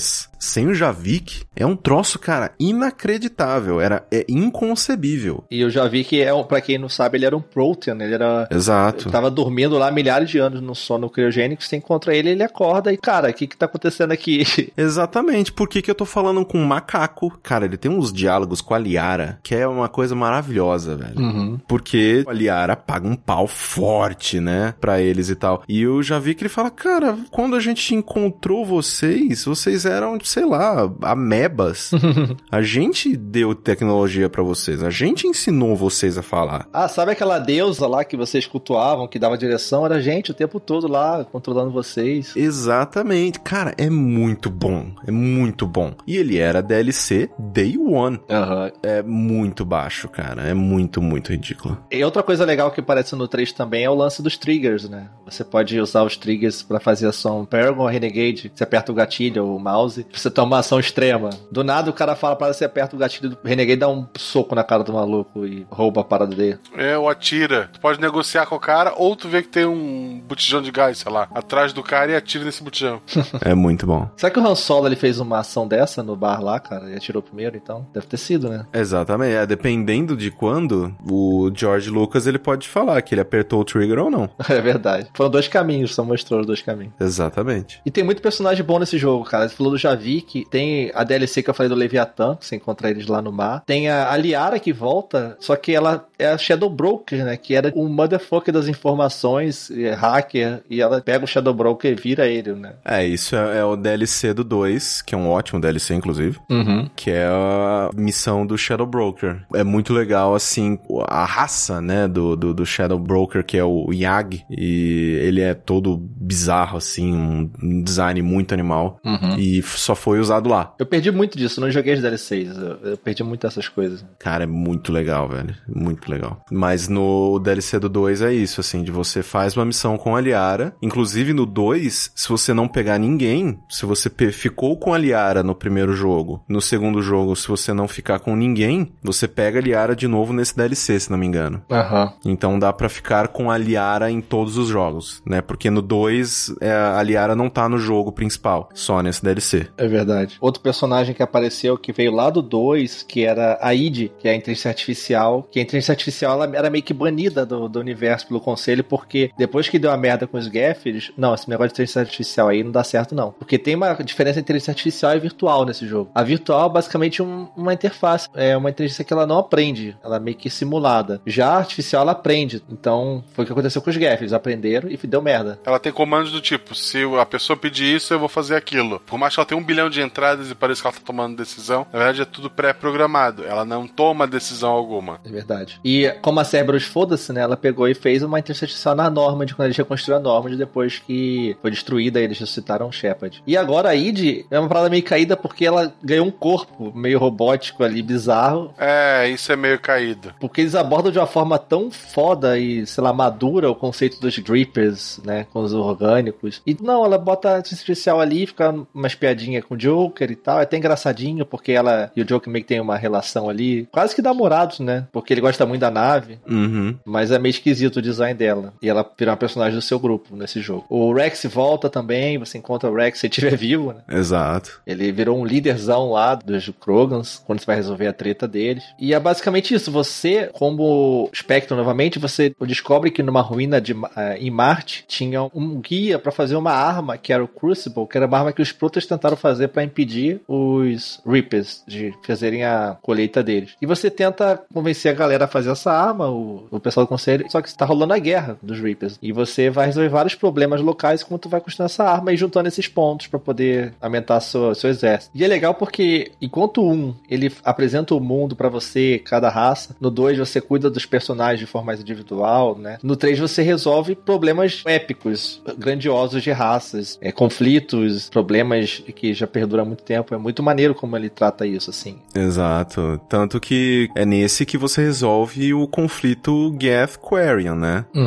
sem o Javik, é um troço, cara, inacreditável. É inconcebível. E eu já vi que, pra quem não sabe, ele era um Protean, ele era... Exato. Ele tava dormindo lá milhares de anos no sono criogênico, você encontra ele acorda e, cara, o que tá acontecendo aqui? Exatamente, por que eu tô falando com um macaco? Cara, ele tem uns diálogos com a Liara, que é uma coisa maravilhosa, velho. Uhum. Porque a Liara paga um pau forte, né, pra eles e tal. E eu já vi que ele fala, cara, quando a gente encontrou vocês eram, sei lá, amebas. A gente deu tecnologia pra vocês, a gente ensinou vocês a falar. Ah, sabe aquela deusa lá que vocês cultuavam, que dava direção? Era a gente o tempo todo lá, controlando vocês. Exatamente. Cara, é muito bom. É muito bom. E ele era DLC Day One. Uhum. É muito baixo, cara. É muito, muito ridículo. E outra coisa legal que aparece no 3 também é o lance dos triggers, né? Você pode usar os triggers pra fazer ação Paragon ou Renegade. Você aperta o gatilho ou o mouse, você toma uma ação extrema. Do nada o cara fala pra você aperta o gatilho do Renegade, dá um soco na cara do maluco e rouba a parada dele. Ou atira. Tu pode negociar com o cara ou tu vê que tem um botijão de gás, sei lá, atrás do cara e atira nesse botijão. É muito bom. Será que o Han Solo ele fez uma ação dessa no bar lá, cara? E atirou primeiro, então? Deve ter sido, né? Exatamente. Dependendo de quando, o George Lucas ele pode falar que ele apertou o trigger ou não. É verdade. Foram 2 caminhos, só mostrou os 2 caminhos. Exatamente. E tem muito personagem bom nesse jogo, cara. Você falou do Javik, tem a DLC que eu falei do Leviathan, que você encontra eles lá no mar. Tem a Liara que volta, só que ela é a Shadow Broker, né? Que era um motherfucker das informações, hacker, e ela pega o Shadow Broker e vira ele, né? Isso é o DLC do 2, que é um ótimo DLC, inclusive. Uhum. Que é a missão do Shadow Broker. É muito legal, assim, a raça, né, do Shadow Broker, que é o Yag, e ele é todo bizarro, assim, um design muito animal, e só foi usado lá. Eu perdi muito disso, não joguei as DLCs, eu perdi muito dessas coisas. Cara, é muito legal, velho, muito legal. Mas no DLC do 2 é isso, assim, de você faz uma missão com a Liara, inclusive no 2, se você não pegar ninguém, se você ficou com a Liara no primeiro jogo, no segundo jogo, se você não ficar com ninguém, você pega a Liara de novo nesse DLC, se não me engano. Então dá pra ficar com a Liara em todos os jogos, né? Porque no 2, a Liara não tá no jogo principal, só nesse DLC. É verdade. Outro personagem que apareceu, que veio lá do 2, que era a Id, que é a inteligência artificial, que a inteligência artificial ela era meio que banida do universo pelo conselho, porque depois que deu a merda com os Gethers, não, esse negócio de inteligência artificial aí não dá certo não. Porque tem uma diferença entre inteligência artificial e virtual nesse jogo. A virtual é basicamente uma interface, é uma inteligência que ela não aprende, ela é meio que simulada. Já a artificial ela aprende, então foi o que aconteceu com os Gethers, aprenderam e deu merda. Ela tem comandos do tipo, se a pessoa pedir isso, eu vou fazer aquilo. Por mais que ela tenha 1 bilhão de entradas e pareça que ela tá tomando decisão, na verdade é tudo pré-programado. Ela não toma decisão alguma. É verdade. E como a Cerberus foda-se, né, ela pegou e fez uma inteligência artificial na Normand, quando eles reconstruíram a Normand, depois que foi destruída, eles ressuscitaram o Shepard. E agora a Id é uma parada meio caída porque ela ganhou um corpo meio robótico ali, bizarro. Isso é meio caído. Porque eles abordam de uma forma tão foda e, sei lá, madura o conceito dos Drippers, né, com os orgânicos. E não, ela bota a inteligência artificial ali, fica umas piadinhas com o Joker e tal. É até engraçadinho, porque ela e o Joker meio que tem uma relação ali, quase que namorados, né? Porque ele gosta muito da nave, mas é meio esquisito o design dela. E ela vira uma personagem do seu grupo nesse jogo. O Rex volta também, você encontra o Rex se ele estiver vivo, né? Exato. Ele virou um líderzão lá dos Krogans, quando você vai resolver a treta deles. E é basicamente isso, você, como Spectre novamente, você descobre que numa ruína em Marte tinha um guia pra fazer uma arma, que era o Crucible, que era uma arma que os Protoss tentaram fazer pra impedir os Reapers de fazerem a colheita deles. E você tenta convencer a galera a fazer essa arma, o pessoal do conselho, só que está rolando a guerra dos Reapers. E você vai resolver vários problemas locais enquanto vai construindo essa arma e juntando esses pontos pra poder aumentar seu exército. E é legal porque, enquanto ele apresenta o mundo pra você, cada raça, no 2 você cuida dos personagens de forma mais individual, né? No 3 você resolve problemas épicos, grandiosos de raças, conflitos, problemas que já perduram há muito tempo. É muito maneiro como ele trata isso, assim. Exato. Tanto que é nesse que você resolve o conflito Geth-Quarian, né?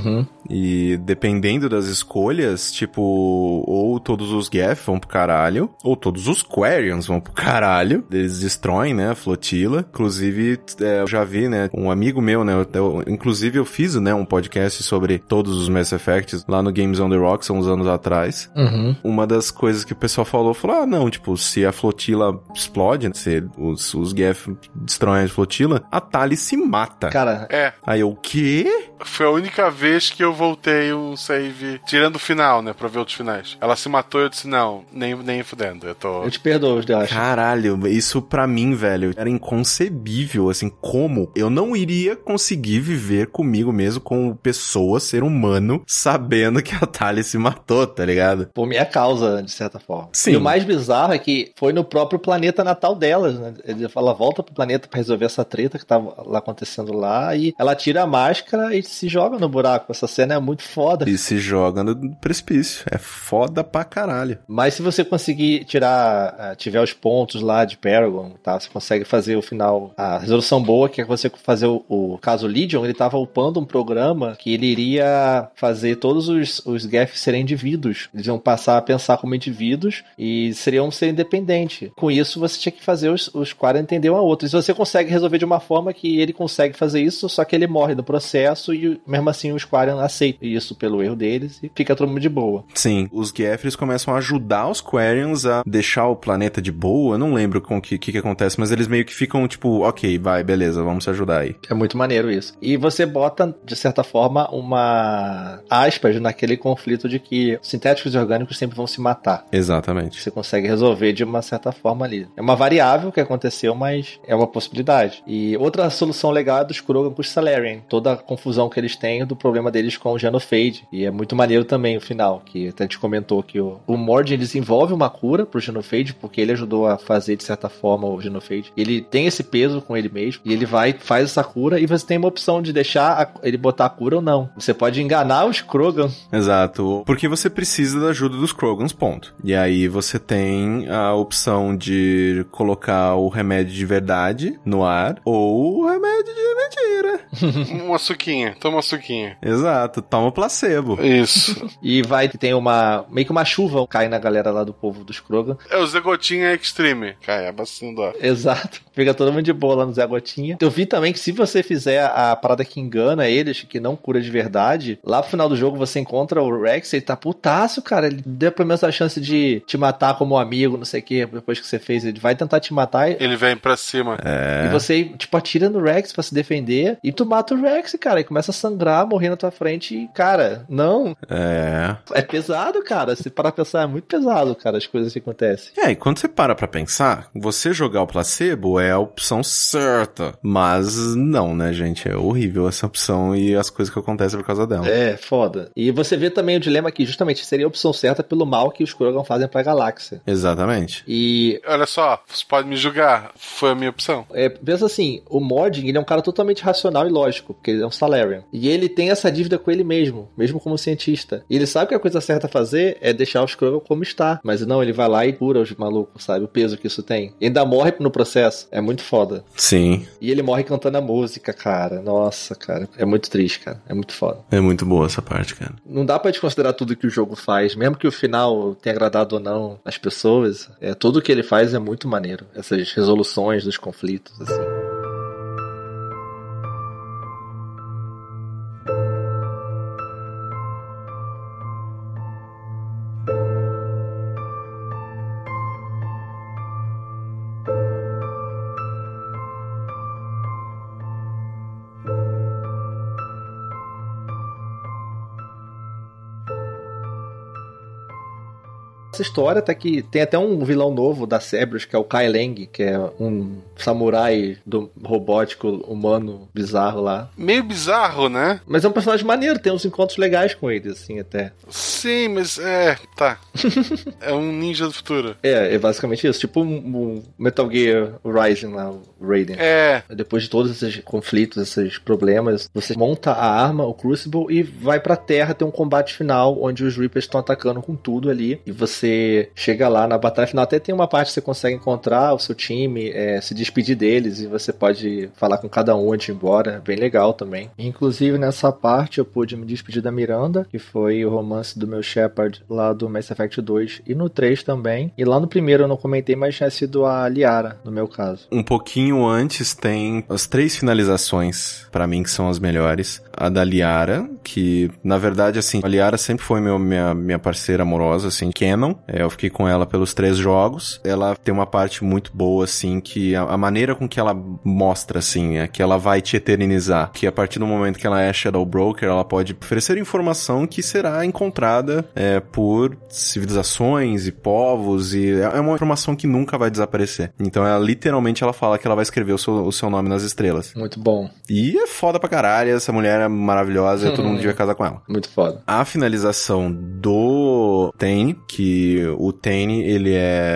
E dependendo das escolhas, tipo, ou todos os Geth vão pro caralho, ou todos os Quarians vão pro caralho. Eles destroem, né, a flotila. Inclusive, eu já vi, né, um amigo meu, né, inclusive eu fiz, né, um podcast sobre todos os Mass Effects lá no Games on the Rocks, há uns anos atrás. Uma das coisas que o pessoal falou, não, tipo, se a flotila explode, se os Geth destroem a flotila, a Tali se mata. Cara... Aí eu, o quê? Foi a única vez que eu voltei o save, tirando o final, né, pra ver outros finais. Ela se matou e eu disse, não, nem fudendo, Eu te perdoo, eu acho. Caralho, isso pra mim, velho, era inconcebível, assim, como eu não iria conseguir viver comigo mesmo como pessoa, ser humano, sabendo que a Tali se matou, tá ligado? Por minha causa, de certa forma. Sim. E o mais bizarro é que foi no próprio planeta natal delas, né? Ela volta pro planeta pra resolver essa treta que tava lá acontecendo lá, e ela tira a máscara e se joga no buraco. Essa cena é muito foda. E se joga no precipício. É foda pra caralho. Mas se você conseguir tiver os pontos lá de Paragon, tá? Você consegue fazer o final, a resolução boa, que é você fazer o caso Legion, ele tava upando um programa que ele iria fazer todos os Geth serem indivíduos. Eles iam passar a pensar como indivíduos e seriam ser independentes. Com isso, você tinha que fazer os Quarian entender um ao outro. E você consegue resolver de uma forma que ele consegue fazer isso, só que ele morre no processo e mesmo assim os Quarian aceitam isso pelo erro deles e fica todo mundo de boa. Sim, os Geths começam a ajudar os Quarians a deixar o planeta de boa. Eu não lembro com o que acontece, mas eles meio que ficam tipo, ok, vai, beleza, vamos se ajudar aí. É muito maneiro isso. E você bota, de certa forma, uma aspas naquele conflito de que sintéticos e orgânicos sempre vão se matar. Exatamente. Você consegue resolver de uma certa forma ali. É uma variável que aconteceu, mas é uma possibilidade. E outra solução legal é dos Krogan com os Salarian. Toda a confusão que eles têm do problema deles com o Genofade. E é muito maneiro também o final, que até a gente comentou que o Mordin desenvolve uma cura pro Genofade, porque ele ajudou a fazer, de certa forma, o Genofade. Ele tem esse peso com ele mesmo, e ele faz essa cura, e você tem uma opção de deixar ele botar a cura ou não. Você pode enganar os Krogan. Exato. Porque você precisa da ajuda dos Krogans, ponto. E aí você tem a opção de colocar o remédio de verdade no ar, ou o remédio de mentira. Uma suquinha, toma uma suquinha. Exato, toma placebo. Isso. E tem meio que uma chuva cai na galera lá do povo dos Krogan. É o Zé Gotinha Extreme. Cai, abastecendo ar. Exato. Fica todo mundo de boa lá no Zé Gotinha. Eu vi também que se você fizer a parada que engana eles, que não cura de verdade, lá pro final do jogo você encontra o Rex, ele tá putaço, cara. Ele deu pelo menos a chance de te matar como amigo, não sei o que, depois que você fez. Ele vai tentar te matar. Ele vem pra cima. E você, tipo, atira no Rex pra se defender e tu mata o Rex, cara. E começa a sangrar, morrer na tua frente e, cara, não. É pesado, cara. Se parar pra pensar, é muito pesado, cara, as coisas que acontecem. E quando você para pra pensar, você jogar o placebo é a opção certa. Mas não, né, gente? É horrível essa opção e as coisas que acontecem por causa dela. É, foda. E você vê também o dilema que justamente seria a opção certa pelo mal que os Krogan fazem pra galáxia. Exatamente. E... olha só, você pode me julgar. Foi a minha opção. Pensa assim, o Mordin, ele é um cara totalmente racional e lógico, porque ele é um Salarian. E ele tem essa dívida com ele mesmo como cientista. E ele sabe que a coisa certa a fazer é deixar os Krogan como está. Mas não, ele vai lá e cura os malucos, sabe? O peso que isso tem. E ainda morre no processo. É muito foda. Sim. E ele morre cantando a música, cara. Nossa, cara. É muito triste, cara. É muito foda. É muito boa essa parte, cara. Não dá pra desconsiderar tudo que o jogo faz. Mesmo que o final tenha agradado ou não as pessoas, tudo que ele faz é muito maneiro. Essas resoluções dos conflitos, assim. Essa história até que tem até um vilão novo da Cerberus, que é o Kai Lang, que é um samurai robótico humano bizarro lá. Meio bizarro, né? Mas é um personagem maneiro, tem uns encontros legais com ele, assim, até. Sim, mas tá. É um ninja do futuro. É basicamente isso. Tipo um Metal Gear Rising lá, o Raiden. Depois de todos esses conflitos, esses problemas, você monta a arma, o Crucible, e vai pra Terra ter um combate final, onde os Reapers estão atacando com tudo ali, e você você chega lá na batalha final, até tem uma parte que você consegue encontrar o seu time, se despedir deles, e você pode falar com cada um antes de ir embora, bem legal também. Inclusive nessa parte eu pude me despedir da Miranda, que foi o romance do meu Shepard lá do Mass Effect 2, e no 3 também. E lá no primeiro eu não comentei, mas tinha sido a Liara, no meu caso. Um pouquinho antes tem as 3 finalizações, pra mim, que são as melhores. A da Liara, que, na verdade, assim, a Liara sempre foi minha parceira amorosa, assim, canon. Eu fiquei com ela pelos 3 jogos. Ela tem uma parte muito boa, assim, que a maneira com que ela mostra, assim, é que ela vai te eternizar. Que a partir do momento que ela é Shadow Broker, ela pode oferecer informação que será encontrada por civilizações e povos, e é uma informação que nunca vai desaparecer. Então, literalmente, ela fala que ela vai escrever o seu nome nas estrelas. Muito bom. E é foda pra caralho, essa mulher é maravilhosa, todo mundo devia casar com ela. Muito foda. A finalização do Tane, que o Tane, ele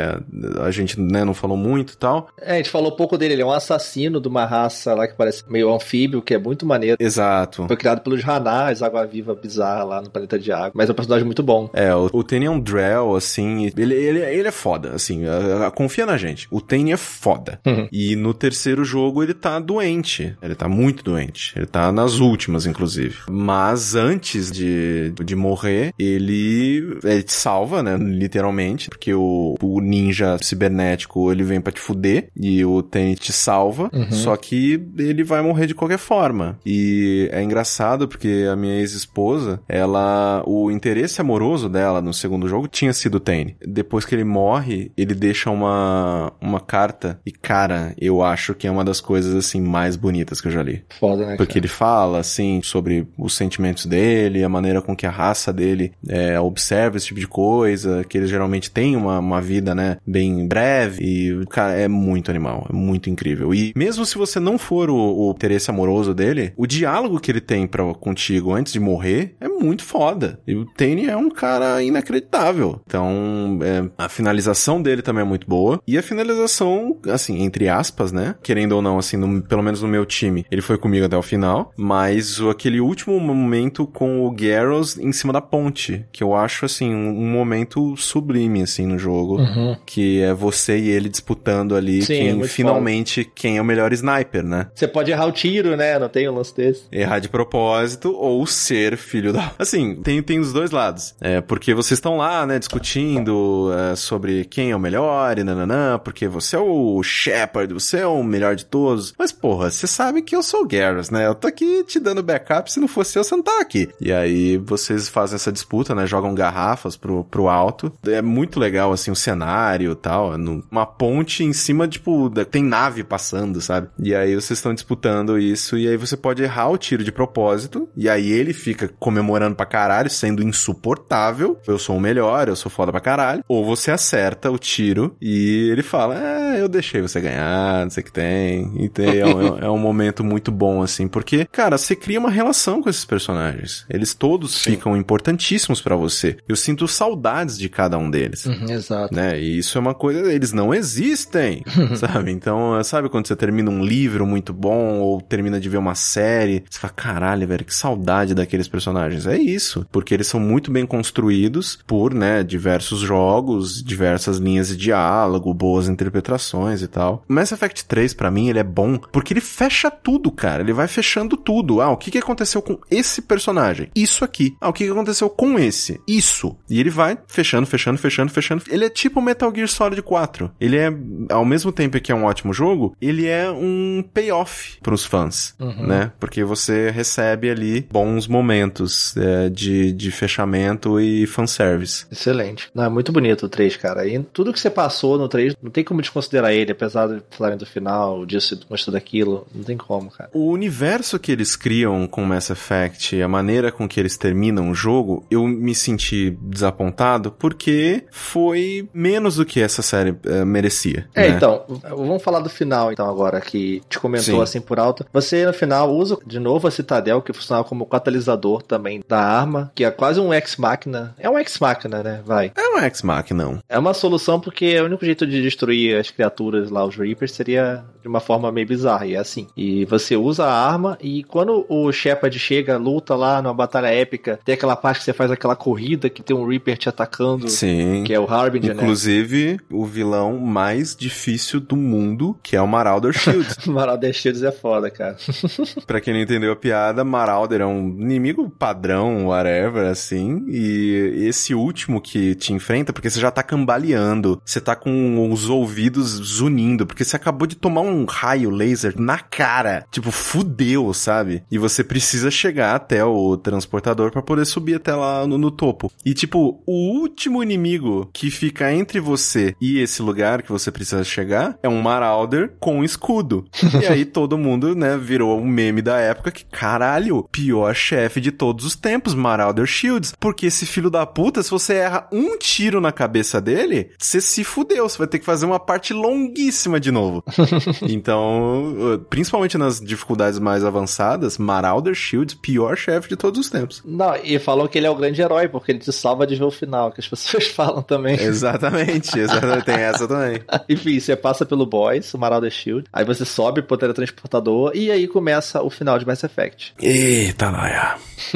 a gente, né, não falou muito e tal. A gente falou pouco dele, ele é um assassino de uma raça lá que parece meio anfíbio, que é muito maneiro. Exato. Foi criado pelos Hanás, água-viva bizarra lá no planeta de água, mas é um personagem muito bom. O Tane é um Drell, assim, ele é foda, assim, confia na gente. O Tane é foda. E no terceiro jogo ele tá doente, ele tá muito doente, ele tá nas últimas, inclusive. Mas antes de morrer, ele te salva, né, literalmente, porque o ninja cibernético, ele vem pra te fuder, e o Tane te salva, só que ele vai morrer de qualquer forma. E é engraçado, porque a minha ex-esposa, o interesse amoroso dela no segundo jogo tinha sido o Tane. Depois que ele morre, ele deixa uma carta, e cara, eu acho que é uma das coisas, assim, mais bonitas que eu já li. Foda, né, porque ele fala, assim, sobre os sentimentos dele, a maneira com que a raça dele observa esse tipo de coisa, que eles geralmente têm uma vida, né, bem breve, e, cara, é muito animal, é muito incrível. E mesmo se você não for o interesse amoroso dele, o diálogo que ele tem contigo antes de morrer é muito foda. E o Tane é um cara inacreditável. Então, a finalização dele também é muito boa. E a finalização, assim, entre aspas, né, querendo ou não, assim, pelo menos no meu time, ele foi comigo até o final, mas aquele último momento com o Garrus em cima da ponte, que eu acho, assim, um momento sublime, assim, no jogo, que é você e ele disputando ali. Sim, quem é o melhor sniper, né? Você pode errar o tiro, né? Não tem um lance desse. Errar de propósito ou ser filho da... Assim, tem os dois lados. Porque vocês estão lá, né, discutindo sobre quem é o melhor e nananã, porque você é o Shepard, você é o melhor de todos. Mas, porra, você sabe que eu sou o Garrus, né? Eu tô aqui te dando backup, se não fosse eu, você não tá aqui. E aí vocês fazem essa disputa, né? Jogam garrafas pro alto. É muito legal, assim, o cenário e tal. Uma ponte em cima, tipo, tem nave passando, sabe? E aí vocês estão disputando isso, e aí você pode errar o tiro de propósito, e aí ele fica comemorando pra caralho, sendo insuportável. Eu sou o melhor, eu sou foda pra caralho. Ou você acerta o tiro e ele fala, eu deixei você ganhar, não sei o que tem. Então é um momento muito bom, assim, porque, cara, você cria uma relação com esses personagens. Eles todos ficam importantíssimos pra você. Eu sinto saudades de cada um deles. Exato. Né? E isso é uma coisa, eles não existem, sabe? Então, sabe quando você termina um livro muito bom, ou termina de ver uma série, você fala, caralho, velho, que saudade daqueles personagens. É isso, porque eles são muito bem construídos por, né, diversos jogos, diversas linhas de diálogo, boas interpretações e tal. Mass Effect 3, pra mim, ele é bom porque ele fecha tudo, cara. Ele vai fechando tudo. O que aconteceu com esse personagem? Isso aqui. O que aconteceu com esse? Isso. E ele vai fechando. Ele é tipo Metal Gear Solid 4. Ele é, ao mesmo tempo que é um ótimo jogo, ele é um payoff pros fãs, né? Porque você recebe ali bons momentos de fechamento e fanservice. Excelente. Não, é muito bonito o 3, cara. E tudo que você passou no 3, não tem como desconsiderar ele, apesar de falarem do final, disso, gostou daquilo, não tem como, cara. O universo que eles criam com Mass Effect, a maneira com que eles terminam o jogo, eu me senti desapontado porque foi menos do que essa série merecia. Né? Então, vamos falar do final, então, agora, que te comentou assim por alto. Você, no final, usa de novo a Citadel, que funcionava como catalisador também da arma, que é quase um ex-máquina. É um ex-máquina, né? Vai. É um ex-máquina, não. É uma solução porque o único jeito de destruir as criaturas lá, os Reapers, seria de uma forma meio bizarra, e é assim. E você usa a arma, e quando o Shepard chega, luta lá numa batalha épica, tem aquela parte que você faz aquela corrida, que que tem um Reaper te atacando. Sim. Que é o Harbinger, inclusive, o vilão mais difícil do mundo, que é o Marauder Shields. Marauder Shields é foda, cara. Pra quem não entendeu a piada, Marauder é um inimigo padrão, whatever, assim, e esse último que te enfrenta, porque você já tá cambaleando, você tá com os ouvidos zunindo, porque você acabou de tomar um raio laser na cara, tipo, fudeu, sabe? E você precisa chegar até o transportador pra poder subir até lá no topo. E, tipo, o último inimigo que fica entre você e esse lugar que você precisa chegar é um Marauder com um escudo. E aí todo mundo, né, virou um meme da época que, caralho, pior chefe de todos os tempos, Marauder Shields. Porque esse filho da puta, se você erra um tiro na cabeça dele, você se fudeu, você vai ter que fazer uma parte longuíssima de novo. Então, principalmente nas dificuldades mais avançadas, Marauder Shields, pior chefe de todos os tempos. Não, e falou que ele é o grande herói, porque ele te salva de ver o final, que as pessoas falam também. Exatamente, tem essa também. Enfim, você passa pelo boss, o Marauder Shield, aí você sobe pro teletransportador, e aí começa o final de Mass Effect. Eita, Laia.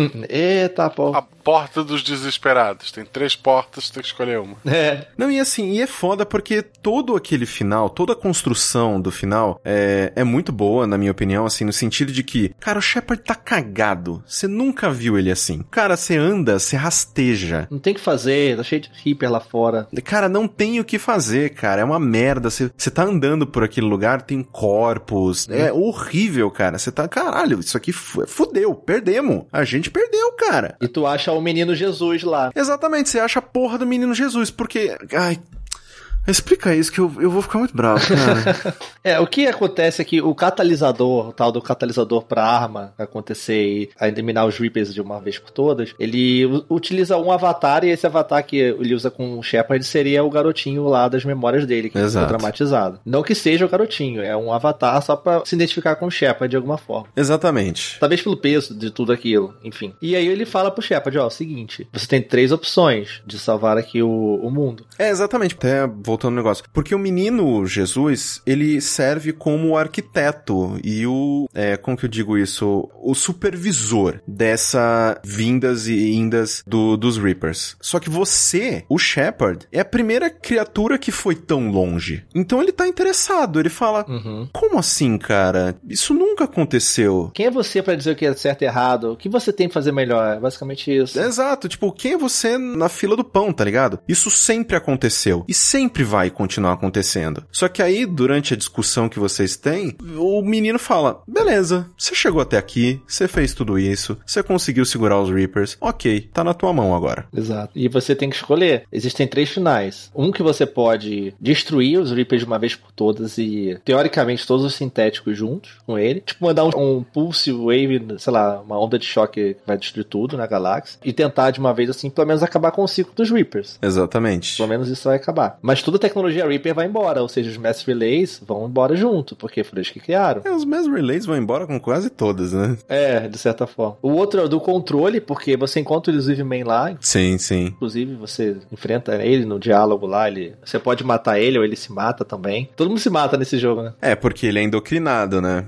Eita, pô. A porta dos desesperados. Tem 3 portas, tem que escolher uma. É. Não, e assim, e é foda porque todo aquele final, toda a construção do final é muito boa, na minha opinião, assim, no sentido de que, cara, o Shepard tá cagado. Você nunca viu ele assim. Cara, você anda, você rasteja. Não tem o que fazer, tá cheio de Reaper lá fora. Cara, não tem o que fazer, cara. É uma merda. Você tá andando por aquele lugar, tem corpos. É horrível, cara. Você tá, caralho, isso aqui fudeu, perdemos. A gente perdeu, cara. E tu acha o menino Jesus lá. Exatamente, você acha a porra do menino Jesus, porque... Ai... Explica isso que eu vou ficar muito bravo, cara. O que acontece é que o catalisador, o tal do catalisador pra arma acontecer e eliminar os Reapers de uma vez por todas, ele utiliza um avatar e esse avatar que ele usa com o Shepard seria o garotinho lá das memórias dele, que foi traumatizado. Não que seja o garotinho, é um avatar só pra se identificar com o Shepard de alguma forma. Exatamente. Talvez pelo peso de tudo aquilo, enfim. E aí ele fala pro Shepard, ó, o seguinte, você tem 3 opções de salvar aqui o mundo. Exatamente. Até voltando no negócio. Porque o menino Jesus, ele serve como arquiteto e como que eu digo isso? O supervisor dessa vindas e indas dos Reapers. Só que você, o Shepard, é a primeira criatura que foi tão longe. Então ele tá interessado. Ele fala, como assim, cara? Isso nunca aconteceu. Quem é você pra dizer o que é certo e errado? O que você tem que fazer melhor? É basicamente isso. Exato. Tipo, quem é você na fila do pão, tá ligado? Isso sempre aconteceu. E sempre vai continuar acontecendo. Só que aí, durante a discussão que vocês têm, o menino fala, beleza, você chegou até aqui, você fez tudo isso, você conseguiu segurar os Reapers, ok, tá na tua mão agora. Exato. E você tem que escolher. Existem 3 finais. Um que você pode destruir os Reapers de uma vez por todas e, teoricamente, todos os sintéticos juntos com ele. Tipo, mandar um pulse wave, sei lá, uma onda de choque que vai destruir tudo na galáxia. E tentar, de uma vez assim, pelo menos acabar com o ciclo dos Reapers. Exatamente. Pelo menos isso vai acabar. Mas toda a tecnologia Reaper vai embora, ou seja, os Mass Relays vão embora junto, porque foram eles que criaram. Os Mass Relays vão embora com quase todas, né? De certa forma. O outro é o do controle, porque você encontra o Elusive Man lá. Sim, sim. Inclusive, você enfrenta ele no diálogo lá, você pode matar ele, ou ele se mata também. Todo mundo se mata nesse jogo, né? Porque ele é endocrinado, né?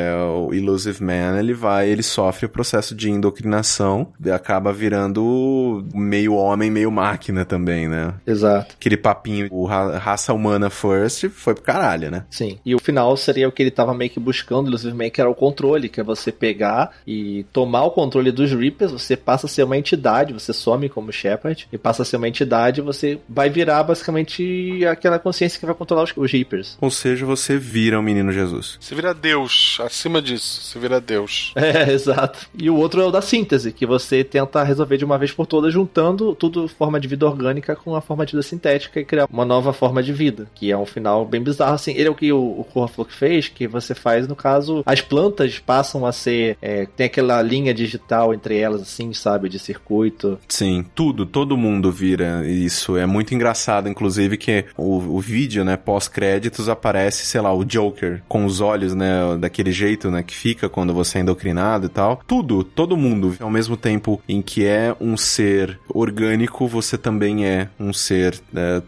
O Elusive Man, ele sofre o processo de endocrinação e acaba virando meio homem, meio máquina também, né? Exato. Aquele papinho, raça humana first, foi pro caralho, né? Sim. E o final seria o que ele tava meio que buscando, Elusive Man, que era o controle, que é você pegar e tomar o controle dos Reapers, você passa a ser uma entidade, você some como Shepard, e passa a ser uma entidade, você vai virar basicamente aquela consciência que vai controlar os Reapers. Ou seja, você vira o menino Jesus. Você vira Deus, acima disso, você vira Deus. Exato. E o outro é o da síntese, que você tenta resolver de uma vez por todas, juntando tudo forma de vida orgânica com a forma de vida sintética e criar uma nova forma de vida, que é um final bem bizarro, assim. Ele é o que o Corra falou que fez, que você faz, no caso, as plantas passam a ser, tem aquela linha digital entre elas, assim, sabe, de circuito. Sim, todo mundo vira isso. É muito engraçado, inclusive, que o vídeo, né, pós-créditos aparece, sei lá, o Joker com os olhos, né, daquele jeito, né, que fica quando você é endocrinado e tal. Todo mundo, ao mesmo tempo em que é um ser orgânico, você também é um ser tecnológico,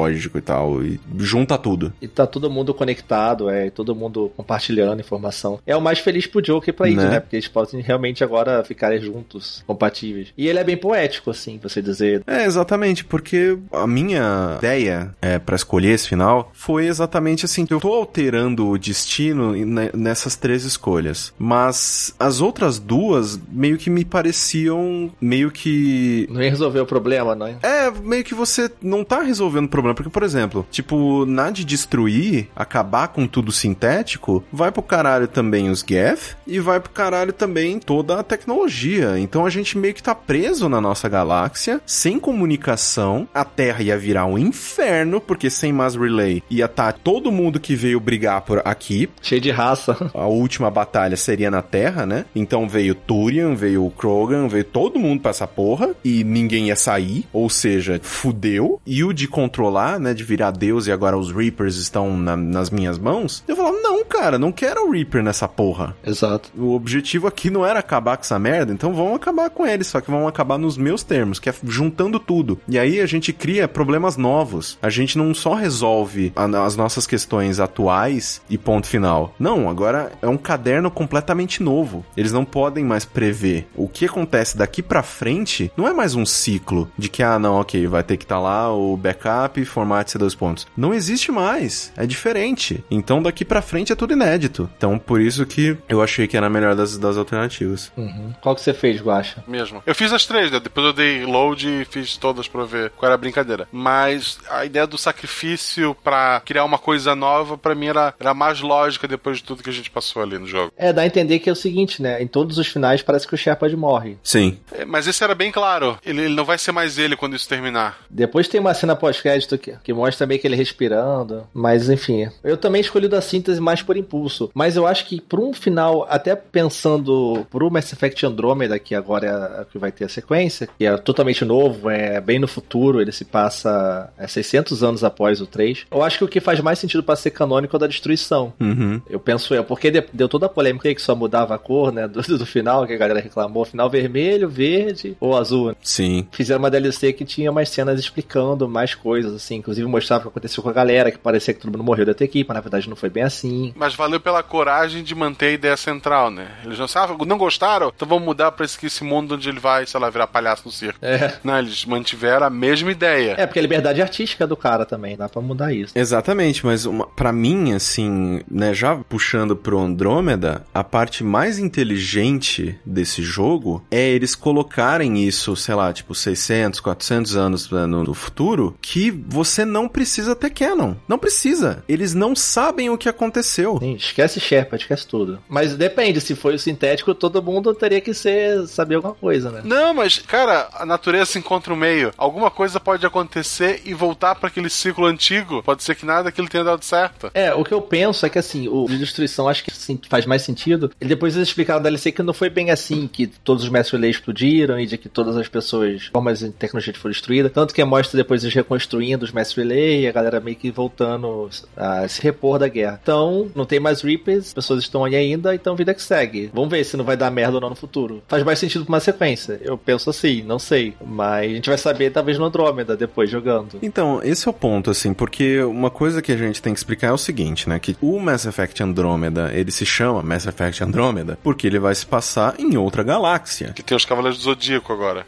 tecnológico e tal, e junta tudo. E tá todo mundo conectado, todo mundo compartilhando informação. É o mais feliz pro Joker pra isso, né? Porque eles podem realmente agora ficarem juntos, compatíveis. E ele é bem poético, assim, pra você dizer. Exatamente, porque a minha ideia pra escolher esse final foi exatamente assim, eu tô alterando o destino nessas 3 escolhas, mas as outras 2 meio que me pareciam meio que... Não ia resolver o problema, não é? Meio que você não tá resolvendo o problema, porque, por exemplo, tipo, na de destruir, acabar com tudo sintético, vai pro caralho também os Geth e vai pro caralho também toda a tecnologia. Então a gente meio que tá preso na nossa galáxia, sem comunicação, a Terra ia virar um inferno, porque sem Mass Relay ia estar todo mundo que veio brigar por aqui. Cheio de raça. A última batalha seria na Terra, né? Então veio Turian, veio o Krogan, veio todo mundo pra essa porra, e ninguém ia sair, ou seja, fudeu. E o de controlar, né, de virar Deus e agora os Reapers estão nas minhas mãos, eu falava, não, cara, não quero o Reaper nessa porra. Exato. O objetivo aqui não era acabar com essa merda, então vamos acabar com eles, só que vamos acabar nos meus termos, que é juntando tudo. E aí a gente cria problemas novos. A gente não só resolve as nossas questões atuais e ponto final. Não, agora é um caderno completamente novo. Eles não podem mais prever. O que acontece daqui pra frente não é mais um ciclo de que, não, ok, vai ter que estar lá o backup, formate C2 pontos. Não existe mais. É diferente. Então daqui pra frente é tudo inédito. Então por isso que eu achei que era a melhor das alternativas. Uhum. Qual que você fez, Guaxa? Mesmo. Eu fiz as 3, né? Depois eu dei load e fiz todas pra ver qual era a brincadeira. Mas a ideia do sacrifício pra criar uma coisa nova, pra mim era mais lógica depois de tudo que a gente passou ali no jogo. Dá a entender que é o seguinte, né? Em todos os finais parece que o Shepard morre. Sim. Mas esse era bem claro. Ele não vai ser mais ele quando isso terminar. Depois tem uma cena pós-crédito que mostra também que ele respirando. Mas, enfim. Eu também escolhi da síntese mais por impulso. Mas eu acho que por um final, até pensando pro Mass Effect Andromeda, que agora é que vai ter a sequência, que é totalmente novo, é bem no futuro, ele se passa 600 anos após o 3. Eu acho que o que faz mais sentido pra ser canônico é o da destruição. Uhum. Eu penso porque deu toda a polêmica que só mudava a cor, né, do final, que a galera reclamou. Final vermelho, verde ou azul. Sim. Fizeram uma DLC que tinha mais cenas explicando mais coisas, assim. Inclusive mostrava o que aconteceu com a galera, que parecia que todo mundo morreu da equipe, mas na verdade não foi bem assim. Mas valeu pela coragem de manter a ideia central, né? Eles não gostaram? Então vamos mudar pra esse mundo onde ele vai, sei lá, virar palhaço no circo. Não, eles mantiveram a mesma ideia. Porque a liberdade artística do cara também, dá pra mudar isso. Exatamente, mas pra mim, assim, né, já puxando pro Andrômeda, a parte mais inteligente desse jogo é eles colocarem isso, sei lá, tipo 600, 400 anos no futuro, que você não precisa ter canon. Não precisa. Eles não sabem o que aconteceu. Sim, esquece Shepard, esquece tudo. Mas depende, se foi o sintético, todo mundo teria que saber alguma coisa, né? Não, mas, cara, a natureza se encontra no meio. Alguma coisa pode acontecer e voltar pra aquele ciclo antigo. Pode ser que nada daquilo tenha dado certo. O que eu penso é que, assim, o de destruição acho que faz mais sentido. E depois eles explicaram da DLC que não foi bem assim, que todos os Mass Relay explodiram e de que todas as pessoas, formas de tecnologia foram destruídas. Tanto que mostra depois eles reconstruindo os Mass Relay e a galera meio que voltando a se repor da guerra. Então, não tem mais Reapers, as pessoas estão aí ainda, então vida que segue. Vamos ver se não vai dar merda ou não no futuro. Faz mais sentido pra uma sequência. Eu penso assim, não sei. Mas a gente vai saber talvez no Andrômeda depois jogando. Então, esse é o ponto, assim, porque uma coisa que a gente tem que explicar é o seguinte, né, que o Mass Effect Andromeda, ele se chama Mass Effect Andromeda porque ele vai se passar em outra galáxia. Que tem os Cavaleiros do Zodíaco agora.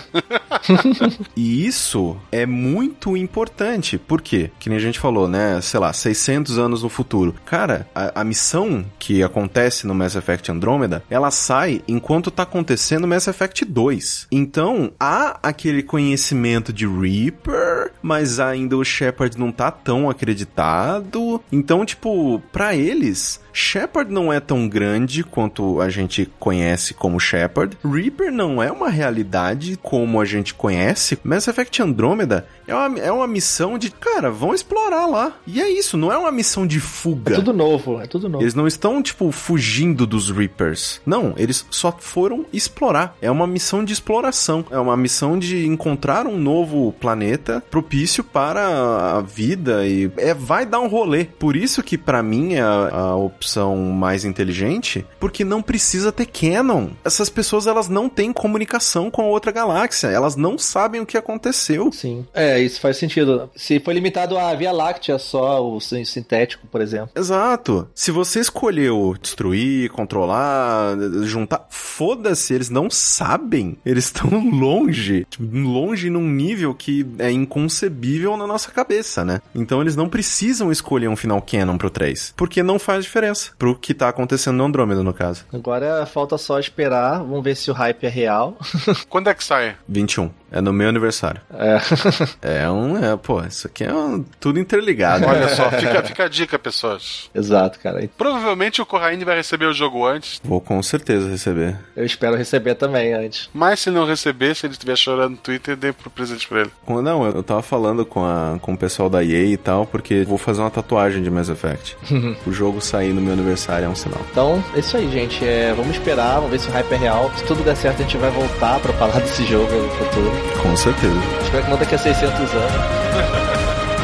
E isso é muito importante. Por quê? Que nem a gente falou, né, sei lá, 600 anos no futuro. Cara, a missão que acontece no Mass Effect Andromeda, ela sai enquanto tá acontecendo no Mass Effect 2. Então, há aquele conhecimento de Reaper, mas ainda o Shepard não tá tão acreditado. Então, tipo, pra eles, Shepard não é tão grande quanto a gente conhece como Shepard. Reaper não é uma realidade como a gente conhece. Mass Effect Andromeda é uma missão de, cara, vão explorar lá. E é isso, não é uma missão de fuga. É tudo novo. Eles não estão, tipo, fugindo dos Reapers. Não, eles só foram explorar. É uma missão de exploração. É uma missão de encontrar um novo planeta propício para a vida e vai dar um rolê. Por isso que, pra mim, a opção mais inteligente, porque não precisa ter canon. Essas pessoas, elas não têm comunicação com a outra galáxia, elas não sabem o que aconteceu. Sim. Isso faz sentido. Se foi limitado à Via Láctea só, o sintético, por exemplo. Exato. Se você escolheu destruir, controlar, juntar, foda-se, eles não sabem. Eles estão longe num nível que é inconcebível na nossa cabeça, né? Então eles não precisam escolher um final canon pro 3, porque não faz diferença pro que tá acontecendo no Andrômeda, no caso. Agora falta só esperar, vamos ver se o hype é real. Quando é que sai? 21. É no meu aniversário. Isso aqui é tudo interligado. Olha só, fica a dica, pessoas. Exato, cara. Provavelmente o Corraine vai receber o jogo antes. Vou com certeza receber. Eu espero receber também antes. Mas se não receber, se ele estiver chorando no Twitter, dê pro presente pra ele. Não, eu tava falando com o pessoal da EA e tal, porque vou fazer uma tatuagem de Mass Effect. O jogo sair no meu aniversário é um sinal. Então, é isso aí, gente. Vamos esperar, vamos ver se o hype é real. Se tudo der certo, a gente vai voltar pra falar desse jogo no futuro. Com certeza. Espero que não daqui a 600 anos.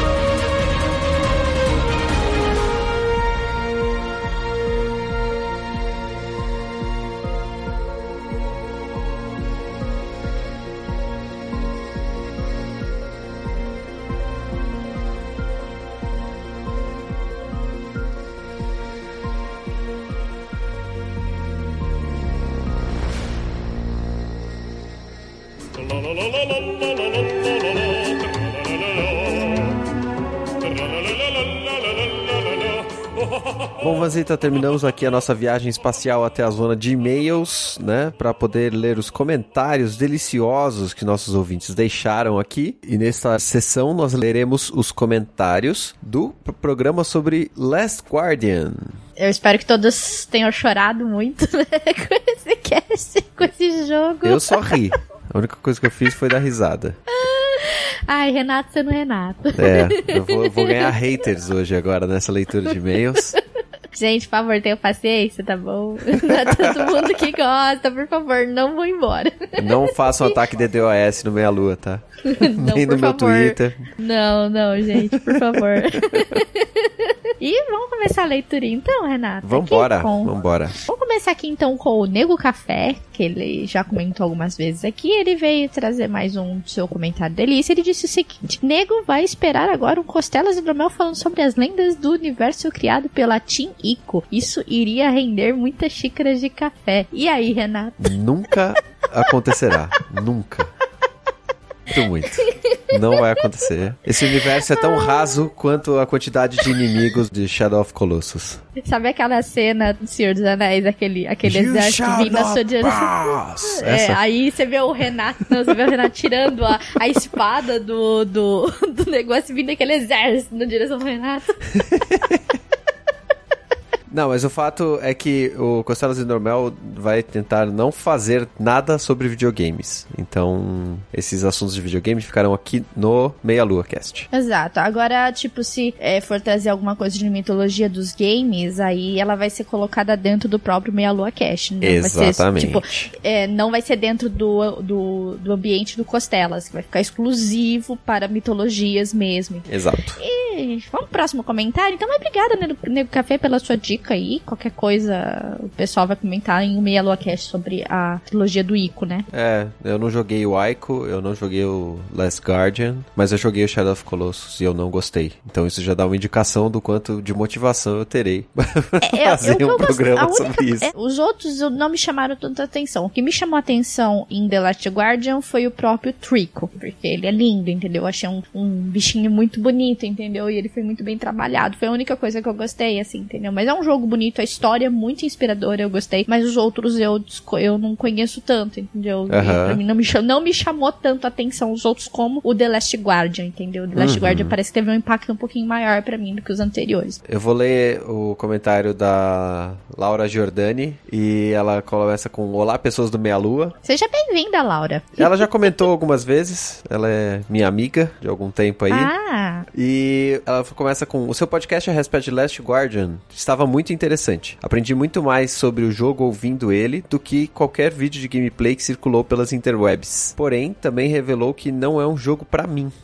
Bom, Vanzita, terminamos aqui a nossa viagem espacial até a zona de e-mails, né? Para poder ler os comentários deliciosos que nossos ouvintes deixaram aqui. E nesta sessão nós leremos os comentários do programa sobre Last Guardian. Eu espero que todos tenham chorado muito, né, com esse cast, com esse jogo. Eu só ri. A única coisa que eu fiz foi dar risada. Ai, Renato sendo Renato. Eu vou ganhar haters hoje agora nessa leitura de e-mails. Gente, por favor, tenham paciência, tá bom? Não é todo mundo que gosta, por favor, não vão embora. Não façam ataque de DDoS no Meia-Lua, tá? Não, nem no meu Twitter. Não, gente, por favor. E vamos começar a leitura então, Renato? Vambora. Vamos começar aqui então com o Nego Café, que ele já comentou algumas vezes aqui. Ele veio trazer mais um seu comentário delícia. Ele disse o seguinte: Nego vai esperar agora um Costelas Hidromel falando sobre as lendas do universo criado pela Team Ico. Isso iria render muitas xícaras de café. E aí, Renato? Nunca acontecerá. Nunca. Muito. Não vai acontecer. Esse universo é tão raso quanto a quantidade de inimigos de Shadow of Colossus. Sabe aquela cena do Senhor dos Anéis, aquele exército vindo na sua direção? Aí você vê o Renato, tirando a espada do negócio, vindo aquele exército na direção do Renato. Não, mas o fato é que o Costelas e Normel vai tentar não fazer nada sobre videogames. Então, esses assuntos de videogames ficarão aqui no Meia Lua Cast. Exato. Agora, tipo, se for trazer alguma coisa de mitologia dos games, aí ela vai ser colocada dentro do próprio Meia Lua Cast. Né? Exatamente. Vai ser, não vai ser dentro do ambiente do Costelas. Vai ficar exclusivo para mitologias mesmo. Exato. E vamos pro próximo comentário. Então, obrigada, Nego Café, pela sua dica aí. Qualquer coisa o pessoal vai comentar em um Meia Lua Cast sobre a trilogia do Ico, né? Eu não joguei o Ico, eu não joguei o Last Guardian, mas eu joguei o Shadow of Colossus e eu não gostei. Então isso já dá uma indicação do quanto de motivação eu terei pra fazer um programa sobre isso. Os outros não me chamaram tanta atenção. O que me chamou a atenção em The Last Guardian foi o próprio Trico, porque ele é lindo, entendeu? Eu achei um bichinho muito bonito, entendeu? E ele foi muito bem trabalhado. Foi a única coisa que eu gostei, assim, entendeu? Mas é um jogo bonito, a história é muito inspiradora, eu gostei. Mas os outros eu não conheço tanto, entendeu? Pra mim não me chamou tanto a atenção os outros como o The Last Guardian, entendeu? The Last Guardian parece que teve um impacto um pouquinho maior pra mim do que os anteriores. Eu vou ler o comentário da Laura Giordani e ela começa com: olá, pessoas do Meia Lua. Seja bem-vinda, Laura. Ela já comentou algumas vezes, ela é minha amiga de algum tempo aí. E ela começa com: o seu podcast a respeito de Last Guardian estava muito interessante. Aprendi muito mais sobre o jogo ouvindo ele do que qualquer vídeo de gameplay que circulou pelas interwebs. Porém, também revelou que não é um jogo pra mim.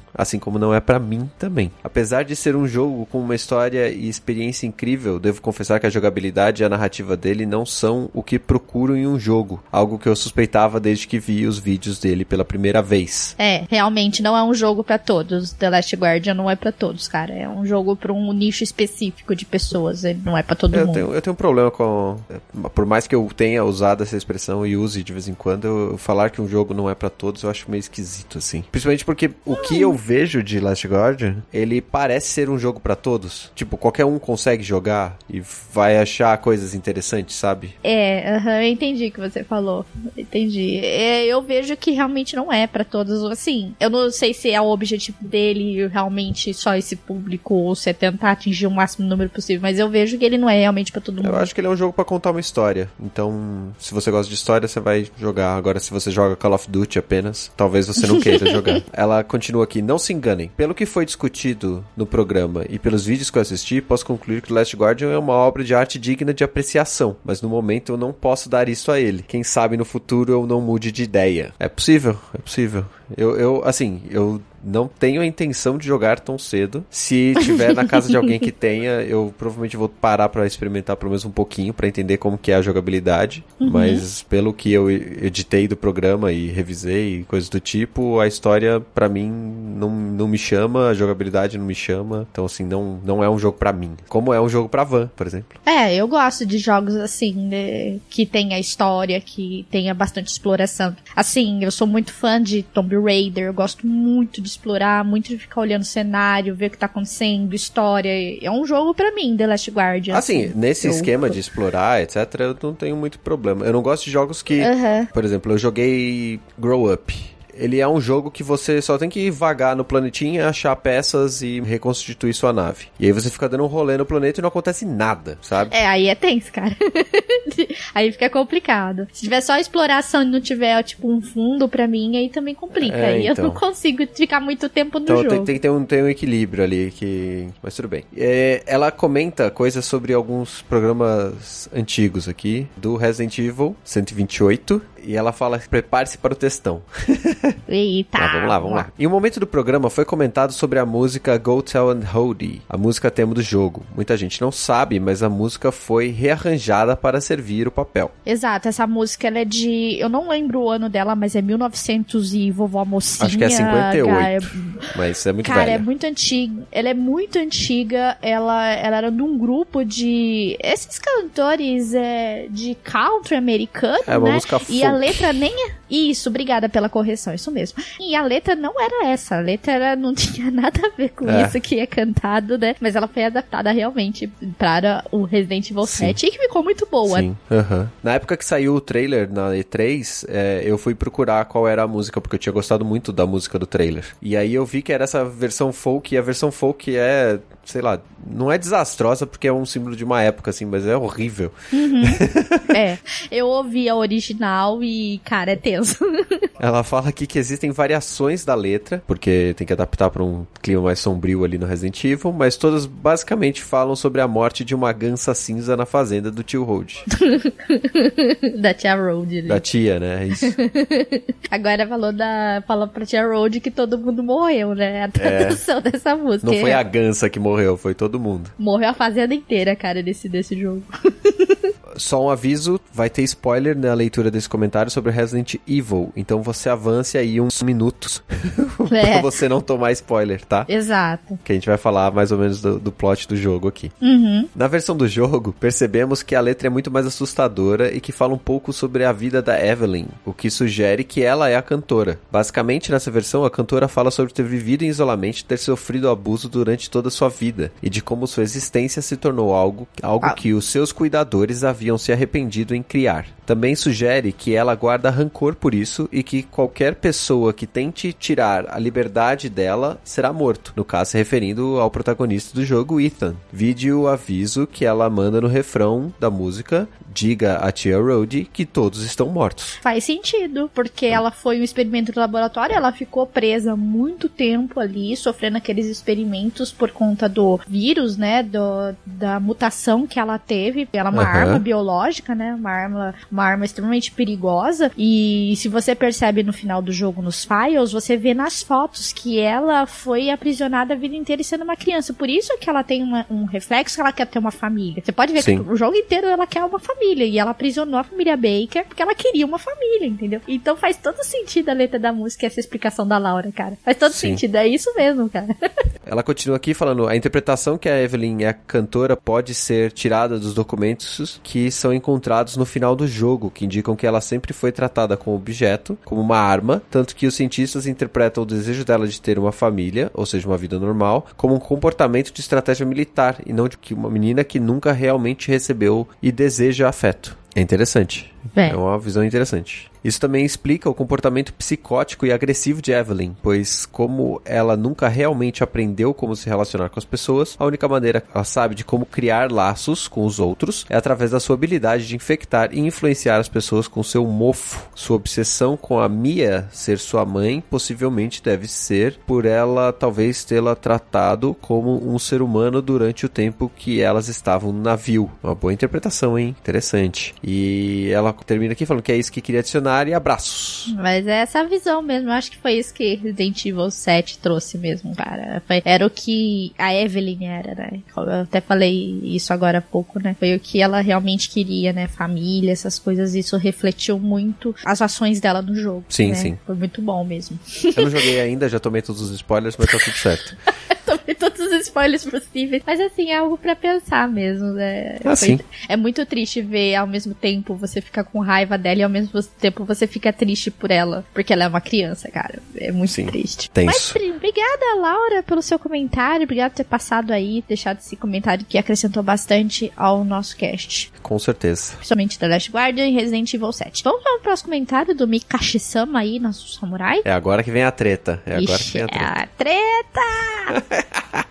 assim como não é pra mim também. Apesar de ser um jogo com uma história e experiência incrível, devo confessar que a jogabilidade e a narrativa dele não são o que procuro em um jogo, algo que eu suspeitava desde que vi os vídeos dele pela primeira vez. Realmente não é um jogo pra todos. The Last Guardian não é pra todos, cara. É um jogo pra um nicho específico de pessoas, ele não é pra todo mundo. Eu tenho um problema com... Por mais que eu tenha usado essa expressão e use de vez em quando, eu falar que um jogo não é pra todos, eu acho meio esquisito, assim. Principalmente porque o que eu vejo de Last Guardian, ele parece ser um jogo pra todos. Tipo, qualquer um consegue jogar e vai achar coisas interessantes, sabe? Eu entendi o que você falou. Entendi. Eu vejo que realmente não é pra todos. Assim, eu não sei se é o objetivo dele realmente só esse público ou se é tentar atingir o máximo número possível, mas eu vejo que ele não é realmente pra todo mundo. Eu acho que ele é um jogo pra contar uma história. Então, se você gosta de história, você vai jogar. Agora, se você joga Call of Duty apenas, talvez você não queira jogar. Ela continua aqui. Não se enganem. Pelo que foi discutido no programa e pelos vídeos que eu assisti, posso concluir que Last Guardian é uma obra de arte digna de apreciação, mas no momento eu não posso dar isso a ele. Quem sabe no futuro eu não mude de ideia. É possível. Eu não tenho a intenção de jogar tão cedo. Se tiver na casa de alguém que tenha, eu provavelmente vou parar pra experimentar pelo menos um pouquinho, pra entender como que é a jogabilidade. Mas pelo que eu editei do programa e revisei, coisas do tipo, a história pra mim não me chama, a jogabilidade não me chama. Então assim, não é um jogo pra mim. Como é um jogo pra van, por exemplo. Eu gosto de jogos assim, né, que tenha história, que tenha bastante exploração. Assim, eu sou muito fã de Tomb Raider, eu gosto muito de explorar, muito de ficar olhando o cenário, ver o que tá acontecendo, história. É um jogo pra mim, The Last Guardian. Assim, nesse esquema de explorar, etc., eu não tenho muito problema. Eu não gosto de jogos que... Por exemplo, eu joguei Grow Up. Ele é um jogo que você só tem que vagar no planetinha, achar peças e reconstituir sua nave. E aí você fica dando um rolê no planeta e não acontece nada, sabe? Aí é tenso, cara. Aí fica complicado. Se tiver só exploração e não tiver, tipo, um fundo pra mim, aí também complica. Aí eu não consigo ficar muito tempo no jogo. Então tem que ter um equilíbrio ali, mas tudo bem. Ela comenta coisas sobre alguns programas antigos aqui, do Resident Evil 128, e ela fala, prepare-se para o textão. Eita! Vamos lá. Em um momento do programa foi comentado sobre a música Go Tell and Hody, a música tema do jogo. Muita gente não sabe, mas a música foi rearranjada para servir o papel. Exato, essa música ela é de... Eu não lembro o ano dela, mas é 1900 e vovó mocinha. Acho que é 58, mas é muito velha. Cara, é muito antiga. Ela é muito antiga. Ela era de um grupo de... Esses cantores de country americano, né? É uma música folk. E a letra nem... Isso, obrigada pela correção, isso mesmo. E a letra não era essa. A letra não tinha nada a ver com isso que é cantado, né? Mas ela foi adaptada realmente para o Resident Evil 7 e que ficou muito boa. Sim, Na época que saiu o trailer na E3, eu fui procurar qual era a música, porque eu tinha gostado muito da música do trailer. E aí eu vi que era essa versão folk, e a versão folk é, sei lá, não é desastrosa porque é um símbolo de uma época, assim, mas é horrível. Eu ouvi a original e, cara, é tenso. Ela fala aqui que existem variações da letra, porque tem que adaptar para um clima mais sombrio ali no Resident Evil, mas todas basicamente falam sobre a morte de uma gansa cinza na fazenda do tio Rhodes. Da tia Rhodes. Da tia, né? Isso. Agora falou pra tia Rhodes que todo mundo morreu, né? A tradução dessa música. Não foi a gansa que morreu, foi todo mundo. Morreu a fazenda inteira, cara, desse jogo. Só um aviso, vai ter spoiler na leitura desse comentário sobre Resident Evil, então você avance aí uns minutos pra você não tomar spoiler, tá? Exato. Que a gente vai falar mais ou menos do plot do jogo aqui. Na versão do jogo, percebemos que a letra é muito mais assustadora e que fala um pouco sobre a vida da Evelyn, o que sugere que ela é a cantora. Basicamente, nessa versão, a cantora fala sobre ter vivido em isolamento e ter sofrido abuso durante toda a sua vida, e de como sua existência se tornou algo que os seus cuidadores haviam se arrependido em criar. Também sugere que ela guarda rancor por isso e que qualquer pessoa que tente tirar a liberdade dela será morto. No caso, se referindo ao protagonista do jogo, Ethan. Vide o aviso que ela manda no refrão da música: diga a tia Rhodes que todos estão mortos. Faz sentido, porque ela foi um experimento do laboratório, ela ficou presa muito tempo ali, sofrendo aqueles experimentos por conta do vírus, né, da mutação que ela teve. Ela é uma arma biológica, né? Uma arma extremamente perigosa. E se você percebe no final do jogo, nos files, você vê nas fotos que ela foi aprisionada a vida inteira sendo uma criança. Por isso que ela tem um reflexo que ela quer ter uma família. Você pode ver que o jogo inteiro ela quer uma família. E ela aprisionou a família Baker porque ela queria uma família, entendeu? Então faz todo sentido a letra da música e essa explicação da Laura, cara. Faz todo sentido. É isso mesmo, cara. Ela continua aqui falando, a interpretação que a Evelyn é a cantora pode ser tirada dos documentos que são encontrados no final do jogo, que indicam que ela sempre foi tratada como objeto, como uma arma, tanto que os cientistas interpretam o desejo dela de ter uma família, ou seja, uma vida normal, como um comportamento de estratégia militar, e não de que uma menina que nunca realmente recebeu e deseja afeto. É interessante. É uma visão interessante. Isso também explica o comportamento psicótico e agressivo de Evelyn, pois como ela nunca realmente aprendeu como se relacionar com as pessoas, a única maneira que ela sabe de como criar laços com os outros é através da sua habilidade de infectar e influenciar as pessoas com seu mofo. Sua obsessão com a Mia ser sua mãe possivelmente deve ser por ela talvez tê-la tratado como um ser humano durante o tempo que elas estavam no navio. Uma boa interpretação, hein? Interessante. E ela termina aqui falando que é isso que queria adicionar e abraços. Mas é essa visão mesmo. Eu acho que foi isso que Resident Evil 7 trouxe mesmo, cara. Era o que a Evelyn era, né? Eu até falei isso agora há pouco, né? Foi o que ela realmente queria, né? Família, essas coisas. Isso refletiu muito as ações dela no jogo. Sim, né? sim. Foi muito bom mesmo. Eu não joguei ainda, já tomei todos os spoilers, mas tá tudo certo. Tomei todos os spoilers possíveis. Mas assim, é algo pra pensar mesmo, né? Sim. É muito triste ver ao mesmo tempo você ficar com raiva dela e ao mesmo tempo você fica triste por ela. Porque ela é uma criança, cara. É muito triste. Tenso. Mas obrigada, Laura, pelo seu comentário. Obrigada por ter passado aí, deixado esse comentário que acrescentou bastante ao nosso cast. Com certeza. Principalmente The Last Guardian e Resident Evil 7. Vamos para o próximo comentário do Mikashi-sama aí, nosso samurai. É agora que vem a treta. Ixi, a treta!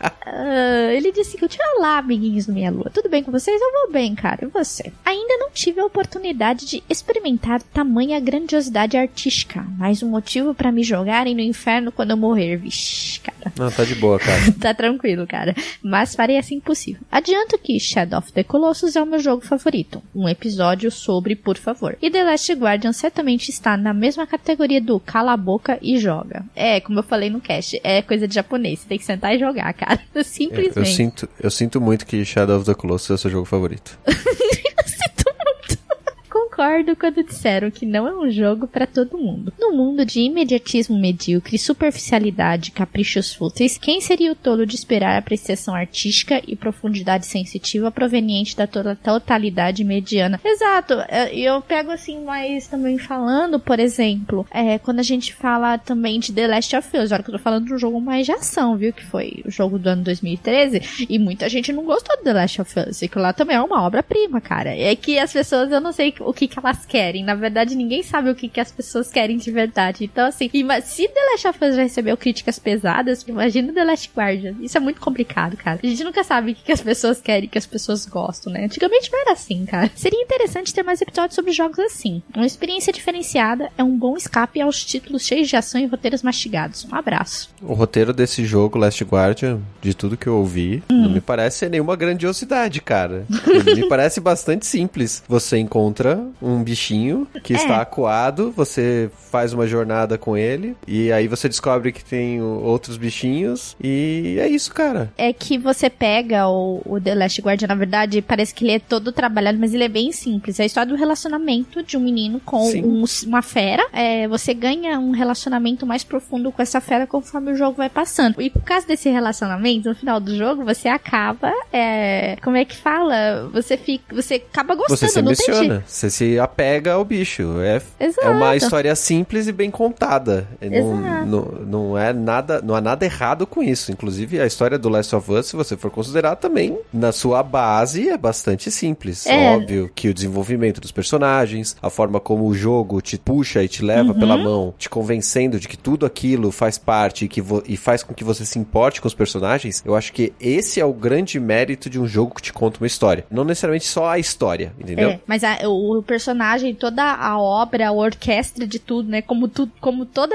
Ele disse que olá, amiguinhos do Meia Lua. Tudo bem com vocês? Eu vou bem, cara. E você? Ainda não tive a oportunidade de experimentar tamanha grandiosidade artística. Mais um motivo pra me jogarem no inferno quando eu morrer. Vixe, cara. Não, tá de boa, cara. Tá tranquilo, cara. Mas farei assim possível. Adianto que Shadow of the Colossus é o meu jogo favorito. Um episódio sobre, por favor. E The Last Guardian certamente está na mesma categoria do cala a boca e joga. É, como eu falei no cast, é coisa de japonês. Você tem que sentar e jogar, cara. Simplesmente. Eu sinto muito que Shadow of the Colossus é o seu jogo favorito. Eu sinto muito. Concordo quando disseram que não é um jogo pra todo mundo. No mundo de imediatismo medíocre, superficialidade e caprichos fúteis, quem seria o tolo de esperar apreciação artística e profundidade sensitiva proveniente da totalidade mediana? Exato. Eu pego assim, mas também falando, por exemplo, quando a gente fala também de The Last of Us, olha que eu tô falando de um jogo mais de ação, viu? Que foi o jogo do ano 2013, e muita gente não gostou do The Last of Us, e que lá também é uma obra-prima, cara. É que as pessoas, eu não sei o que elas querem. Na verdade, ninguém sabe o que as pessoas querem de verdade. Então, assim, se The Last of Us já recebeu críticas pesadas, imagina The Last Guardian. Isso é muito complicado, cara. A gente nunca sabe o que as pessoas querem, o que as pessoas gostam, né? Antigamente não era assim, cara. Seria interessante ter mais episódios sobre jogos assim. Uma experiência diferenciada é um bom escape aos títulos cheios de ação e roteiros mastigados. Um abraço. O roteiro desse jogo, Last Guardian, de tudo que eu ouvi, não me parece nenhuma grandiosidade, cara. Me parece bastante simples. Você encontra um bichinho que está acuado, você faz uma jornada com ele, e aí você descobre que tem outros bichinhos, e é isso, cara. É que você pega o The Last Guardian, na verdade, parece que ele é todo trabalhado, mas ele é bem simples. É a história do relacionamento de um menino com uma fera. Você ganha um relacionamento mais profundo com essa fera conforme o jogo vai passando. E por causa desse relacionamento, no final do jogo, você acaba, como é que fala? Você acaba gostando, você se não emociona, tem jeito. você se apega ao bicho. É uma história simples e bem contada. Não há nada errado com isso. Inclusive, a história do Last of Us, se você for considerar também, na sua base, é bastante simples. Óbvio que o desenvolvimento dos personagens, a forma como o jogo te puxa e te leva pela mão, te convencendo de que tudo aquilo faz parte e faz com que você se importe com os personagens, eu acho que esse é o grande mérito de um jogo que te conta uma história. Não necessariamente só a história, entendeu? Mas personagem, toda a obra, a orquestra de tudo, né? Como todo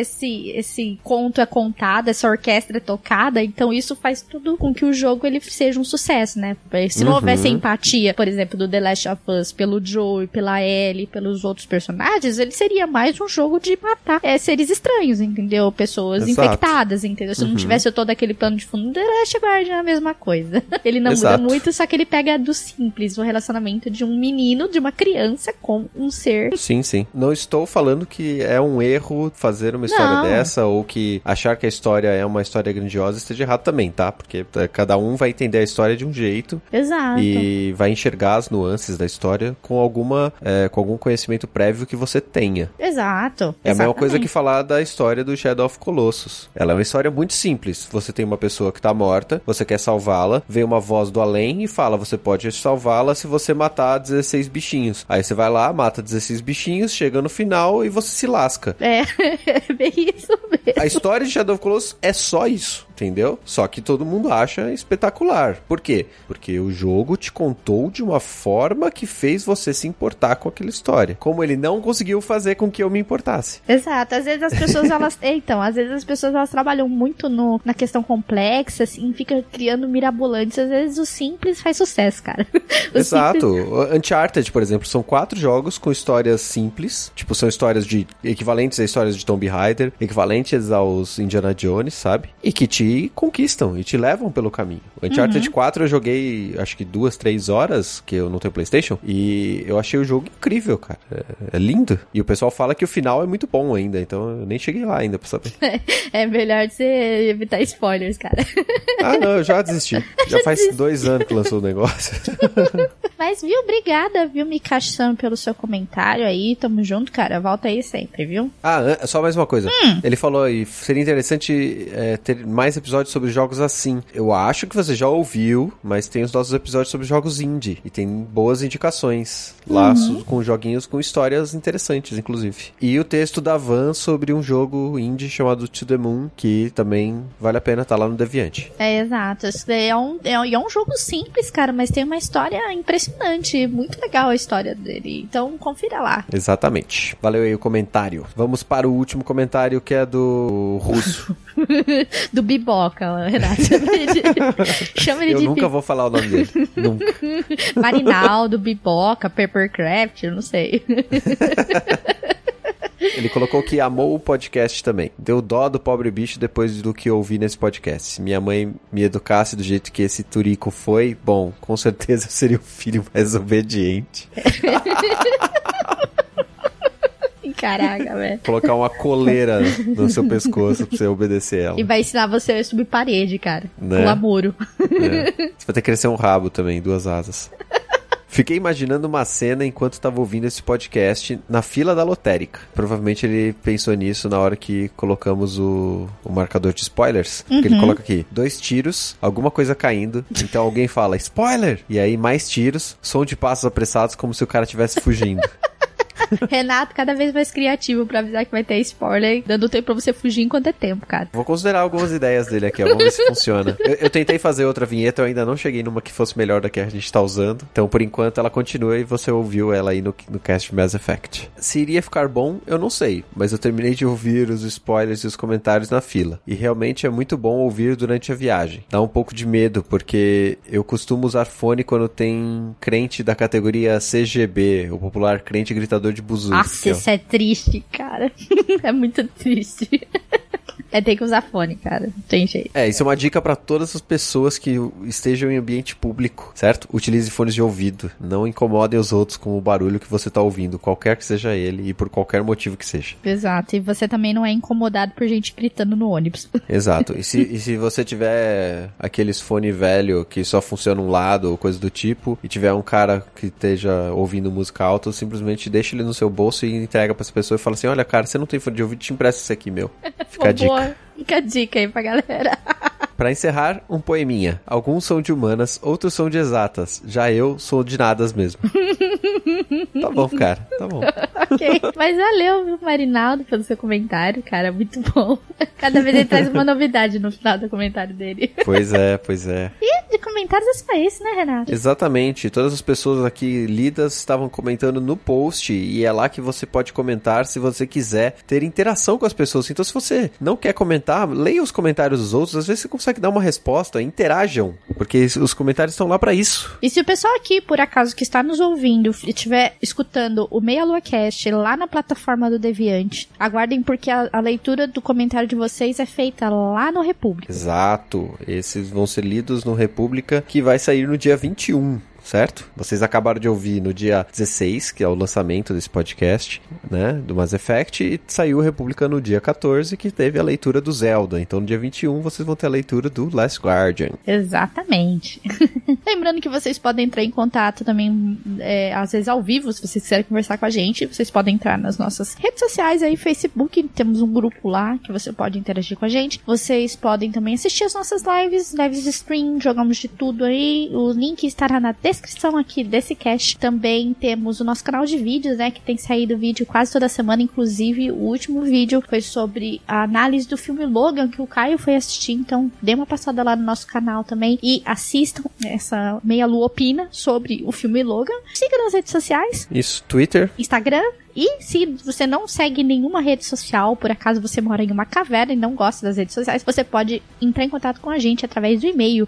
esse conto é contado, essa orquestra é tocada, então isso faz tudo com que o jogo ele seja um sucesso, né? Se não houvesse empatia, por exemplo, do The Last of Us pelo Joel, pela Ellie, pelos outros personagens, ele seria mais um jogo de matar seres estranhos, entendeu? Pessoas infectadas, entendeu? Se não tivesse todo aquele plano de fundo, The Last Guardian é a mesma coisa. Ele não muda muito, só que ele pega do simples, o relacionamento de um menino, de uma criança com um ser. Sim, sim. Não estou falando que é um erro fazer uma história dessa, ou que achar que a história é uma história grandiosa esteja errado também, tá? Porque cada um vai entender a história de um jeito. Exato. E vai enxergar as nuances da história com algum conhecimento prévio que você tenha. Exato. É a mesma coisa que falar da história do Shadow of Colossus. Ela é uma história muito simples. Você tem uma pessoa que tá morta, você quer salvá-la, vem uma voz do além e fala, você pode salvá-la se você matar 16 bichinhos. Aí você vai lá, mata 16 bichinhos, chega no final e você se lasca. É bem isso mesmo. A história de Shadow of Colossus é só isso. Entendeu? Só que todo mundo acha espetacular. Por quê? Porque o jogo te contou de uma forma que fez você se importar com aquela história. Como ele não conseguiu fazer com que eu me importasse. Exato. Às vezes as pessoas, elas trabalham muito na questão complexa, assim, fica criando mirabolantes. Às vezes o simples faz sucesso, cara. Exato. Uncharted, por exemplo, são 4 jogos com histórias simples. Tipo, são histórias equivalentes a histórias de Tomb Raider, equivalentes aos Indiana Jones, sabe? E que te conquistam e te levam pelo caminho. O Uncharted 4 eu joguei acho que 2-3 horas, que eu não tenho PlayStation, e eu achei o jogo incrível, cara. É lindo. E o pessoal fala que o final é muito bom ainda, então eu nem cheguei lá ainda pra saber. É melhor você evitar spoilers, cara. Ah, não, eu já desisti. Já faz 2 anos que lançou o negócio. Mas, viu? Obrigada, viu, Mikashi-san, pelo seu comentário aí. Tamo junto, cara. Volta aí sempre, viu? Ah, só mais uma coisa. Ele falou aí, seria interessante ter mais episódios sobre jogos assim. Eu acho que você já ouviu, mas tem os nossos episódios sobre jogos indie. E tem boas indicações lá com joguinhos com histórias interessantes, inclusive. E o texto da Van sobre um jogo indie chamado To The Moon, que também vale a pena estar lá no Deviante. É, exato. Isso daí é um jogo simples, cara, mas tem uma história impressionante. Muito legal a história dele. Então, confira lá. Exatamente. Valeu aí o comentário. Vamos para o último comentário, que é do Russo. Do Biboca, Renato. Chama ele eu de nunca vou falar o nome dele. Nunca. Marinaldo, Biboca, Peppercraft, eu não sei. Ele colocou que amou o podcast também. Deu dó do pobre bicho depois do que ouvi nesse podcast. Se minha mãe me educasse do jeito que esse Turico foi, bom, com certeza eu seria o filho mais obediente. Caraca, velho. Colocar uma coleira no seu pescoço pra você obedecer ela. E vai ensinar você a subir parede, cara. Né? Com lamuro. É. Você vai ter que crescer um rabo também, 2 asas. Fiquei imaginando uma cena enquanto estava ouvindo esse podcast na fila da lotérica. Provavelmente ele pensou nisso na hora que colocamos o marcador de spoilers. Porque ele coloca aqui, 2 tiros, alguma coisa caindo. Então alguém fala, spoiler! E aí mais tiros, som de passos apressados como se o cara estivesse fugindo. Renato cada vez mais criativo pra avisar que vai ter spoiler, dando tempo pra você fugir enquanto é tempo, cara. Vou considerar algumas ideias dele aqui, ó. Vamos ver se funciona. Eu tentei fazer outra vinheta, eu ainda não cheguei numa que fosse melhor da que a gente tá usando. Então, por enquanto, ela continua e você ouviu ela aí no cast Mass Effect. Se iria ficar bom, eu não sei. Mas eu terminei de ouvir os spoilers e os comentários na fila. E realmente é muito bom ouvir durante a viagem. Dá um pouco de medo, porque eu costumo usar fone quando tem crente da categoria CGB, o popular crente gritador de buzu. Nossa, isso é triste, cara. É muito triste. Tem que usar fone, cara. Não tem jeito. Isso é uma dica pra todas as pessoas que estejam em ambiente público, certo? Utilize fones de ouvido. Não incomodem os outros com o barulho que você tá ouvindo, qualquer que seja ele e por qualquer motivo que seja. Exato. E você também não é incomodado por gente gritando no ônibus. Exato. E se você tiver aqueles fone velho que só funciona um lado ou coisa do tipo, e tiver um cara que esteja ouvindo música alta, simplesmente deixa ele no seu bolso e entrega pra essa pessoa e fala assim, olha, cara, você não tem fone de ouvido, te empresta esse aqui, meu. Fica a dica. Fica a dica aí pra galera. Pra encerrar, um poeminha. Alguns são de humanas, outros são de exatas. Já eu sou de nadas mesmo. Tá bom, cara. Tá bom. Ok. Mas valeu, viu, Marinaldo, pelo seu comentário, cara. Muito bom. Cada vez ele traz uma novidade no final do comentário dele. Pois é, pois é. E de comentários é só esse, né, Renato? Exatamente. Todas as pessoas aqui lidas estavam comentando no post e é lá que você pode comentar se você quiser ter interação com as pessoas. Então, se você não quer comentar, leia os comentários dos outros. Às vezes você consegue dar uma resposta. Interajam, porque os comentários estão lá pra isso. E se o pessoal aqui, por acaso, que está nos ouvindo e estiver escutando o Meia Lua Cast lá na plataforma do Deviante, aguardem porque a leitura do comentário de vocês é feita lá no República. Exato. Esses vão ser lidos no República, que vai sair no dia 21. Certo? Vocês acabaram de ouvir no dia 16, que é o lançamento desse podcast, né, do Mass Effect, e saiu o República no dia 14, que teve a leitura do Zelda. Então no dia 21 vocês vão ter a leitura do Last Guardian. Exatamente. Lembrando que vocês podem entrar em contato também, às vezes ao vivo, se vocês quiserem conversar com a gente, vocês podem entrar nas nossas redes sociais aí, Facebook, temos um grupo lá que você pode interagir com a gente. Vocês podem também assistir as nossas lives de stream, jogamos de tudo aí, o link estará na descrição aqui desse cast. Também temos o nosso canal de vídeos, né, que tem saído vídeo quase toda semana, inclusive o último vídeo foi sobre a análise do filme Logan, que o Caio foi assistir, então dê uma passada lá no nosso canal também e assistam essa Meia Lua Opina sobre o filme Logan. Siga nas redes sociais. Isso, Twitter, Instagram. E se você não segue nenhuma rede social, por acaso você mora em uma caverna e não gosta das redes sociais, você pode entrar em contato com a gente através do e-mail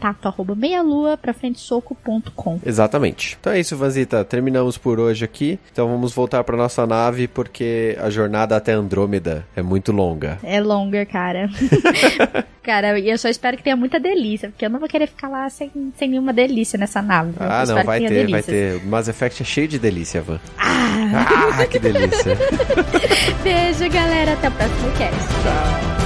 contato@meialuaprafrentesoco.com. Exatamente. Então é isso, Vanzita. Terminamos por hoje aqui. Então vamos voltar para nossa nave, porque a jornada até Andrômeda é muito longa. É longa, cara. Cara, e eu só espero que tenha muita delícia, porque eu não vou querer ficar lá sem nenhuma delícia nessa nave. Ah, não, vai ter, vai ter. O Mass Effect é cheio de delícia, Van. Ah, que delícia. Beijo, galera. Até o próximo cast. Tchau.